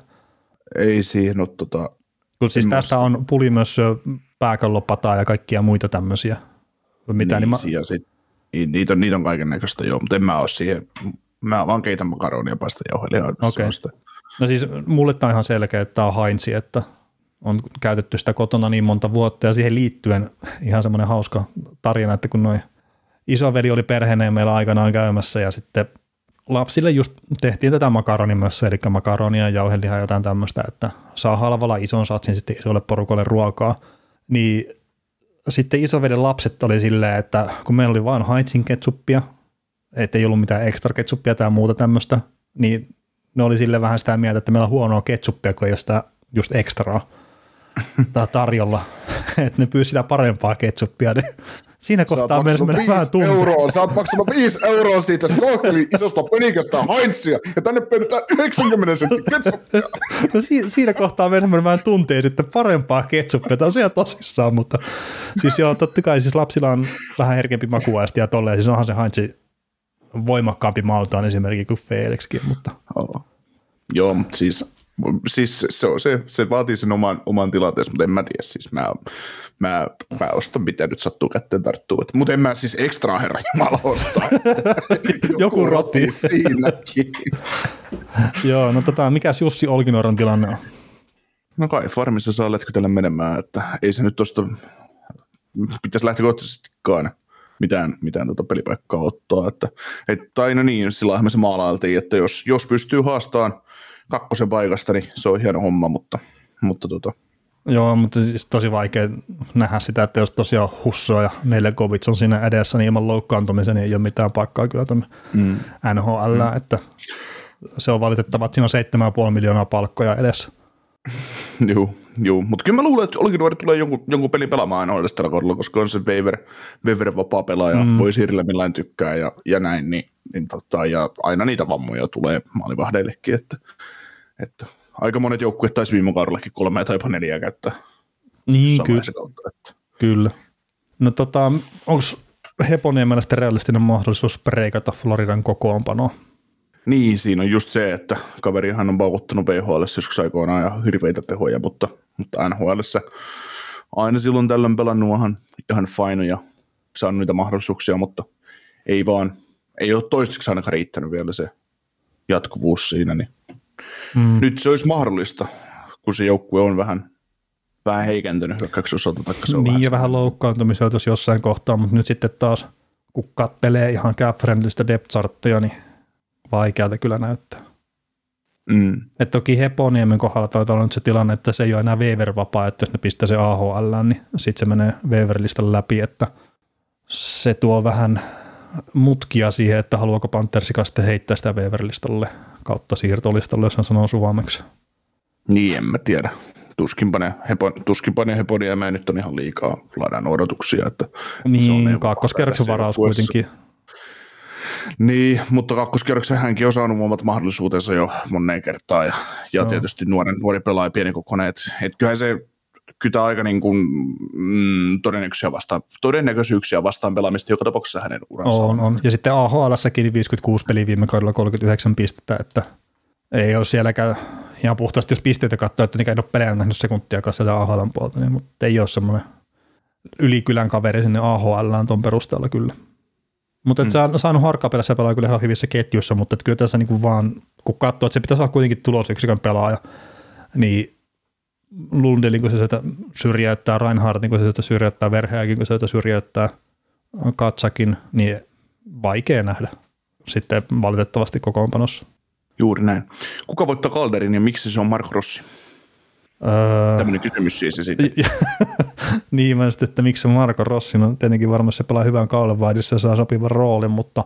Ei siihen ole tota... Kun siis tästä on pulimössö, pääkallopataa ja kaikkia muita tämmöisiä. Mitä, niin, niin, ma- sit, niitä, on, niitä on kaiken näköistä joo, mutta en mä ole siihen... Mä vaan keitän makaronia ja paistan jauhelihaa. Okei. Okay. No siis mulle tämä on ihan selkeä, että tämä on Heinz, että on käytetty sitä kotona niin monta vuotta ja siihen liittyen ihan semmoinen hauska tarina, että kun noin isoveli oli perheeneen meillä aikanaan käymässä ja sitten lapsille just tehtiin tätä makaronimössöä, eli makaronia ja jauhelihaa ja jotain tämmöistä, että saa halvalla ison satsin sitten isolle porukalle ruokaa, niin sitten isoveden lapset oli silleen, että kun meillä oli vaan Heinzin ketsuppia, että ei ollut mitään ekstra ketsuppia tai muuta tämmöistä, niin ne oli sille vähän sitä mieltä, että meillä on huonoa ketsuppia, kun ei ole sitä just ekstraa tarjolla, että ne pyysi sitä parempaa ketsuppia, niin siinä kohtaa meillä menee vähän tuntia. Sä oot maksanut viisi euroa siitä sookeli isosta pönikästä Heinzia, ja tänne pyydetään yhdeksänkymmentä sentin ketsuppia. No si- siinä kohtaa meillä menee vähän tuntia sitten parempaa ketsuppia, tämä on siellä tosissaan, mutta siis joo, totta kai siis lapsilla on vähän herkempi makuaisti ja tolleen, siis onhan se Heinz voimakkaampi mautaan esimerkiksi kuin Felixkin, mutta... Oh. Joo, mutta siis, siis se, se, se vaatii sen oman, oman tilanteensa, mutta en mä tiedä, siis mä, mä, mä ostan mitä nyt sattuu kätteen tarttuu, mutta en mä siis ekstra herra jumala ostaa. Joku, Joku roti siinäkin. Joo, no tota, mikäs Jussi Olkinuoron tilanne on? No kai farmissa saa letkytellä menemään, että ei se nyt tuosta, pitäisi lähtökohtaisestikaan mitään, mitään tuota pelipaikkaa ottaa. Että, et, tai no niin, sillä me se maalailtiin, että jos, jos pystyy haastamaan kakkosen paikasta, niin se on hieno homma, mutta, mutta tota. Joo, mutta siis tosi vaikea nähdä sitä, että jos tosiaan Husso ja Nelekovic on siinä edessä, niin ilman loukkaantumisen niin ei ole mitään paikkaa kyllä tuonne mm. N H L, mm. että se on valitettava, että siinä on seitsemän pilkku viisi miljoonaa palkkoja edessä. Joo, joo. Mutta kyllä mä luulen, että Olkinuori tulee jonkun, jonkun pelin pelaamaan aina tällä kaudella, koska on se waiver, waiver vapaa pelaaja, mm. voi siirrellä millään tykkää ja, ja näin, niin, niin tota, ja aina niitä vammoja tulee maalivahdeillekin, että, että aika monet joukkueet taisi viime kaudellakin kolme tai jopa neljää käyttää. Niin, kyllä. Kautta, että. Kyllä. No tota, onko Heponiemellä sitten realistinen mahdollisuus preikata Floridan kokoonpanoa? Niin, siinä on just se, että kaverihan on paukuttanut V H L:ssä joskus aikoinaan ja hirveitä tehoja, mutta, mutta N H L:ssä aina silloin tällöin pelannut ihan, ihan fine ja saanut niitä mahdollisuuksia, mutta ei vaan, ei ole toistaiseksi ainakaan riittänyt vielä se jatkuvuus siinä, niin mm. nyt se olisi mahdollista, kun se joukkue on vähän, vähän heikentynyt hyökkäyksen osalta. Se on niin vähän ja vähän loukkaantumisia tuossa jossain kohtaa, mutta nyt sitten taas, kun kattelee ihan cap-friendlistä depth-charttia, niin vaikealta kyllä näyttää. Mm. Et toki Heponiemen kohdalla taitaa olla nyt se tilanne, että se ei ole enää waiver-vapaa, että jos ne pistää se A H L, niin sitten se menee waiver-listan läpi, että se tuo vähän mutkia siihen, että haluaako Panthersikä sitten heittää sitä waiver-listalle kautta siirtolistalle, jos hän sanoo suvameksi. Niin, en mä tiedä. Tuskinpa ne, hepo, tuskinpa ne Heponiemeen nyt on ihan liikaa Fladan odotuksia. Että niin, kakkoskerroksen varaus kuitenkin. Niin, mutta kakkoskierroksen hänkin on saanut omat mahdollisuutensa jo moneen kertaan ja, ja no. tietysti nuoren, nuori pelaaja pienikokoinen, että et kyllähän se kytää aika niin kuin, mm, todennäköisyyksiä, vastaan, todennäköisyyksiä vastaan pelaamista joka tapauksessa hänen uransa. On, on. Ja sitten A H L:ssäkin viisikymmentäkuusi peliä viime kaudella kolmekymmentäyhdeksän pistettä, että ei ole sielläkään ihan puhtaasti, jos pisteitä katsoo, että niitä ei ole pelejä nähnyt sekuntia kanssa sitä A H L:n puolta, niin, mutta ei ole semmoinen ylikylän kaveri sinne A H L:ään tuon perusteella kyllä. Mutta mm. sä on saanut harkkapelissä pelaa kyllä ihan hyvissä ketjuissa, mutta kyllä tässä niinku vaan, kun katsoo, että se pitäisi olla kuitenkin tulosyksikön pelaaja, niin Lundellin, kun se sieltä syrjäyttää, Reinhardtin, kun se sieltä syrjäyttää, Verheäkin, kun se sieltä syrjäyttää, Katsakin, niin vaikea nähdä sitten valitettavasti kokoonpanossa. Juuri näin. Kuka voittaa Calderin ja miksi se on Marco Rossi? Öö... Tämmöinen kysymys siis sitten. Niin, mä sitten, että miksi se Marco Rossi, no tietenkin varmasti se pelaa hyvän kaulenvaihdissa ja saa sopivan roolin, mutta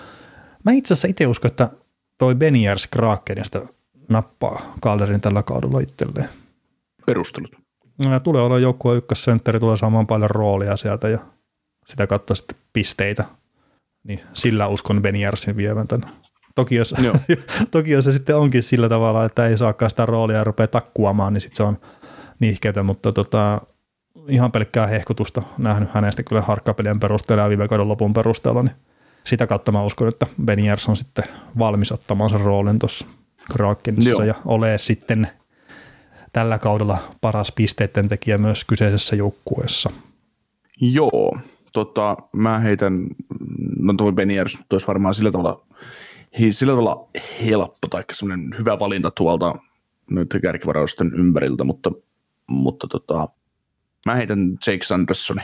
mä itse asiassa itse uskon, että toi Beniers Krakenista nappaa Calderin tällä kaudella itselleen. Perustelut? No, tulee olla joukkueen ykkössentteri, tulee saamaan paljon roolia sieltä ja sitä kautta sitten pisteitä, niin sillä uskon Beniersin vievän tänne. Toki jos, toki jos se sitten onkin sillä tavalla, että ei saakaan sitä roolia ja rupeaa takkuamaan, niin sitten se on nihkeätä, mutta tota, ihan pelkkää hehkutusta nähnyt hänestä kyllä harkkapelien perusteella ja viime kauden lopun perusteella, niin sitä kautta mä uskon, että Beniers on sitten valmis ottamaan sen roolin tuossa Krakenissa ja olee sitten tällä kaudella paras pisteiden tekijä myös kyseisessä joukkueessa. Joo, tota, mä heitän, no tuo Beniers olisi varmaan sillä tavalla sillä tavalla helppo tai semmoinen hyvä valinta tuolta nyt kärkivarausten ympäriltä, mutta, mutta tota, mä heitän Jake Sandersoni.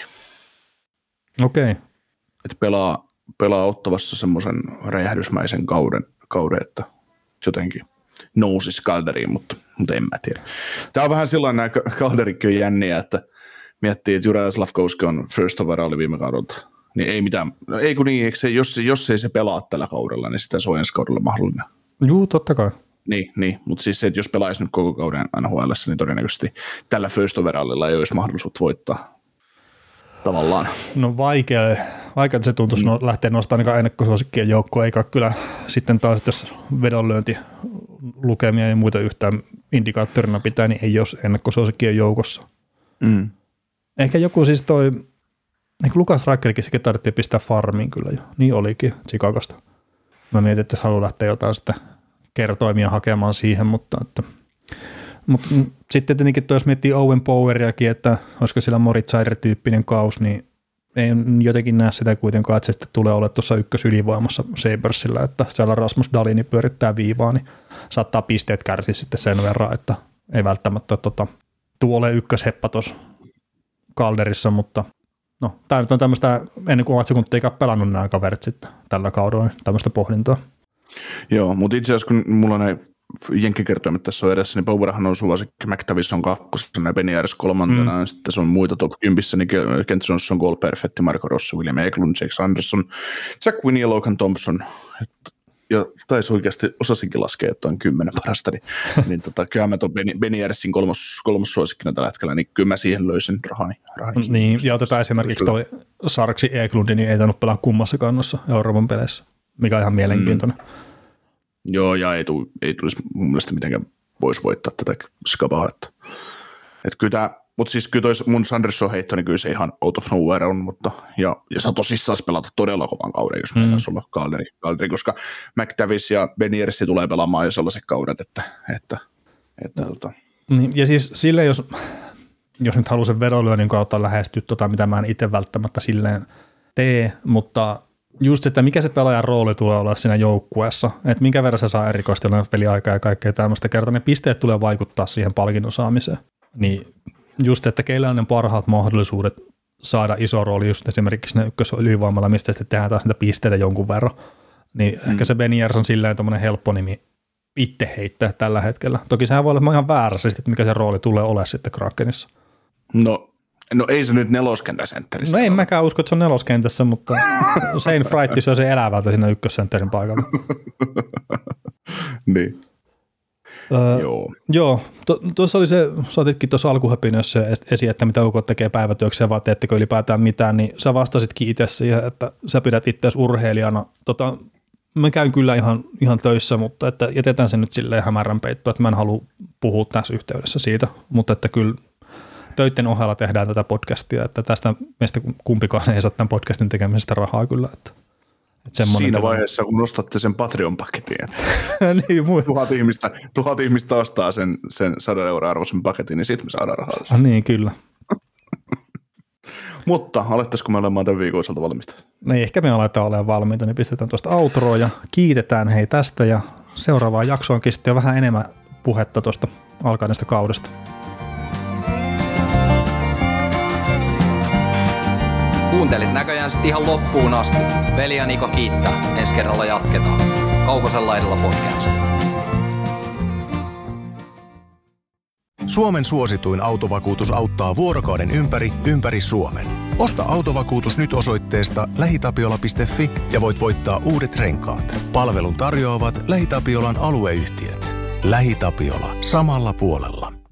Okei. Okay. Että pelaa, pelaa Ottavassa semmoisen räjähdysmäisen kauden, kauden, että jotenkin nousisi Calderiin, mutta, mutta en mä tiedä. Tää on vähän sellainen, nämä Calderikin on jänniä, että miettii, että Juraj Slavkovski on first overall viime kaudelta. Niin ei mitään, no ei kun niin, se, jos, jos ei se pelaa tällä kaudella, niin sitä se on ensi kaudella mahdollinen. Juu, totta kai. Niin, niin. Mutta siis se, että jos pelaisi nyt koko kauden N H L:ssä, niin todennäköisesti tällä first overallilla ei olisi mahdollisuutta voittaa tavallaan. No vaikea, vaikea että se tuntuisi mm. no, lähteä nostamaan ainakaan ennakkosuosikkien joukkoa, eikä kyllä sitten taas, jos vedonlyönti lukemia ja muita yhtään indikaattorina pitää, niin ei ole ennakkosuosikkien joukossa. Mm. Ehkä joku siis toi, ehkä Lukas Raikelikin sekin tarvittiin pistää farmiin kyllä jo, niin olikin Chicagosta. Mä mietin, että jos haluaa lähteä jotain sitten kertoimia hakemaan siihen, mutta, että, mutta sitten tietenkin jos miettii Owen Poweriakin, että olisiko sillä Moritz Seider-tyyppinen kaus, niin en jotenkin näe sitä kuitenkaan, että se sitten tulee olemaan tuossa ykkösylivoimassa Sabersillä, että siellä Rasmus Dahlin pyörittää viivaa, niin saattaa pisteet kärsiä sitten sen verran, että ei välttämättä tota, tuo ole ykkösheppa tuossa Calderissa, mutta no, tämä nyt on tämmöistä, ennen kuin Otsekunta eikä pelannut nämä kaverit sitten tällä kaudella, niin tämmöistä pohdintaa. Joo, mutta itse asiassa kun mulla ne jenkkikertoimet tässä on edessä, niin Powerhan on suvasikki, McTavish on kakkosena ja Benny Ayres kolmantena, mm. ja sitten se on muita top kympissä, niin Kent Johnson, Cole Perfetti, Marco Rossi, William Eklund, Jake Anderson, Jack Winnie ja Logan Thompson, ja taisi oikeasti osasinkin laskea jotain kymmenen parasta, niin, niin tota, kyllä mä tuon Benny Ayresin kolmos, kolmos suosikkina tällä hetkellä, niin kyllä mä siihen löysin rahani. rahani. Niin, ja otetaan esimerkiksi toi Sarksi Eklundi, niin ei tainnut pelaa kummassa kannossa Euroopan peleissä, mikä on ihan mielenkiintoinen. Mm. Joo, ja ei, tu, ei tulisi mun mielestä mitenkään voisi voittaa tätä skabaa. Että, että kyllä tämä, mutta siis kyllä toi mun Sanderson heitto, niin kyllä se ihan out of nowhere on, mutta ja, ja saa tosissaan pelata todella kovan kauden, jos meillä mm. olisi olla Calderi, Calderi, koska McTavish ja Ben Yersi tulee pelaamaan jo sellaiset kaudet, että, että, että no. tota. Niin, ja siis silleen, jos, jos nyt haluaa sen vedonlyönnin kautta lähestyä tota, mitä mä en itse välttämättä silleen tee, mutta just se, että mikä se pelaajan rooli tulee olla siinä joukkueessa, että minkä verran se saa erikoistella peliaikaa ja kaikkea tämmöistä kertaa, ne pisteet tulee vaikuttaa siihen palkinnon saamiseen. Niin just se, että keillä on ne parhaat mahdollisuudet saada iso rooli just esimerkiksi ne ykkösylivoimalla, mistä sitten tehdään taas niitä pisteitä jonkun verran. Niin mm. ehkä se Benny Ayres on silleen tommoinen helppo nimi itse heittää tällä hetkellä. Toki sehän voi olla ihan väärässä, että mikä se rooli tulee olemaan sitten Krakenissa. No. No ei se nyt neloskentäsentterissä. No en mäkään usko, että se on neloskentässä, mutta Shane Fright syö se elävältä siinä ykkössentterin paikalla. Niin. Öö, joo. Joo, tuossa oli se, saatitkin tuossa alkuhöpinössä esiin, että mitä ukot tekee päivätyöksi ja vaan teettekö ylipäätään mitään, niin sä vastasitkin itse siihen, että sä pidät itseäsi urheilijana. Tota, mä käyn kyllä ihan, ihan töissä, mutta että jätetään se nyt silleen hämärän peittoon, että mä en halua puhua tässä yhteydessä siitä, mutta että kyllä töiden ohella tehdään tätä podcastia, että tästä meistä kumpikaan ei saa tämän podcastin tekemisestä rahaa kyllä. Että, että siinä vaiheessa, kun nostatte sen Patreon-paketin, niin, tuhat, ihmistä, tuhat ihmistä ostaa sen, sen sadan euroa arvoisen paketin, niin sitten me saadaan rahaa. Ah, niin, kyllä. Mutta alettaisiko me olemaan tämän viikon osalta valmista? No ehkä me aletaan olemaan valmiita, niin pistetään tuosta outroa ja kiitetään hei tästä ja seuraavaan jaksoonkin sitten jo vähän enemmän puhetta tuosta alkaneesta kaudesta. Kuuntelit näköjään sitten ihan loppuun asti. Veli ja Niko kiittää. Ensi kerralla jatketaan. Kaukosen laidalla podcast. Suomen suosituin autovakuutus auttaa vuorokauden ympäri, ympäri Suomen. Osta autovakuutus nyt osoitteesta lähitapiola piste fi ja voit voittaa uudet renkaat. Palvelun tarjoavat LähiTapiolan alueyhtiöt. LähiTapiola. Samalla puolella.